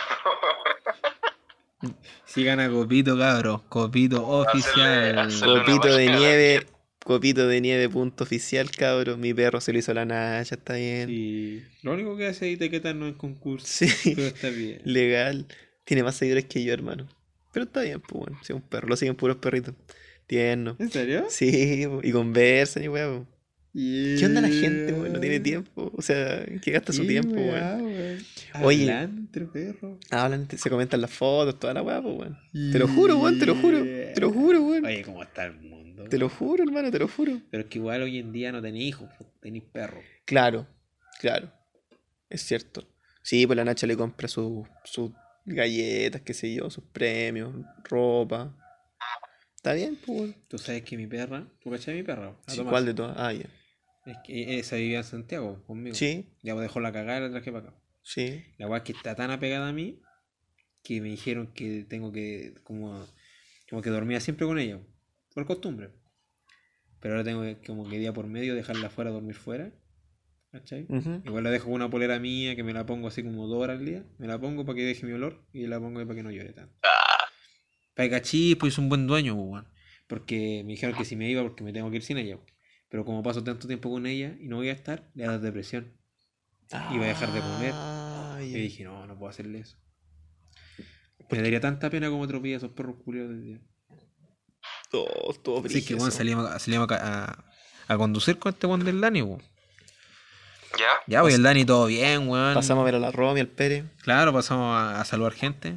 Sigan a Copito, cabros. Copito oficial. hacerle una Copito de página de nieve. Copito de nieve, punto oficial, cabros. Mi perro se lo hizo la Nacha, está bien. Sí. Lo único que hace es etiquetarnos en concurso. Sí. Pero está bien. Legal. Tiene más seguidores que yo, hermano. Pero está bien, pues bueno. Si es un perro, lo siguen puros perritos. Tierno. ¿En serio? Sí, po, y conversan y weá, po. ¿Qué onda la gente, weón? No tiene tiempo. O sea, que gasta su tiempo, weón. Oye. Adelante, perro. Hablan, se comentan las fotos, toda la weá, pues weón. Te lo juro, weón, te lo juro. Te lo juro, weón. Oye, ¿cómo está el mundo? Te lo juro, hermano, te lo juro. Pero es que igual hoy en día no tenéis hijos, tenéis perros. Claro, claro. Es cierto. Sí, pues la Nacha le compra sus sus galletas, qué sé yo, sus premios, ropa. Está bien, pues weón. Tú sabes que mi perra, ¿tú cachai mi perra? La Sí, Tomasa. ¿cuál de todas? Ah, ya. Es que esa vivía en Santiago conmigo. Sí, Ya me dejó la cagada y la traje para acá. sí. La weá es que está tan apegada a mí que me dijeron que tengo que, como, como que dormía siempre con ella, por costumbre. Pero ahora tengo que, como que día por medio, dejarla fuera, dormir fuera. ¿Cachai? Ujú. Igual la dejo con una polera mía que me la pongo así como dos horas al día. Me la pongo para que deje mi olor y la pongo ahí para que no llore tanto. Ah, Para que cachis, pues es un buen dueño, pues, weón. Porque me dijeron que si me iba porque me tengo que ir sin ella. Pero como paso tanto tiempo con ella y no voy a estar, le da depresión. Y va a dejar de comer. Ah, Y ya. dije, no, no puedo hacerle eso. Me daría tanta pena como atropella a esos perros culiados del día. Todo, todo Así que, brígido weón, eso. salíamos, a- salíamos a, a, a conducir con este weón del Dani, weón. ¿ya? Ya, pues el Dani todo bien, weón. Pasamos a ver a la Romy, al Pérez. Claro, pasamos a, a saludar gente.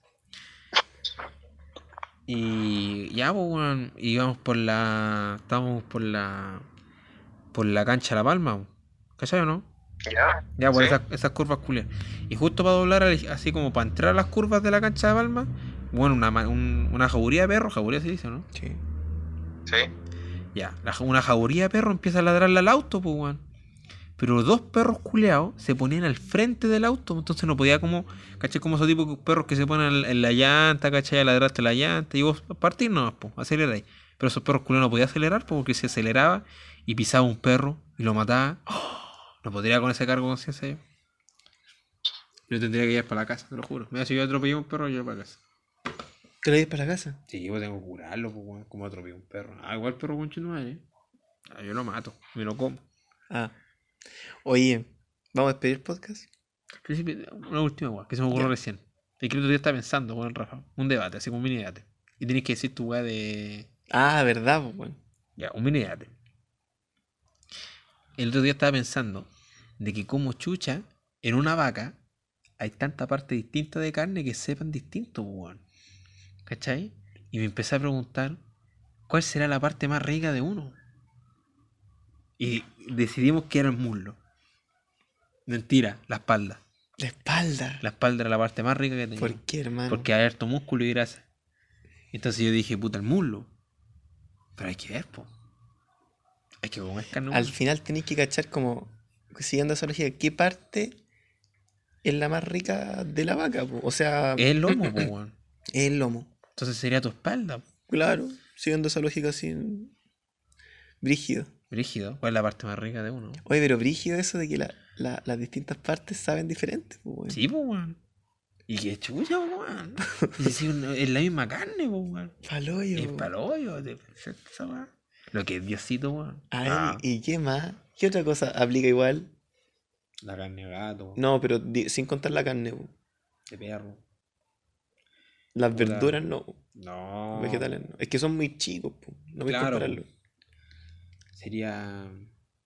Y ya, pues, weón, íbamos por la... Estábamos por la... Por la cancha de La Palma, weón. ¿Cachai o no? ¿Ya? Ya, por Sí. esas, esas curvas culiadas. Y justo para doblar, al- así como para entrar a las curvas de la cancha de Palma, bueno, una, ma- un- una jauría de perro, jauría se dice, ¿no? Sí. Sí. Ya, la ja- una jauría de perro empieza a ladrarle al auto, pues, weón. Pero los dos perros culeados se ponían al frente del auto, entonces no podía como, ¿cachai? Como esos tipos de perros que se ponen en la llanta, ¿cachai? A ladrarte la llanta y vos partir nomás, pues, aceleráis. Pero esos perros culeados no podía acelerar po, porque se aceleraba y pisaba un perro y lo mataba. ¡Oh! No podría con ese cargo de conciencia yo. Yo tendría que ir para la casa, te lo juro. Mira, si yo atropellé a un perro, yo para la casa. ¿Te lo llevas para la casa? Sí, yo tengo que curarlo, pues, weón, como atropellé a un perro. Ah, igual perro con madre. Ah, yo lo mato, me lo como. Ah. Oye, ¿vamos a despedir el podcast? Principio, una última weá, que se me ocurrió Ya. recién. Es que el otro día estaba pensando, weón, Rafa. Un debate, así como un mini debate. Y tenés que decir tu weá de. Ah, verdad, pues, bueno. Ya, un mini debate. El otro día estaba pensando de que como chucha, en una vaca hay tanta parte distinta de carne que sepan distinto, weón. ¿Cachai? Y me empecé a preguntar, ¿cuál será la parte más rica de uno? Y decidimos que era el muslo. Mentira, la espalda. La espalda. La espalda era la parte más rica que tenía. ¿Por qué, hermano? Porque hay harto músculo y grasa. Entonces yo dije, puta, el muslo. Pero hay que ver, po. Hay que comer carne. Al humana. final tenéis que cachar como, siguiendo esa lógica, qué parte es la más rica de la vaca, po? O sea, Es el lomo, po, weón. es el lomo. Entonces sería tu espalda. po. Claro, siguiendo esa lógica así, brígido. Brígido. ¿Cuál es la parte más rica de uno? Oye, pero brígido eso de que la- la- las distintas partes saben diferente, po, weón. Sí, po, weón. Y qué chucha, po, weón. Y si uno- es la misma carne, po, weón. Paloyo. Es paloyo. de- esa weá. Lo que es Diosito, weón. A ver, Ah, ¿y qué más? ¿Qué otra cosa aplica igual? la carne de gato. No, pero di- sin contar la carne, po. De perro. Las Puta. verduras no, po. No. Vegetales no. Es que son muy chicos, po. No voy a Claro, compararlo. Sería.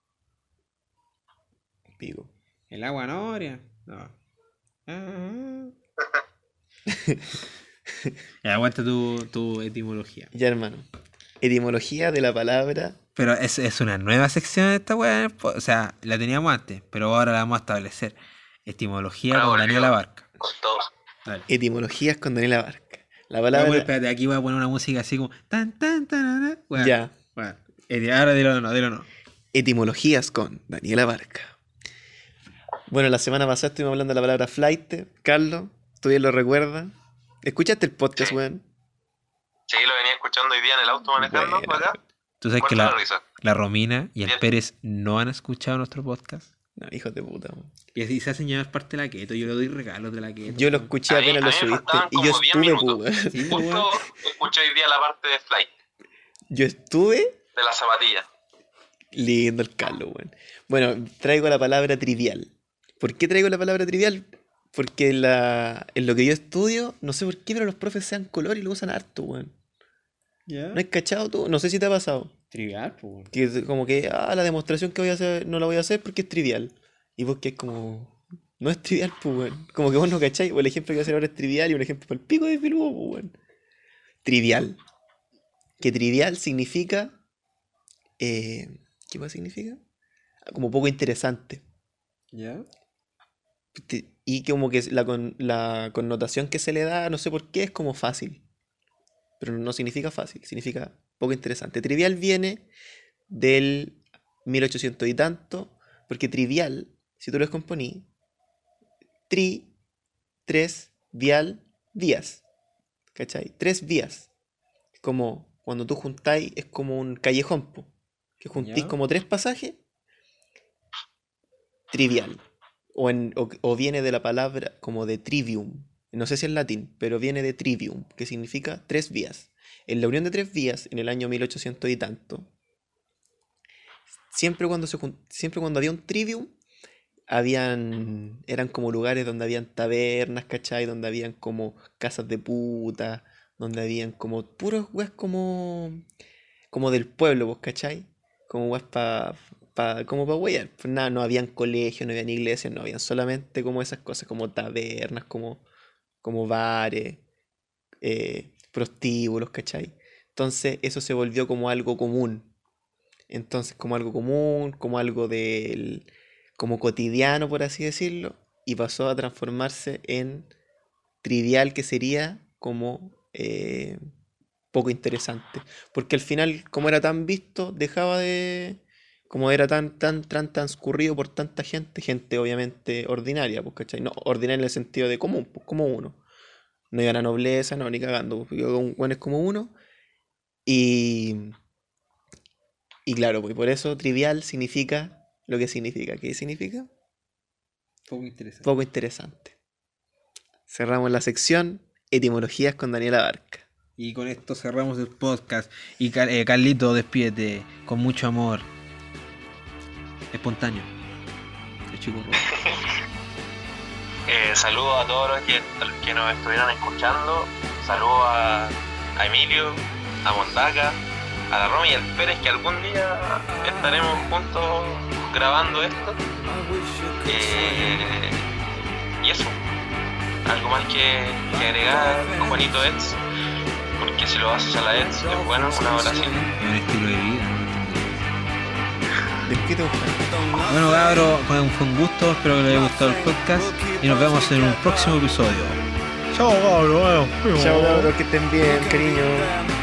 Pico. El agua noria. No. Ah. Ya, aguanta tu, tu etimología. Ya, hermano. Etimología de la palabra. Pero es, es una nueva sección de esta weá. po- O sea, la teníamos antes, pero ahora la vamos a establecer. Etimología Ahora con volvió. Daniela Barca. Con todo. Dale. Etimologías con Daniela Barca. La Ya, palabra. bueno, espérate, aquí voy a poner una música así como. Tan, tan, tan, tan, Ya. Bueno, eti- ahora dilo o no, dilo o no. Etimologías con Daniela Barca. Bueno, la semana pasada estuvimos hablando de la palabra flight. Carlos, ¿tú bien lo recuerdas? ¿Escuchaste el podcast, Sí. weón? Sí, lo venía escuchando hoy día en el auto manejando Buena. para acá. Tú sabes que Muerto la, de risa. la Romina y el Bien. Pérez no han escuchado nuestro podcast. No, hijos de puta, weón. Y así se hacen llamar parte de la keto. Yo le doy regalos de la keto. Yo lo weón. escuché A mí- apenas a lo mí me subiste. faltaban Y yo como diez estuve, minutos. pues, weón. Sí, pues, weón. Justo escuché hoy día la parte de Flight. Yo estuve de la zapatilla. Lindo el Carlos, weón. Bueno, traigo la palabra trivial. ¿Por qué traigo la palabra trivial? Porque en, la, en lo que yo estudio, no sé por qué, pero los profes sean color y lo usan harto, weón. ¿Ya? ¿No has cachado tú? No sé si te ha pasado. Trivial, pues. Que es como que, ah, la demostración que voy a hacer no la voy a hacer porque es trivial. Y vos que es como... No es trivial, pues, weón. Como que vos no cacháis. O el ejemplo que voy a hacer ahora es trivial y un ejemplo para el pico de peludo, pues, weón. Trivial. Que trivial significa... Eh, ¿Qué más significa? Como poco interesante. ¿Ya? Te- Y como que la, con- la connotación que se le da, no sé por qué, es como fácil. Pero no significa fácil, significa poco interesante. Trivial viene del mil ochocientos y tanto, porque trivial, si tú lo descomponí, tri, tres, vial, vías. ¿Cachai? Tres vías. Como cuando tú juntáis, es como un callejón, po, que juntís Ya. como tres pasajes, trivial. O, en- o- o viene de la palabra como de trivium. No sé si es latín, pero viene de trivium, que significa tres vías. En la unión de tres vías, en el año mil ochocientos y tanto, siempre cuando, se, jun- siempre cuando había un trivium, habían, eran como lugares donde habían tabernas, ¿cachai? Donde habían como casas de puta, donde habían como puros weas como, como del pueblo, ¿vos cachai? Como weas pa, pa, como pa weyar. Pues nada, no habían colegios, no habían iglesias, no habían solamente como esas cosas, como tabernas, como, como bares, eh, prostíbulos, ¿cachai? Entonces eso se volvió como algo común. Entonces como algo común, como algo del, como cotidiano, por así decirlo, y pasó a transformarse en trivial, que sería como eh, poco interesante. Porque al final, como era tan visto, dejaba de... Como era tan, tan, tan transcurrido por tanta gente, gente obviamente ordinaria, pues, ¿cachai? No, ordinaria en el sentido de común, pues, como uno. No iban a nobleza, no, ni cagando, pues, iba con hueones como uno. Y, y claro, pues por eso trivial significa lo que significa. ¿Qué significa? Poco interesante. Poco interesante. Cerramos la sección Etimologías con Daniela Barca. Y con esto cerramos el podcast. Y Car- eh, Carlito, despídete con mucho amor. Espontáneo. El chico rojo. Eh, saludos a todos los que, a los que nos estuvieron escuchando. Saludos a, a Emilio, a Mondaca, a la Romy y al Pérez, que algún día estaremos juntos grabando esto. Eh, y eso. Algo más que, que agregar, Juanito Eds. Porque si lo haces a la Eds, es bueno, una oración. Es un estilo de vida, ¿no? Despídete, Juan. Bueno, cabros, fue un, fue un gusto. Espero que les haya gustado el podcast. Y nos vemos en un próximo episodio. Chao, cabros. Chao, cabros, que estén bien, cariño.